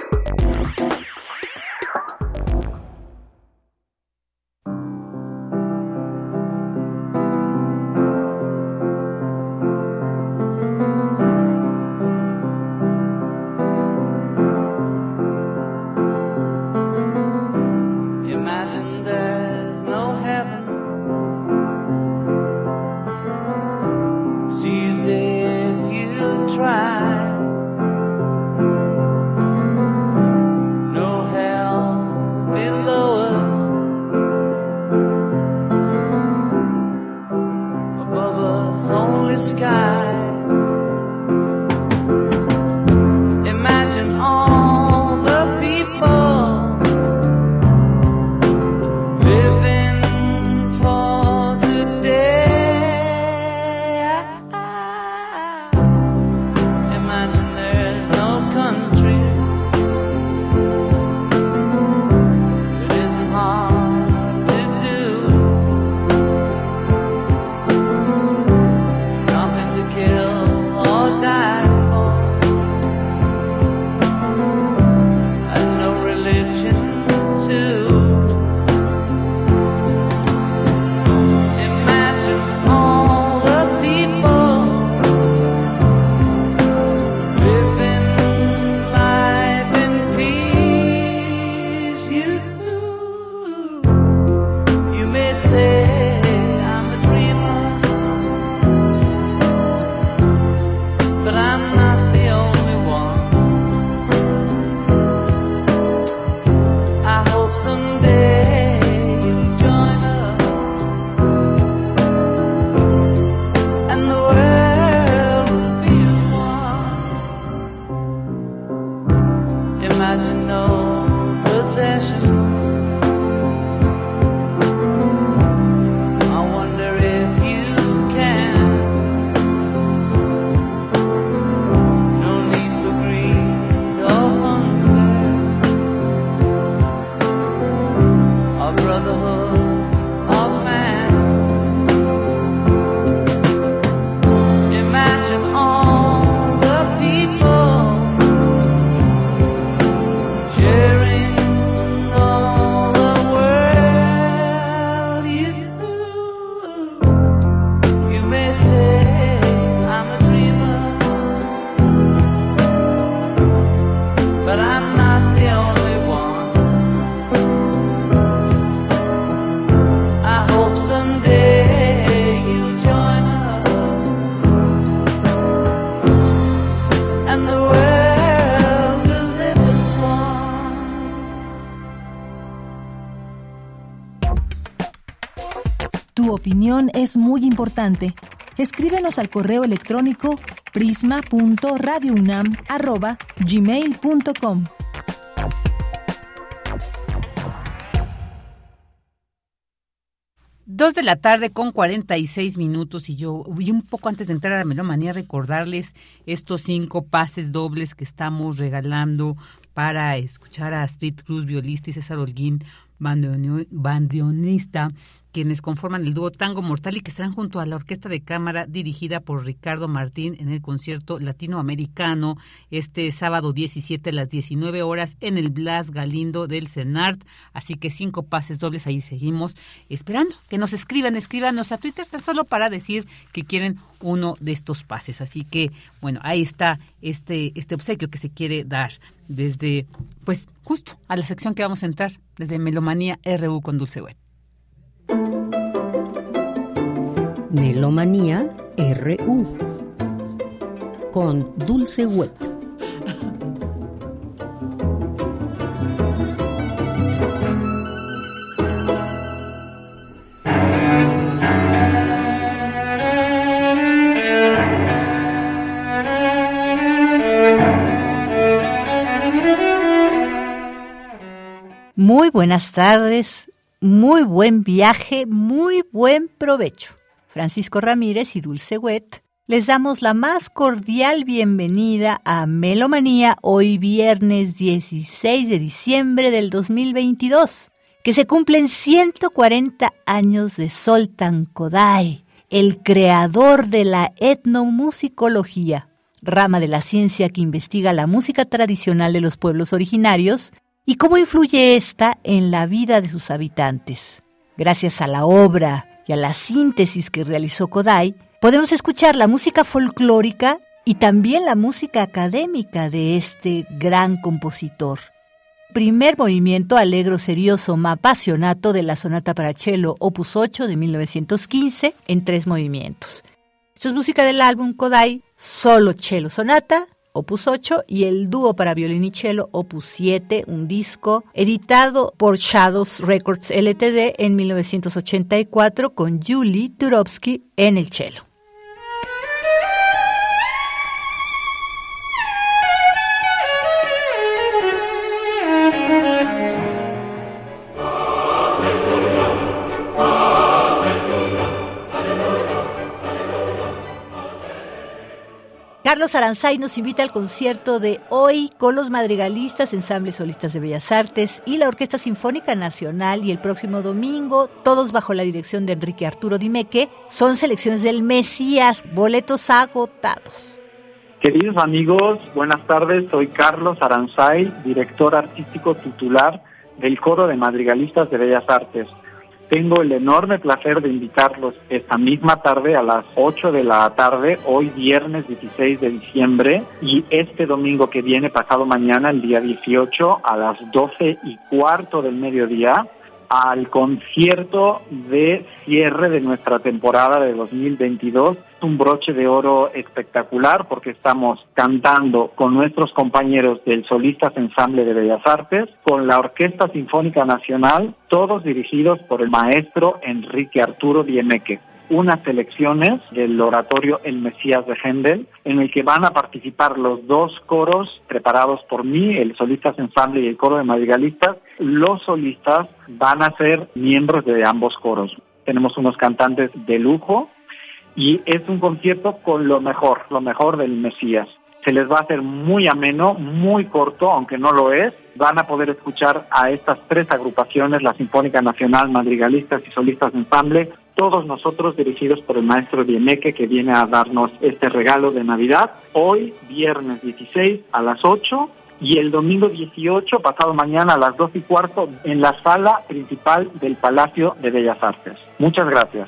Tu opinión es muy importante. Escríbenos al correo electrónico prisma punto radio unam arroba gmail punto com. Dos de la tarde con cuarenta y seis minutos y yo, y un poco antes de entrar a la melomanía, recordarles estos cinco pases dobles que estamos regalando para escuchar a Astrid Cruz, violista, y César Holguín, bandoneonista, quienes conforman el dúo Tango Mortal y que estarán junto a la Orquesta de Cámara dirigida por Ricardo Martín en el concierto latinoamericano este sábado diecisiete a las diecinueve horas en el Blas Galindo del CENART. Así que cinco pases dobles, ahí seguimos esperando que nos escriban, escríbanos a Twitter tan solo para decir que quieren uno de estos pases. Así que, bueno, ahí está este, este obsequio que se quiere dar desde, pues, justo a la sección que vamos a entrar, desde Melomanía R U con Dulce Wet. Melomanía R U con Dulce Wet. Muy buenas tardes, muy buen viaje, muy buen provecho. Francisco Ramírez y Dulce Wet les damos la más cordial bienvenida a Melomanía hoy viernes dieciséis de diciembre del dos mil veintidós, que se cumplen ciento cuarenta años de Zoltán Kodály, el creador de la etnomusicología, rama de la ciencia que investiga la música tradicional de los pueblos originarios y cómo influye esta en la vida de sus habitantes. Gracias a la obra y a la síntesis que realizó Kodály, podemos escuchar la música folclórica y también la música académica de este gran compositor. Primer movimiento allegro serioso ma appassionato de la sonata para cello opus ocho de mil novecientos quince en tres movimientos. Esto es música del álbum Kodály, solo cello sonata, opus ocho, y el dúo para violín y cello opus siete, un disco editado por Shadows Records Ltd en mil novecientos ochenta y cuatro con Julie Turovsky en el cello. Carlos Aranzay nos invita al concierto de hoy con los madrigalistas, ensambles solistas de Bellas Artes y la Orquesta Sinfónica Nacional, y el próximo domingo, todos bajo la dirección de Enrique Arturo Dimeque. Son selecciones del Mesías, boletos agotados. Queridos amigos, buenas tardes, soy Carlos Aranzay, director artístico titular del Coro de Madrigalistas de Bellas Artes. Tengo el enorme placer de invitarlos esta misma tarde a las ocho de la tarde, hoy viernes dieciséis de diciembre, y este domingo que viene, pasado mañana, el día dieciocho, a las doce y cuarto del mediodía, al concierto de cierre de nuestra temporada de dos mil veintidós. Un broche de oro espectacular porque estamos cantando con nuestros compañeros del Solistas Ensamble de Bellas Artes, con la Orquesta Sinfónica Nacional, todos dirigidos por el maestro Enrique Arturo Dimeque. Unas selecciones del oratorio El Mesías de Händel, en el que van a participar los dos coros preparados por mí, el Solistas Ensamble y el Coro de Madrigalistas. Los solistas van a ser miembros de ambos coros. Tenemos unos cantantes de lujo y es un concierto con lo mejor, lo mejor del Mesías. Se les va a hacer muy ameno, muy corto, aunque no lo es. Van a poder escuchar a estas tres agrupaciones, la Sinfónica Nacional, Madrigalistas y Solistas Ensamble, todos nosotros dirigidos por el maestro Dimeque, que viene a darnos este regalo de Navidad, hoy, viernes dieciséis, a las ocho, y el domingo dieciocho, pasado mañana, a las dos y cuarto, en la sala principal del Palacio de Bellas Artes. Muchas gracias.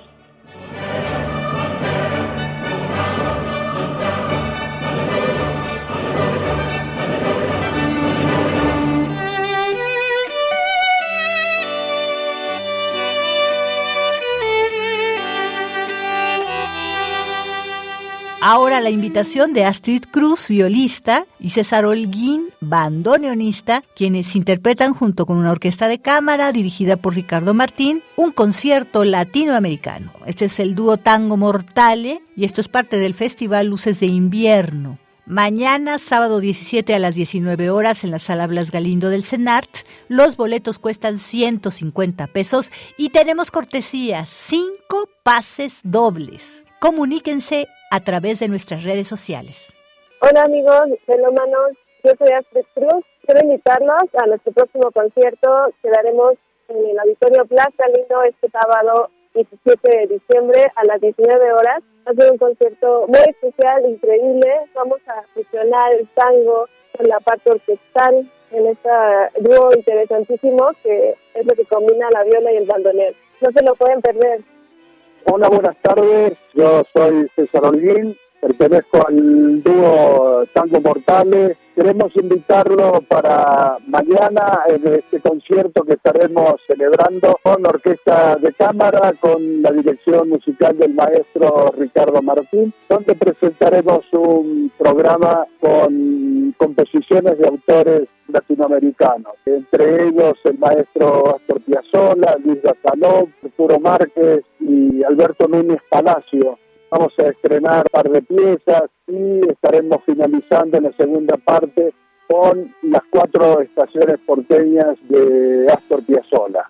Ahora la invitación de Astrid Cruz, violista, y César Holguín, bandoneonista, quienes interpretan junto con una orquesta de cámara dirigida por Ricardo Martín, un concierto latinoamericano. Este es el dúo Tango Mortale y esto es parte del Festival Luces de Invierno. Mañana, sábado diecisiete a las diecinueve horas en la Sala Blas Galindo del CENART. Los boletos cuestan ciento cincuenta pesos y tenemos cortesías, cinco pases dobles. Comuníquense a través de nuestras redes sociales. Hola amigos melómanos, yo soy Astrid Cruz. Quiero invitarlos a nuestro próximo concierto que daremos en el Auditorio Plaza Lindo este sábado diecisiete de diciembre a las diecinueve horas. Va a ser un concierto muy especial, increíble. Vamos a fusionar el tango con la parte orquestal en este dúo interesantísimo que es lo que combina la viola y el bandoneón. No se lo pueden perder. Hola, buenas tardes. Yo soy César Holguín, pertenezco al dúo Tango Mortales. Queremos invitarlo para mañana en este concierto que estaremos celebrando con orquesta de cámara, con la dirección musical del maestro Ricardo Martín, donde presentaremos un programa con composiciones de autores latinoamericanos, entre ellos el maestro Astor Piazzolla, Luis Gazzaló, Arturo Márquez y Alberto Núñez Palacio. Vamos a estrenar un par de piezas y estaremos finalizando en la segunda parte con las cuatro estaciones porteñas de Astor Piazzolla.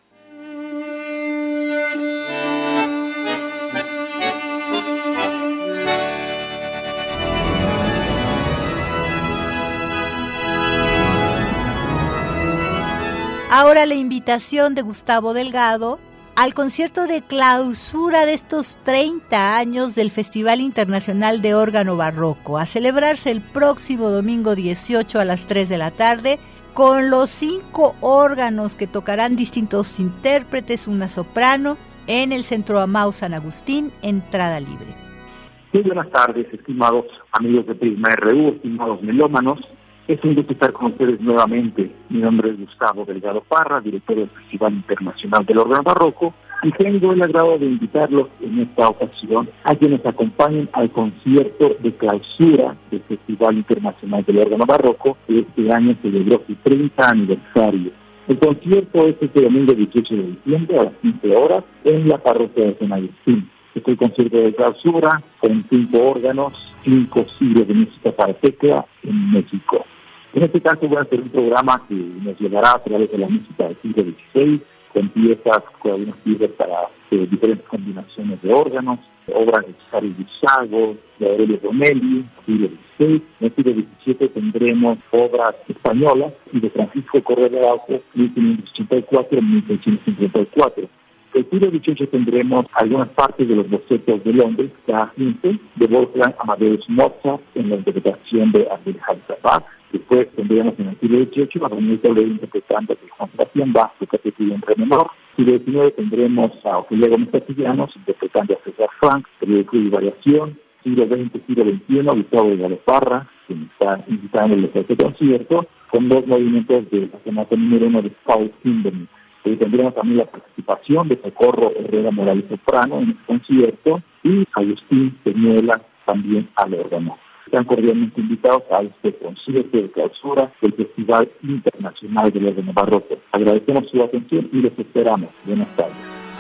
Ahora la invitación de Gustavo Delgado al concierto de clausura de estos treinta años del Festival Internacional de Órgano Barroco, a celebrarse el próximo domingo dieciocho a las tres de la tarde, con los cinco órganos que tocarán distintos intérpretes, una soprano, en el Centro Amau San Agustín, entrada libre. Muy buenas tardes, estimados amigos de Prisma R U, estimados melómanos. Es un gusto estar con ustedes nuevamente. Mi nombre es Gustavo Delgado Parra, director del Festival Internacional del Órgano Barroco, y tengo el agrado de invitarlos en esta ocasión a que nos acompañen al concierto de clausura del Festival Internacional del Órgano Barroco, que este año celebró su treinta aniversario. El concierto es este domingo dieciocho de diciembre a las quince horas en la parroquia de San Agustín. Es el concierto de clausura con cinco órganos, cinco siglos de música para tecla en México. En este caso voy a hacer un programa que nos llevará a través de la música del siglo dieciséis, con piezas, con algunas piezas para eh, diferentes combinaciones de órganos, obras de Cesare Luciago, de Aurelio Romelli, siglo dieciséis. En el siglo diecisiete tendremos obras españolas y de Francisco Correa de Araujo, mil quinientos ochenta y cuatro a mil seiscientos cincuenta y cuatro. El siglo dieciocho tendremos algunas partes de los bocetos de Londres, K quince, de Wolfgang Amadeus Mozart en la interpretación de Abdelhaj Sabah. Después tendríamos en el siglo dieciocho a Daniel Toledo interpretando de Juan Sebastián Bach, su categoría en re menor. En el siglo diecinueve tendremos a Ofelia Gómez Castellanos interpretando a César Frank, periódico y variación. Siglo veinte, siglo veintiuno, Gustavo Delgado Parra, quien está invitando el este concierto, con dos movimientos de la sonata número uno de Paul Hindemith. Eh, tendremos también la participación de Socorro Herrera Morales Soprano en este concierto y Agustín Peñuela también al órgano. Están cordialmente invitados a este concierto de clausura del Festival Internacional del Órgano Barroco. Agradecemos su atención y los esperamos. Buenas tardes.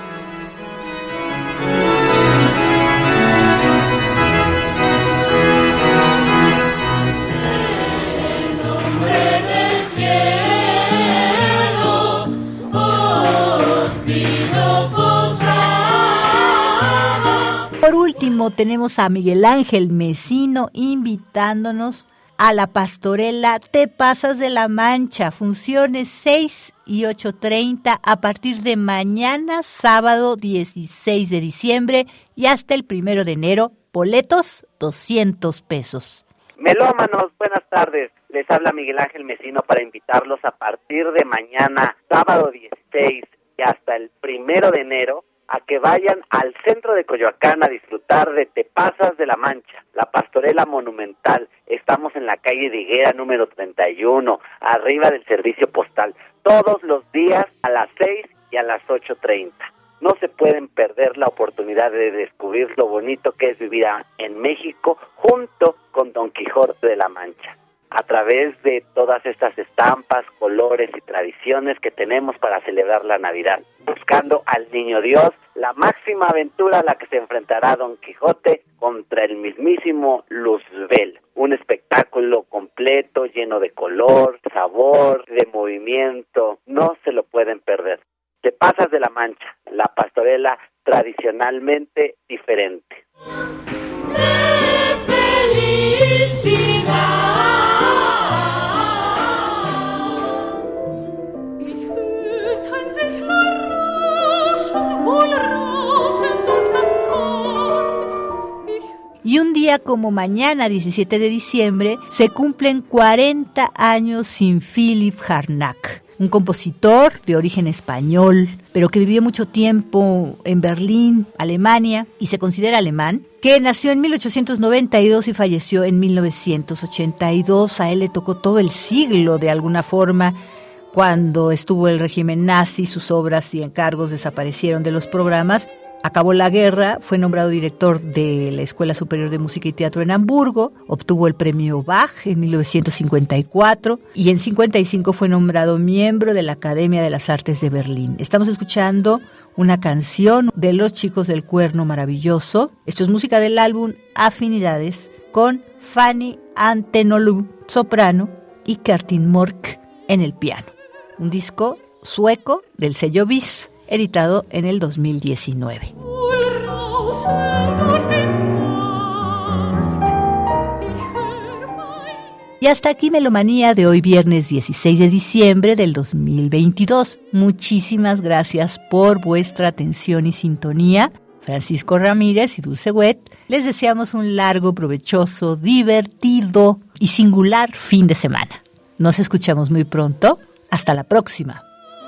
Por último, tenemos a Miguel Ángel Mesino invitándonos a la pastorela Te Pasas de la Mancha, funciones seis y ocho treinta a partir de mañana, sábado dieciséis de diciembre y hasta el primero de enero, boletos doscientos pesos. Melómanos, buenas tardes. Les habla Miguel Ángel Mesino para invitarlos a partir de mañana, sábado dieciséis y hasta el primero de enero, a que vayan al centro de Coyoacán a disfrutar de Te Pasas de la Mancha, la pastorela monumental. Estamos en la calle de Higuera número treinta y uno, arriba del servicio postal, todos los días a las seis y a las ocho treinta. No se pueden perder la oportunidad de descubrir lo bonito que es vivir en México junto con Don Quijote de la Mancha, a través de todas estas estampas, colores y tradiciones que tenemos para celebrar la Navidad, buscando al Niño Dios, la máxima aventura a la que se enfrentará Don Quijote contra el mismísimo Luzbel. Un espectáculo completo, lleno de color, sabor, de movimiento, no se lo pueden perder. Te Pasas de la Mancha, la pastorela tradicionalmente diferente. ¡De felicidad! Sich día como mañana, diecisiete de diciembre, se cumplen cuarenta años sin Philipp Harnack, un compositor de origen español, pero que vivió mucho tiempo en Berlín, Alemania, y se considera alemán, que nació en mil ochocientos noventa y dos y falleció en mil novecientos ochenta y dos. A él le tocó todo el siglo, de alguna forma, cuando estuvo el régimen nazi. Sus obras y encargos desaparecieron de los programas. Acabó la guerra, fue nombrado director de la Escuela Superior de Música y Teatro en Hamburgo, obtuvo el premio Bach en mil novecientos cincuenta y cuatro y en cincuenta y cinco fue nombrado miembro de la Academia de las Artes de Berlín. Estamos escuchando una canción de Los Chicos del Cuerno Maravilloso. Esto es música del álbum Afinidades, con Fanny Antenolu, soprano, y Kerstin Mork en el piano. Un disco sueco del sello Bis, editado en el dos mil diecinueve. Y hasta aquí Melomanía de hoy, viernes dieciséis de diciembre del dos mil veintidós. Muchísimas gracias por vuestra atención y sintonía. Francisco Ramírez y Dulce Wet les deseamos un largo, provechoso, divertido y singular fin de semana. Nos escuchamos muy pronto. Hasta la próxima.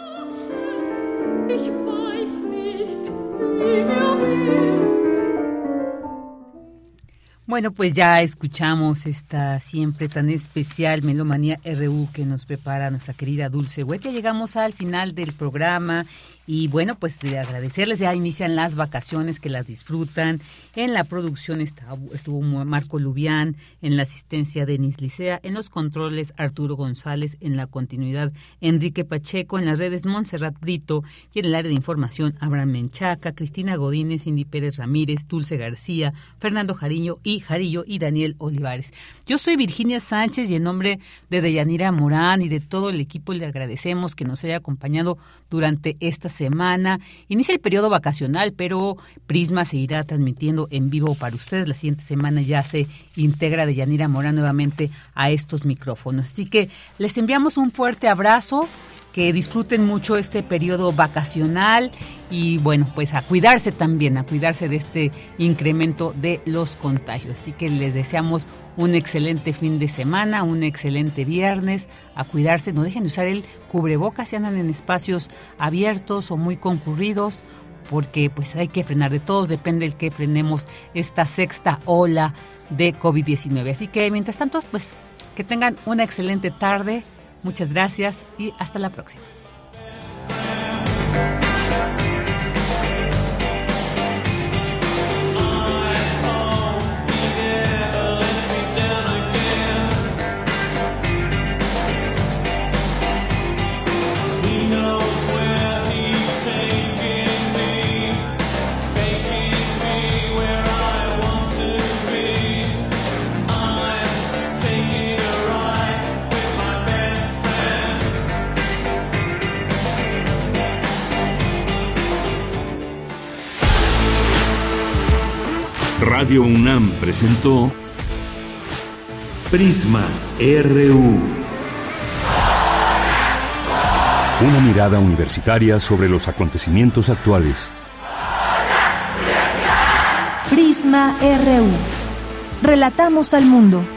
Bueno, pues ya escuchamos esta siempre tan especial Melomanía R U que nos prepara nuestra querida Dulce Wet. Ya llegamos al final del programa y bueno, pues de agradecerles, ya inician las vacaciones, que las disfrutan. En la producción está, estuvo Marco Lubián, en la asistencia Denis Licea, en los controles Arturo González, en la continuidad Enrique Pacheco, en las redes Montserrat Brito y en el área de información Abraham Menchaca, Cristina Godínez, Cindy Pérez Ramírez, Dulce García, Fernando Jariño y Jarillo y Daniel Olivares. Yo soy Virginia Sánchez y en nombre de Deyanira Morán y de todo el equipo le agradecemos que nos haya acompañado durante esta semana. Inicia el periodo vacacional, pero Prisma seguirá transmitiendo en vivo para ustedes. La siguiente semana ya se integra Deyanira Morán nuevamente a estos micrófonos. Así que les enviamos un fuerte abrazo, que disfruten mucho este periodo vacacional y bueno, pues a cuidarse también, a cuidarse de este incremento de los contagios. Así que les deseamos un excelente fin de semana, un excelente viernes, a cuidarse, no dejen de usar el cubrebocas si andan en espacios abiertos o muy concurridos, porque pues hay que frenar, de todos depende el que frenemos esta sexta ola de COVID diecinueve. Así que mientras tanto, pues que tengan una excelente tarde. Muchas gracias y hasta la próxima. Radio UNAM presentó Prisma R U. Una mirada universitaria sobre los acontecimientos actuales. Prisma R U. Relatamos al mundo.